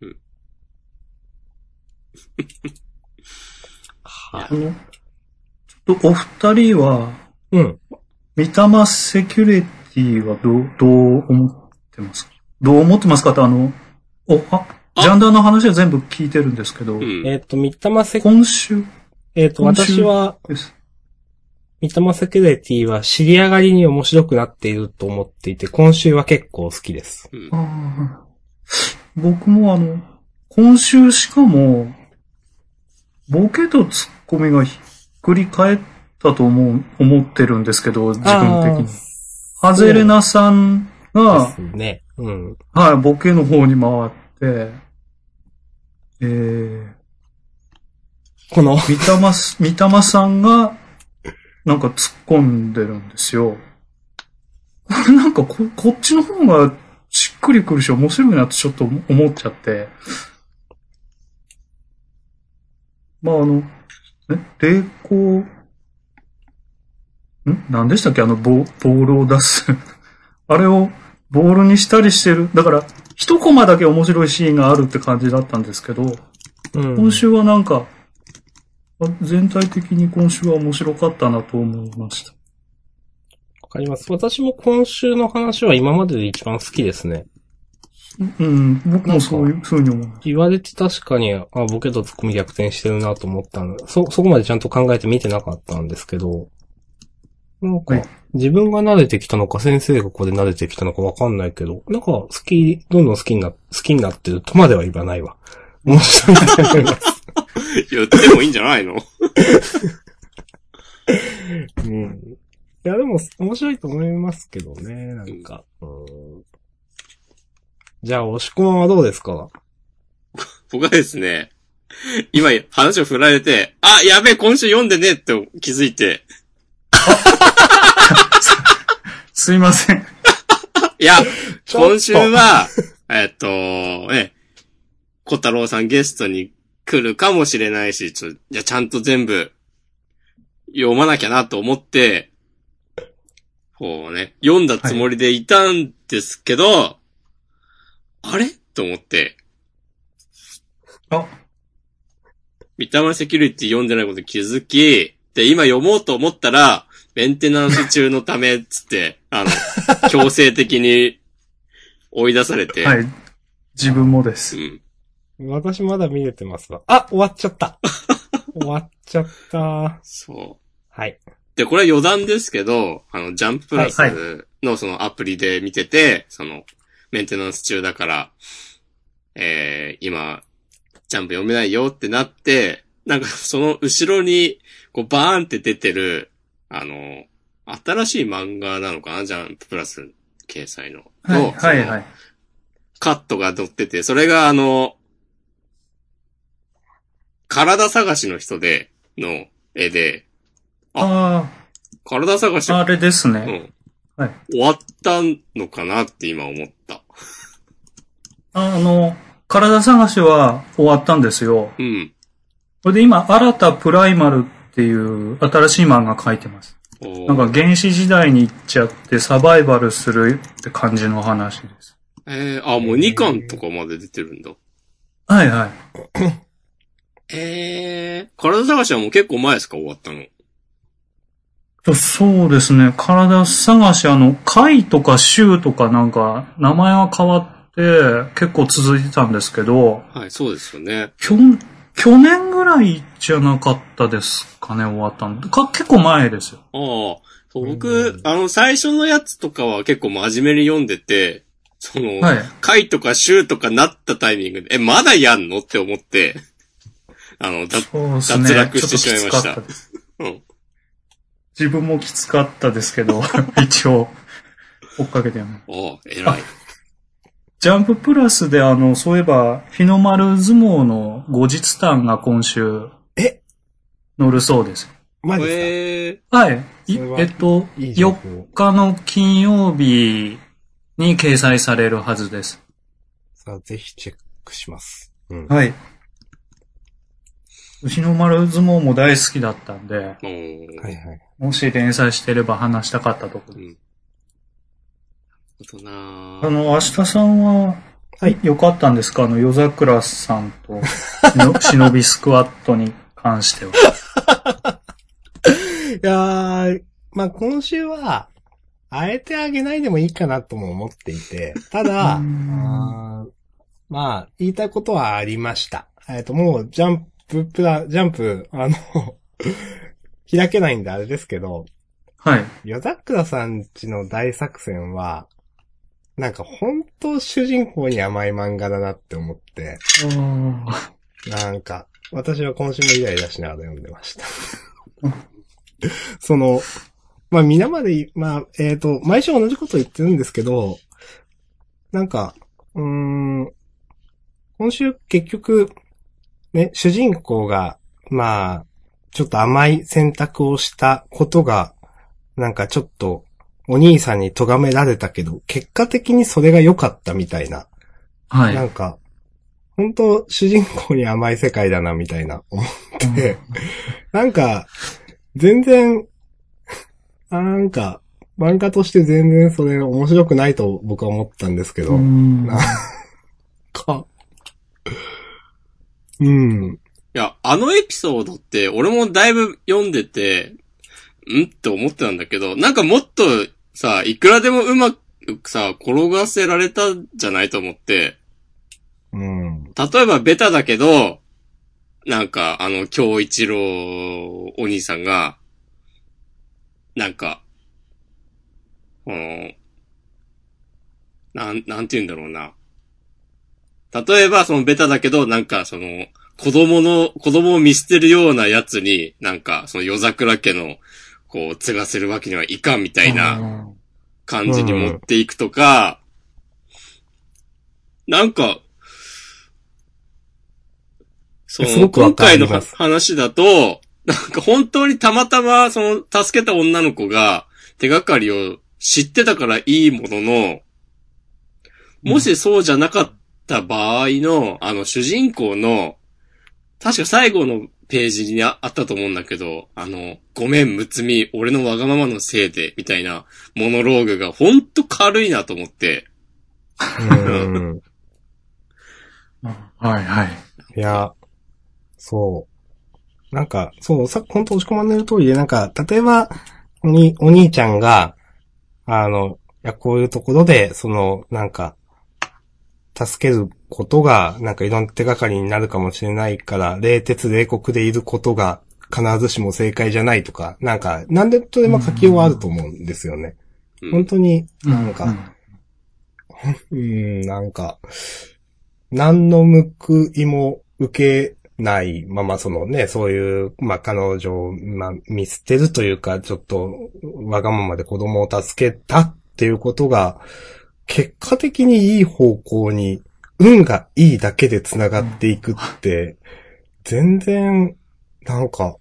お二人は、三玉セキュリティはどう思ってますか？どう思ってますかってジャンダーの話は全部聞いてるんですけど。
三玉セ
キュリティ。
私は、三玉セキュリティは知り上がりに面白くなっていると思っていて、今週は結構好きです。
僕も今週しかも、ボケとツッコミがひっくり返ったと思ってるんですけど、自分的に。ハゼレナさんが、
ですね。
はい、ボケの方に回って、
この
三玉さんが、なんか突っ込んでるんですよ。これなんかこっちの方がしっくりくるし面白いなってちょっと思っちゃって。まあ霊光、何でしたっけボールを出す。あれをボールにしたりしてる。だから、一コマだけ面白いシーンがあるって感じだったんですけど、今週はなんか、全体的に今週は面白かったなと思いました。
わかります。私も今週の話は今までで一番好きですね。
僕もそういう風に思う。
言われて確かに、ボケとツッコミ逆転してるなと思ったので、そこまでちゃんと考えて見てなかったんですけど、なんか、自分が慣れてきたのか、先生がここで慣れてきたのかわかんないけど、なんかどんどん好きになってるとまでは言わないわ。面白いと思います。
言ってもいいんじゃないの？
いや、でも面白いと思いますけどね、なんか。じゃあ、押し込まはどうですか？
僕はですね、今話を振られて、やべえ、今週読んでねって気づいて。
すいません。
いや、今週は、小太郎さんゲストに来るかもしれないし、ちゃんと全部読まなきゃなと思って、こうね、読んだつもりでいたんですけど、あれと思って。三玉セキュリティ読んでないことに気づき、で、今読もうと思ったら、メンテナンス中のためっつって、強制的に追い出されて。
はい。自分もです。
私まだ見れてますわ。終わっちゃった。終わっちゃった。
そう。
はい。
で、これは余談ですけど、ジャンププラスのそのアプリで見てて、 メンテナンス中だから、今、ジャンプ読めないよってなって、なんかその後ろに、こうバーンって出てる、新しい漫画なのかなジャンププラス掲載の。
はいはいはい。
カットが載ってて、それが体探しの人で、の絵で、体探し。
あれですね。
はい。終わったのかなって今思った。
体探しは終わったんですよ。
うん。
それで今、新たプライマルっていう新しい漫画描いてます。なんか原始時代に行っちゃってサバイバルするって感じの話です。
もう2巻とかまで出てるんだ。
はいはい。
体探しはもう結構前ですか終わったの。
そうですね。体探し回とか週とかなんか名前は変わって結構続いてたんですけど。
はい、そうですよね。
去年ぐらいじゃなかったですかね、終わったの。結構前ですよ。
僕、最初のやつとかは結構真面目に読んでて、
はい、
回とか週とかなったタイミングで、まだやんのって思って、脱落してしまいました。うん。
自分もきつかったですけど、一応、追っかけてやる。
偉い。
ジャンププラスでそういえば、日の丸相撲の後日談が今週、載るそうです。
マジです
か？はい。4日の金曜日に掲載されるはずです。
さあ、ぜひチェックします。
うん、はい。日の丸相撲も大好きだったんで、はい
はい。
もし連載してれば話したかったところです。明日さんは、はい、良かったんですか夜桜さんと、忍びスクワットに関しては。
いやー、まあ、今週は、あえてあげないでもいいかなとも思っていて、ただ、まあ、言いたいことはありました。もう、ジャンプ、開けないんであれですけど、
はい。
夜桜さんちの大作戦は、なんか本当主人公に甘い漫画だなって思って、なんか、私は今週もイライラしながら読んでました。まあ皆まで、まあ、毎週同じこと言ってるんですけど、なんか、今週結局、ね、主人公が、まあ、ちょっと甘い選択をしたことが、なんかちょっと、お兄さんに咎められたけど、結果的にそれが良かったみたいな。
はい。
なんか、本当主人公に甘い世界だな、みたいな思って、なんか、全然、なんか、漫画として全然それ面白くないと僕は思ったんですけど、なんか、
いや、エピソードって俺もだいぶ読んでて、って思ってたんだけど、なんかもっとさ、いくらでもうまくさ、転がせられたんじゃないと思って。例えばベタだけど、なんか京一郎お兄さんが、なんか、なんて言うんだろうな。例えばベタだけど、なんか子供を見捨てるようなやつに、なんか夜桜家の、こう、継がせるわけにはいかんみたいな感じに持っていくとか、なんか、今回の話だと、なんか本当にたまたま助けた女の子が手がかりを知ってたからいいものの、もしそうじゃなかった場合の、主人公の、確か最後のページにあったと思うんだけど、ごめん、むつみ、俺のわがままのせいで、みたいなモノローグがほんと軽いなと思って。
はいはい。
いや、そう。なんか、そう、ほんと押し込まれる通りで、なんか、例えば、お兄ちゃんが、こういうところで、なんか、助けることが、なんかいろんな手がかりになるかもしれないから、冷徹冷酷でいることが必ずしも正解じゃないとか、なんか、なんでとでも書きようはあると思うんですよね。本当に、なんか、 なんか、何の報いも受けないまま、そのね、そういう、まあ、彼女を、まあ、見捨てるというか、ちょっと、わがままで子供を助けたっていうことが、結果的にいい方向に、運がいいだけで繋がっていくって、全然、なんか、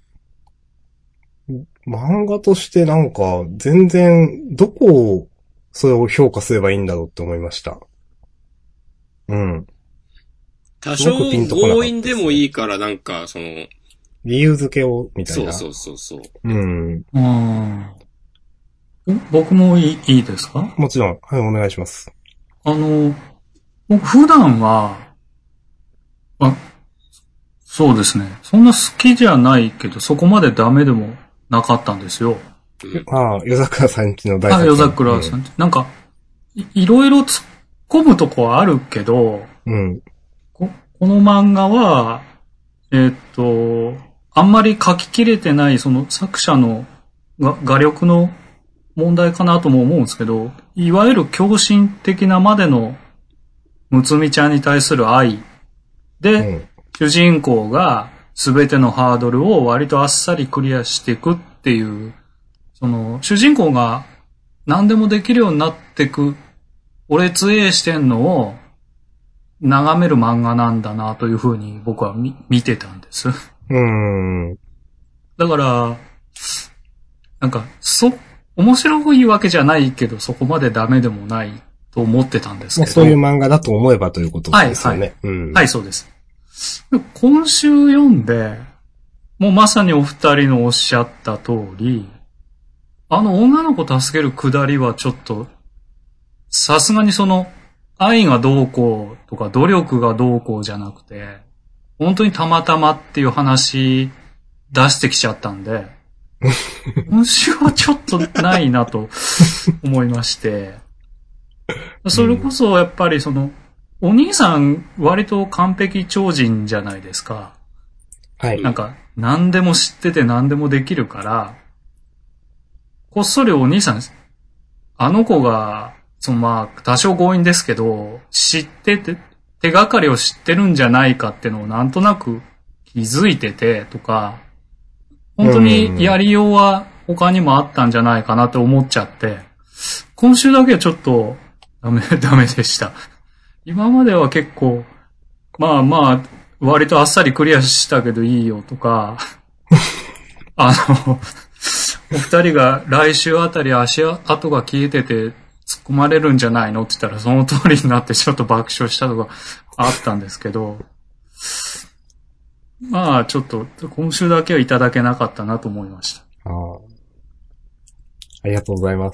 漫画としてなんか、全然、どこを、それを評価すればいいんだろうって思いました。うん。
多少強引でもいいからなんか、
理由付けを、みたいな。
そう。
うん。
僕もいいですか？
もちろん。はい、お願いします。
僕普段は、そうですね。そんな好きじゃないけど、そこまでダメでもなかったんですよ。
夜桜さんちの大作戦。
夜桜さんち。なんか、いろいろ突っ込むとこはあるけど、この漫画は、あんまり書ききれてない、その作者の画力の問題かなとも思うんですけど、いわゆる狂信的なまでのむつみちゃんに対する愛で、主人公が全てのハードルを割とあっさりクリアしていくっていう、その主人公が何でもできるようになっていく、俺つえしてんのを眺める漫画なんだなというふうに僕は見てたんです。だから、なんか、面白いわけじゃないけど、そこまでダメでもないと思ってたんですけど。
そういう漫画だと思えばということですよね。
はい、そうです。今週読んで、もうまさにお二人のおっしゃった通り、女の子助けるくだりはちょっと、さすがに愛がどうこうとか努力がどうこうじゃなくて、本当にたまたまっていう話出してきちゃったんで、今週はちょっとないなと思いまして、それこそやっぱりお兄さん割と完璧超人じゃないですか。
はい。
なんか何でも知ってて何でもできるから、こっそりお兄さん、あの子が、まあ、多少強引ですけど、知ってて、手がかりを知ってるんじゃないかってのをなんとなく気づいててとか、本当にやりようは他にもあったんじゃないかなって思っちゃって、今週だけはちょっとダメでした。今までは結構、まあ、割とあっさりクリアしたけどいいよとか、お二人が来週あたり足跡が消えてて突っ込まれるんじゃないのって言ったらその通りになってちょっと爆笑したとかあったんですけど、まあちょっと今週だけはいただけなかったなと思いました。
ありがとうございます。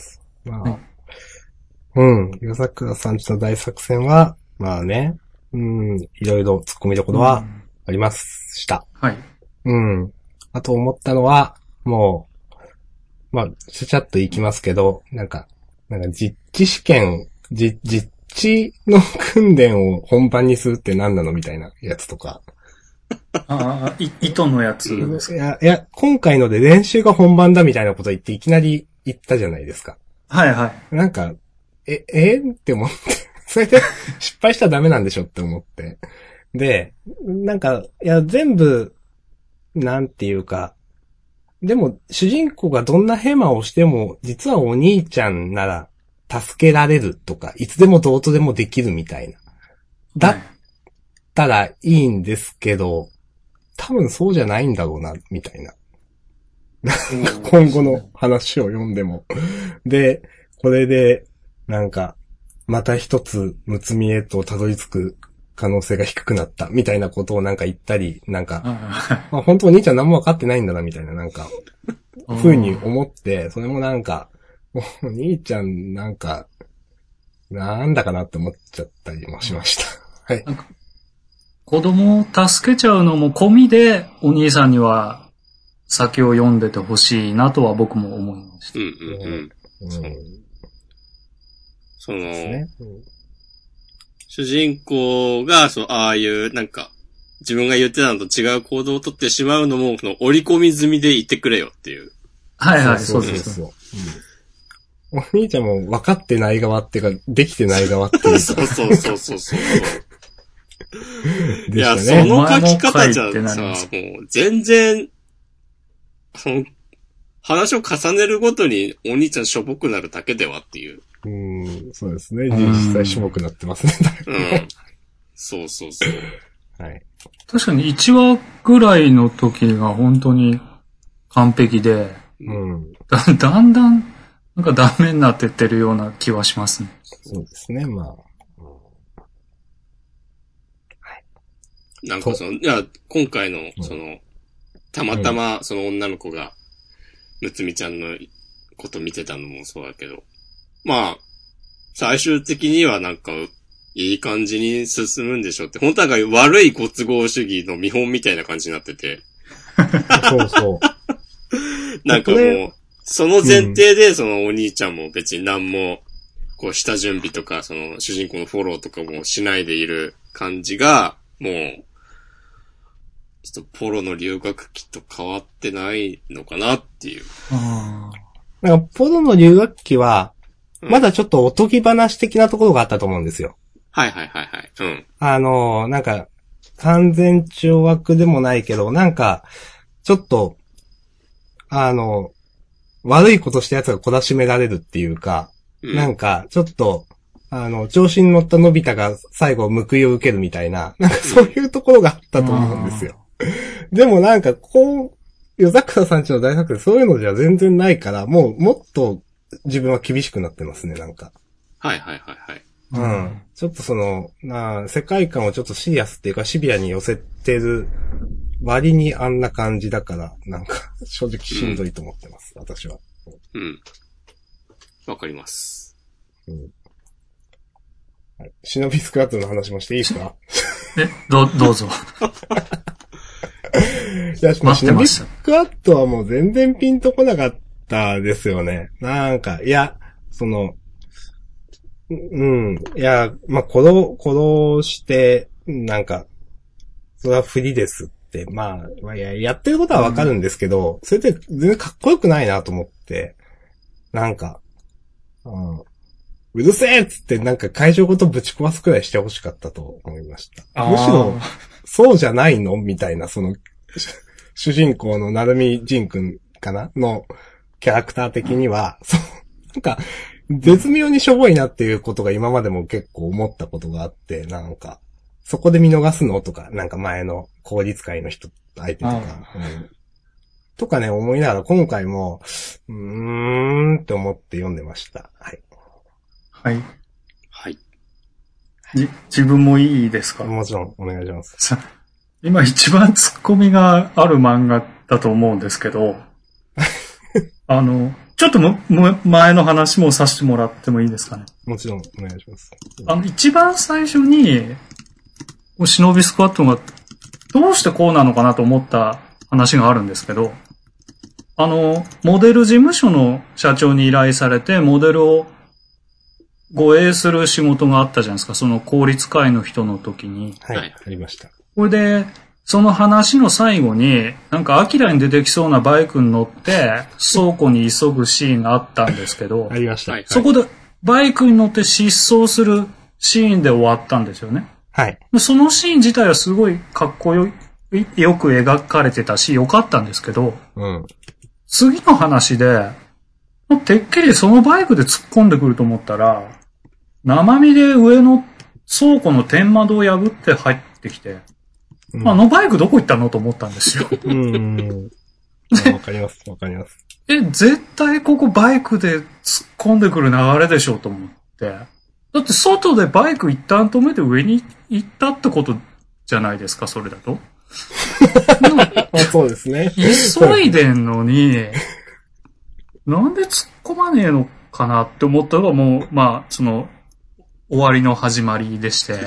夜桜さんちの大作戦は、まあね、いろいろ突っ込みどころはありました。
はい。
あと思ったのは、もう、まあ、ちゃちゃっと言いますけど、なんか実地試験、実地の訓練を本番にするって何なのみたいなやつとか。
糸のやつですか？
いや、今回ので練習が本番だみたいなこと言っていきなり言ったじゃないですか。
はいはい。
なんか、って思って。それで失敗したらダメなんでしょって思って。で、なんか、いや、全部、なんていうか、でも、主人公がどんなヘマをしても、実はお兄ちゃんなら、助けられるとか、いつでもどうとでもできるみたいな。だったらいいんですけど、多分そうじゃないんだろうな、みたいな。今後の話を読んでも。で、これで、なんか、また一つ、むつみへとたどり着く可能性が低くなった、みたいなことをなんか言ったり、なんか、まあ、本当お兄ちゃん何も分かってないんだな、みたいな、なんか、風に思って、それもなんか、お兄ちゃんなんか、なんだかなって思っちゃったりもしました。はい。
子供を助けちゃうのも込みで、お兄さんには先を読んでてほしいなとは僕も思いました。
主人公が、ああいう、なんか、自分が言ってたのと違う行動をとってしまうのも、織り込み済みでいてくれよっていう。
はいはい、そうです。
お兄ちゃんも分かってない側っていうか、できてない側っていうか。
そう。いや、その書き方じゃさ、もう全然、話を重ねるごとにお兄ちゃんしょぼくなるだけではっていう。
そうですね。実際しょぼくなってますね。
そう。
はい。
確かに1話ぐらいの時が本当に完璧で、だんだんなんかダメになってってるような気はしますね。
そうですね、まあ。
はい。なんかいや、今回の、たまたまその女の子が、むつみちゃんのこと見てたのもそうだけど、まあ、最終的にはなんか、いい感じに進むんでしょって、本当は悪いご都合主義の見本みたいな感じになってて。
そう。
なんかもう、その前提でそのお兄ちゃんも別に何も、こう下準備とか、その主人公のフォローとかもしないでいる感じが、もう、ちょっとポロの留学期と変わってないのかなっていう。
なんかポロの留学期は、まだちょっとおとぎ話的なところがあったと思うんですよ。
はい。
なんか、完全懲悪でもないけど、なんか、ちょっと、悪いことしたやつが懲らしめられるっていうか、なんか、ちょっと、調子に乗ったのび太が最後報いを受けるみたいな、なんかそういうところがあったと思うんですよ。でもなんか、夜桜さんちの大作でそういうのじゃ全然ないから、もっと自分は厳しくなってますね、なんか。
はい。
ちょっと世界観をちょっとシリアスっていうかシビアに寄せてる割にあんな感じだから、なんか、正直しんどいと思ってます、私は。
わかります。
はい、シノビスクワットの話もしていいですか？
どうぞ。
いや、シノビスクワットはもう全然ピンとこなかったですよね。なんか、いや、いや、まあ、殺して、なんか、それは不利ですって、まあ、やってることはわかるんですけど、それって全然かっこよくないなと思って、なんか、うるせえっつってなんか会場ごとぶち壊すくらいしてほしかったと思いました。むしろ、そうじゃないのみたいな、主人公のなるみじんくんかなのキャラクター的には、なんか、絶妙にしょぼいなっていうことが今までも結構思ったことがあって、なんか、そこで見逃すのとか、なんか前の効率会の人相手とか、とかね、思いながら今回も、って思って読んでました。はい。
自分もいいですか？
もちろん、お願いします。
今一番ツッコミがある漫画だと思うんですけど、ちょっと前の話もさせてもらってもいいですかね？
もちろん、お願いします。
一番最初に、シノビスクワットがどうしてこうなのかなと思った話があるんですけど、モデル事務所の社長に依頼されて、モデルを護衛する仕事があったじゃないですか、その公立会の人の時に。
はい、ありました。
これで、その話の最後に、なんかアキラに出てきそうなバイクに乗って、倉庫に急ぐシーンがあったんですけど、
ありました。
そこでバイクに乗って失踪するシーンで終わったんですよね。
はい。
そのシーン自体はすごいかっこよく描かれてたし、良かったんですけど、次の話で、てっきりそのバイクで突っ込んでくると思ったら、生身で上の倉庫の天窓を破って入ってきて、バイクどこ行ったのと思ったんですよ。
わかります。
絶対ここバイクで突っ込んでくる流れでしょうと思って。だって外でバイク一旦止めて上に行ったってことじゃないですか、それだと。
そうですね。
急いでんのに、なんで突っ込まねえのかなって思ったのがもう、終わりの始まりでして。はい。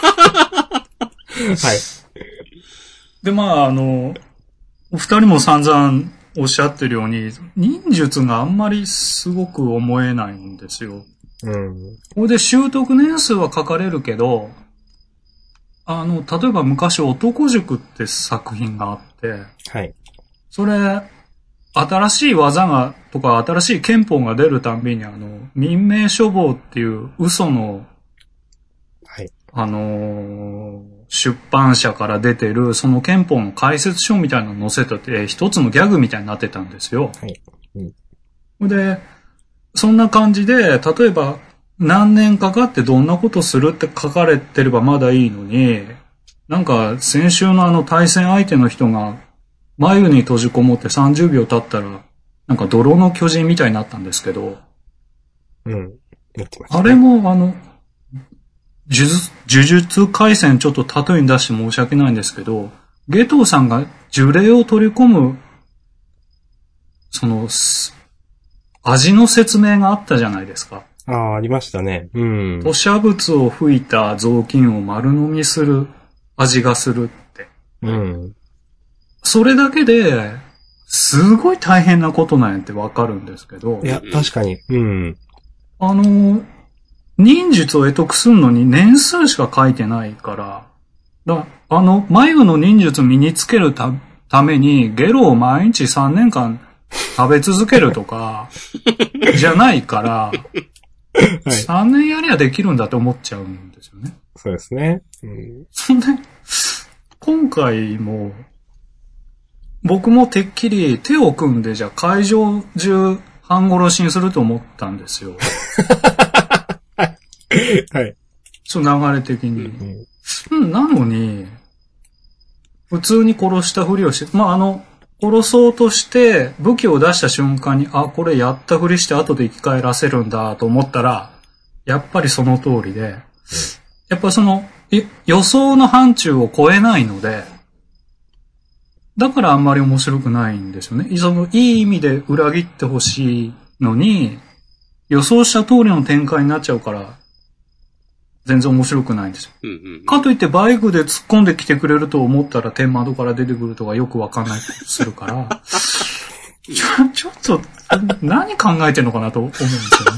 で、お二人も散々おっしゃってるように、忍術があんまりすごく思えないんですよ。これで習得年数は書かれるけど、例えば昔男塾って作品があって、
はい。
それ、 新しい技とか新しい憲法が出るたんびに民命処方っていう嘘の、
はい。
出版社から出てるその憲法の解説書みたいなの載せてて、一つのギャグみたいになってたんですよ。
はい。
で、そんな感じで、例えば何年かかってどんなことするって書かれてればまだいいのに、なんか先週の対戦相手の人が眉に閉じこもって30秒経ったら、なんか泥の巨人みたいになったんですけど、
うん。やってましたね。
あれも呪術廻戦ちょっと例えに出して申し訳ないんですけど、ゲトウさんが呪霊を取り込む、味の説明があったじゃないですか。
ああ、ありましたね。うん。
吐砂物を吹いた雑巾を丸飲みする味がするって。
うん。
それだけで、すごい大変なことなんやってわかるんですけど。
いや、確かに。うん。
忍術を得得するのに年数しか書いてないから、眉の忍術身につけるためにゲロを毎日3年間食べ続けるとか、じゃないから、はい、3年やりゃできるんだって思っちゃうんですよね。
そうですね。うん、
そんで、今回も、僕もてっきり手を組んでじゃあ会場中半殺しにすると思ったんですよ。
はい。
その流れ的に。なのに、普通に殺したふりをして、殺そうとして武器を出した瞬間に、これやったふりして後で生き返らせるんだと思ったら、やっぱりその通りで、やっぱ予想の範疇を超えないので、だからあんまり面白くないんですよね。いい意味で裏切ってほしいのに、予想した通りの展開になっちゃうから、全然面白くないんですよ。かといってバイクで突っ込んできてくれると思ったら天窓から出てくるとかよくわかんないことするから、ちょっと何考えてんのかなと思うんですよ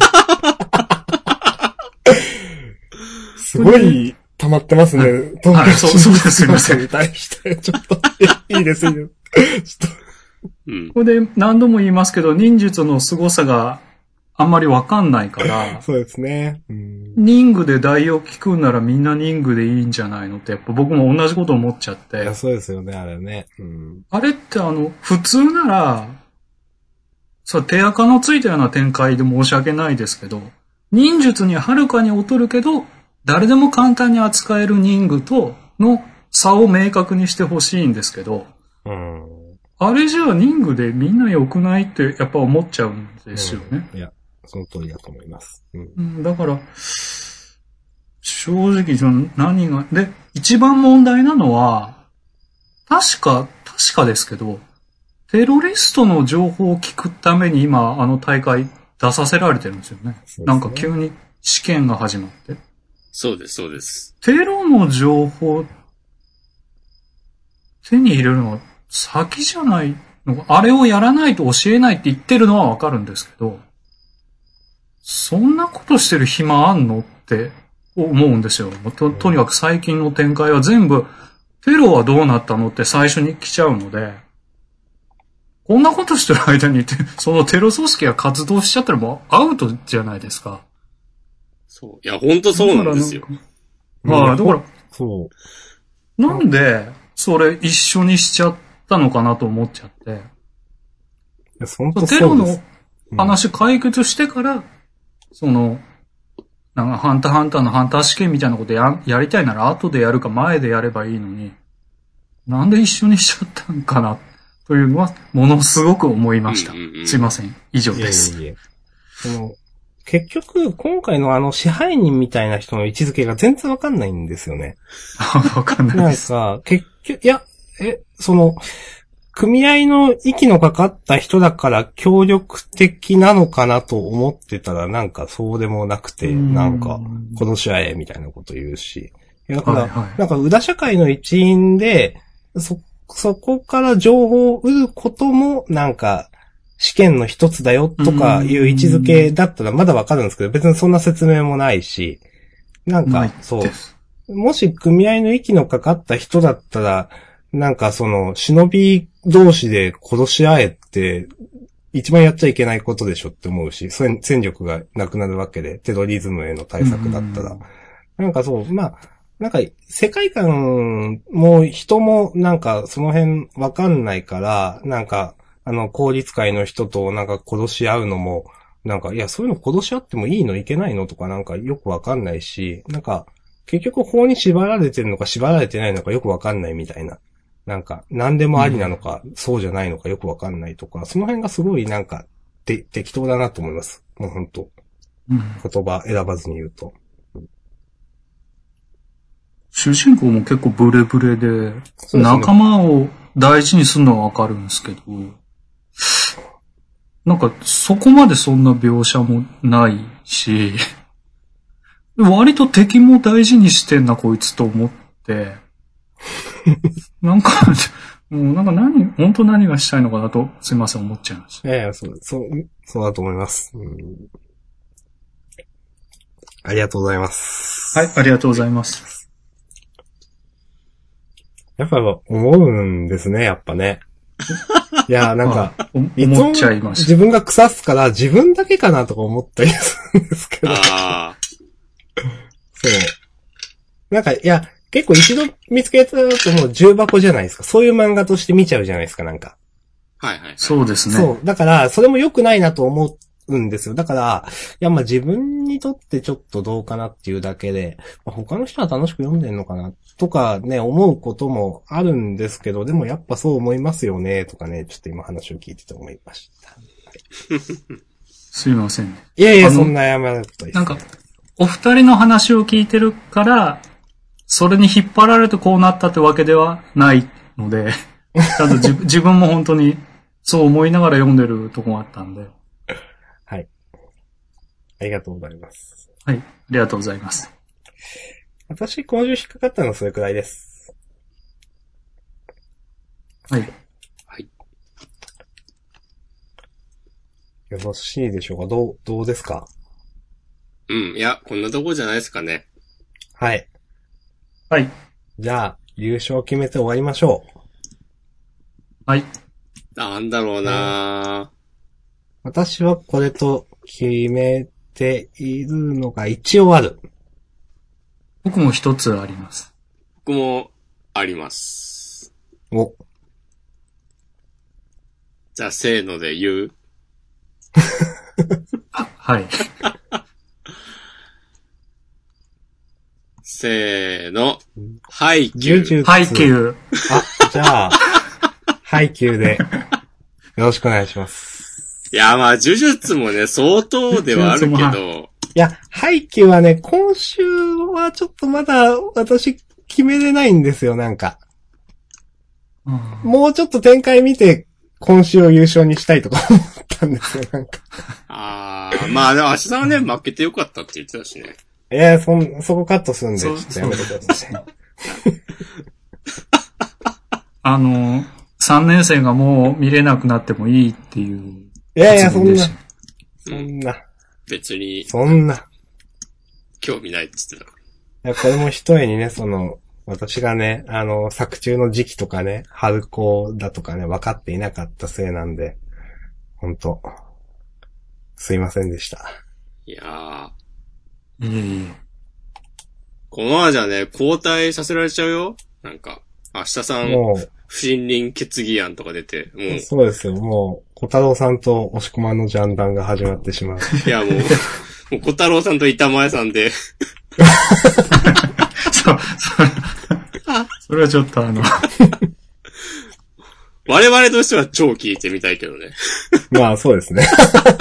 ね。すごい溜まってますね。
はい、そうです。すいません。
に対してちょっといいですいいです。ちょっ
と。これで何度も言いますけど、忍術の凄さがあんまりわかんないから。
そうですね。
忍具で代用聞くんならみんな忍具でいいんじゃないのって、やっぱ僕も同じこと思っちゃって。
いや、そうですよね、あれね。
あれって普通なら、手垢のついたような展開で申し訳ないですけど、忍術にはるかに劣るけど、誰でも簡単に扱える忍具との差を明確にしてほしいんですけど、あれじゃあ忍具でみんな良くないってやっぱ思っちゃうんですよね。
いや、その通りだと思います。
だから、正直何が、で、一番問題なのは、確かですけど、テロリストの情報を聞くために今大会出させられてるんですよね。なんか急に試験が始まって。
そうです、そうです。
テロの情報、手に入れるのは先じゃないのか、あれをやらないと教えないって言ってるのはわかるんですけど、そんなことしてる暇あんのって思うんですよ。とにかく最近の展開は全部、テロはどうなったのって最初に来ちゃうので、こんなことしてる間に、そのテロ組織が活動しちゃったらもうアウトじゃないですか。
そう。いや、ほんとそうなんですよ。
だから、
そう。
なんで、それ一緒にしちゃったのかなと思っちゃって。テロの話解決してから、なんかハンターハンターのハンター試験みたいなことやりたいなら後でやるか前でやればいいのに、なんで一緒にしちゃったんかなというのはものすごく思いました。すいません。以上です。
結局、今回の支配人みたいな人の位置づけが全然わかんないんですよね。
わかんないです。
なんか、結局、いや、組合の息のかかった人だから協力的なのかなと思ってたらなんかそうでもなくて、なんか殺し合えみたいなこと言うし。だから、なんか裏社会の一員で、そこから情報を得ることもなんか試験の一つだよとかいう位置づけだったらまだわかるんですけど、別にそんな説明もないし、なんかそう。もし組合の息のかかった人だったら、なんか忍び同士で殺し合え 、一番やっちゃいけないことでしょって思うし、戦力がなくなるわけで、テロリズムへの対策だったら。なんかそう、まあ、なんか、世界観も人もなんかその辺わかんないから、なんか、公立会の人となんか殺し合うのも、なんか、いや、そういうの殺し合ってもいいのいけないのとかなんかよくわかんないし、なんか、結局法に縛られてるのか縛られてないのかよくわかんないみたいな。なんか、何でもありなのか、そうじゃないのかよくわかんないとか、その辺がすごいなんか、適当だなと思います。もうほんと。言葉選ばずに言うと。
主人公も結構ブレブレで、仲間を大事にするのはわかるんですけど、なんかそこまでそんな描写もないし、割と敵も大事にしてんなこいつと思って、なんか、もうなんか本当何がしたいのかなと、すいません思っちゃいました。
いやそうだと思います。ありがとうございます。
はい、ありがとうございます。
やっぱ思うんですね、やっぱね。いや、なんか、
思っちゃいました。
自分が腐すから自分だけかなとか思ったりするんですけど。そう。なんか、いや、結構一度見つけたともう重箱じゃないですか。そういう漫画として見ちゃうじゃないですか、なんか。
はいはい。
そうですね。
そう。だから、それも良くないなと思うんですよ。だから、いや、まあ自分にとってちょっとどうかなっていうだけで、まあ、他の人は楽しく読んでんのかなとかね、思うこともあるんですけど、でもやっぱそう思いますよね、とかね、ちょっと今話を聞いてて思いました。
すいませんね。
いやいや、そんな謝らなくていい。
なんか、お二人の話を聞いてるから、それに引っ張られてこうなったってわけではないので、ちゃんと自分も本当にそう思いながら読んでるとこがあったんで。
はい。ありがとうございます。
はい、ありがとうございます。
私、今週引っかかったのはそれくらいです。
はい。
はい。
よろしいでしょうか？どうですか？
いや、こんなとこじゃないですかね。
はい。
はい。
じゃあ、優勝決めて終わりましょう。
はい。
なんだろうな、
私はこれと決めているのが一応ある。
僕も一つあります。
僕もあります。
お。
じゃあ、せーので言う
はい。
せーの。ハイキュー。
ハイキュー。
あ、じゃあ、ハイキューで、よろしくお願いします。
いや、まあ、呪術もね、相当ではあるけど。
いや、ハイキューはね、今週はちょっとまだ、私、決めれないんですよ、なんか。もうちょっと展開見て、今週を優勝にしたいとか思ったんですよ、なんか。
まあ、でも、芦田はね、負けてよかったって言ってたしね。
いや、そこカットするんで、ちょっとやめてください。
3年生がもう見れなくなってもいいっていう。
いや、そんな。
別に。
そんな。
興味ないって言ってたから。
いや、これも一重にね、私がね、作中の時期とかね、春高だとかね、分かっていなかったせいなんで、ほんと、すいませんでした。
いや
ー。
このままじゃね、交代させられちゃうよ。なんか、明日さん、不信任決議案とか出て、もう。
そうですよ、もう、小太郎さんと押し込まんのジャンダンが始まってしまう。
いや、もう小太郎さんと板前さんで。
それはちょっと
我々としては超聞いてみたいけどね。
まあ、そうですね。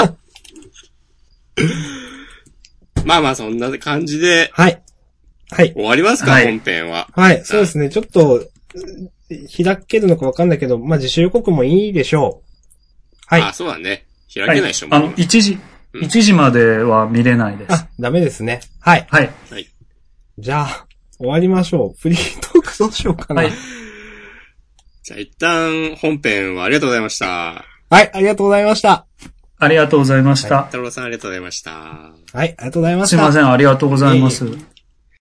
まあまあ、そんな感じで。
はい。はい。
終わりますか、本編は。
はい、そうですね。ちょっと、開けるのかわかんないけど、まあ、自主予告もいいでしょう。はい。
あ、そうだね。開けないでしょ、
1時までは見れないです。
あ、ダメですね。はい。
はい。
はい。
じゃあ、終わりましょう。フリートークどうしようかな。はい。
じゃあ一旦本編はありがとうございました。
はい、ありがとうございました。
ありがとうございました。
太郎さんありがとうございました。
はい、ありがとうございました。
すいません、ありがとうございます。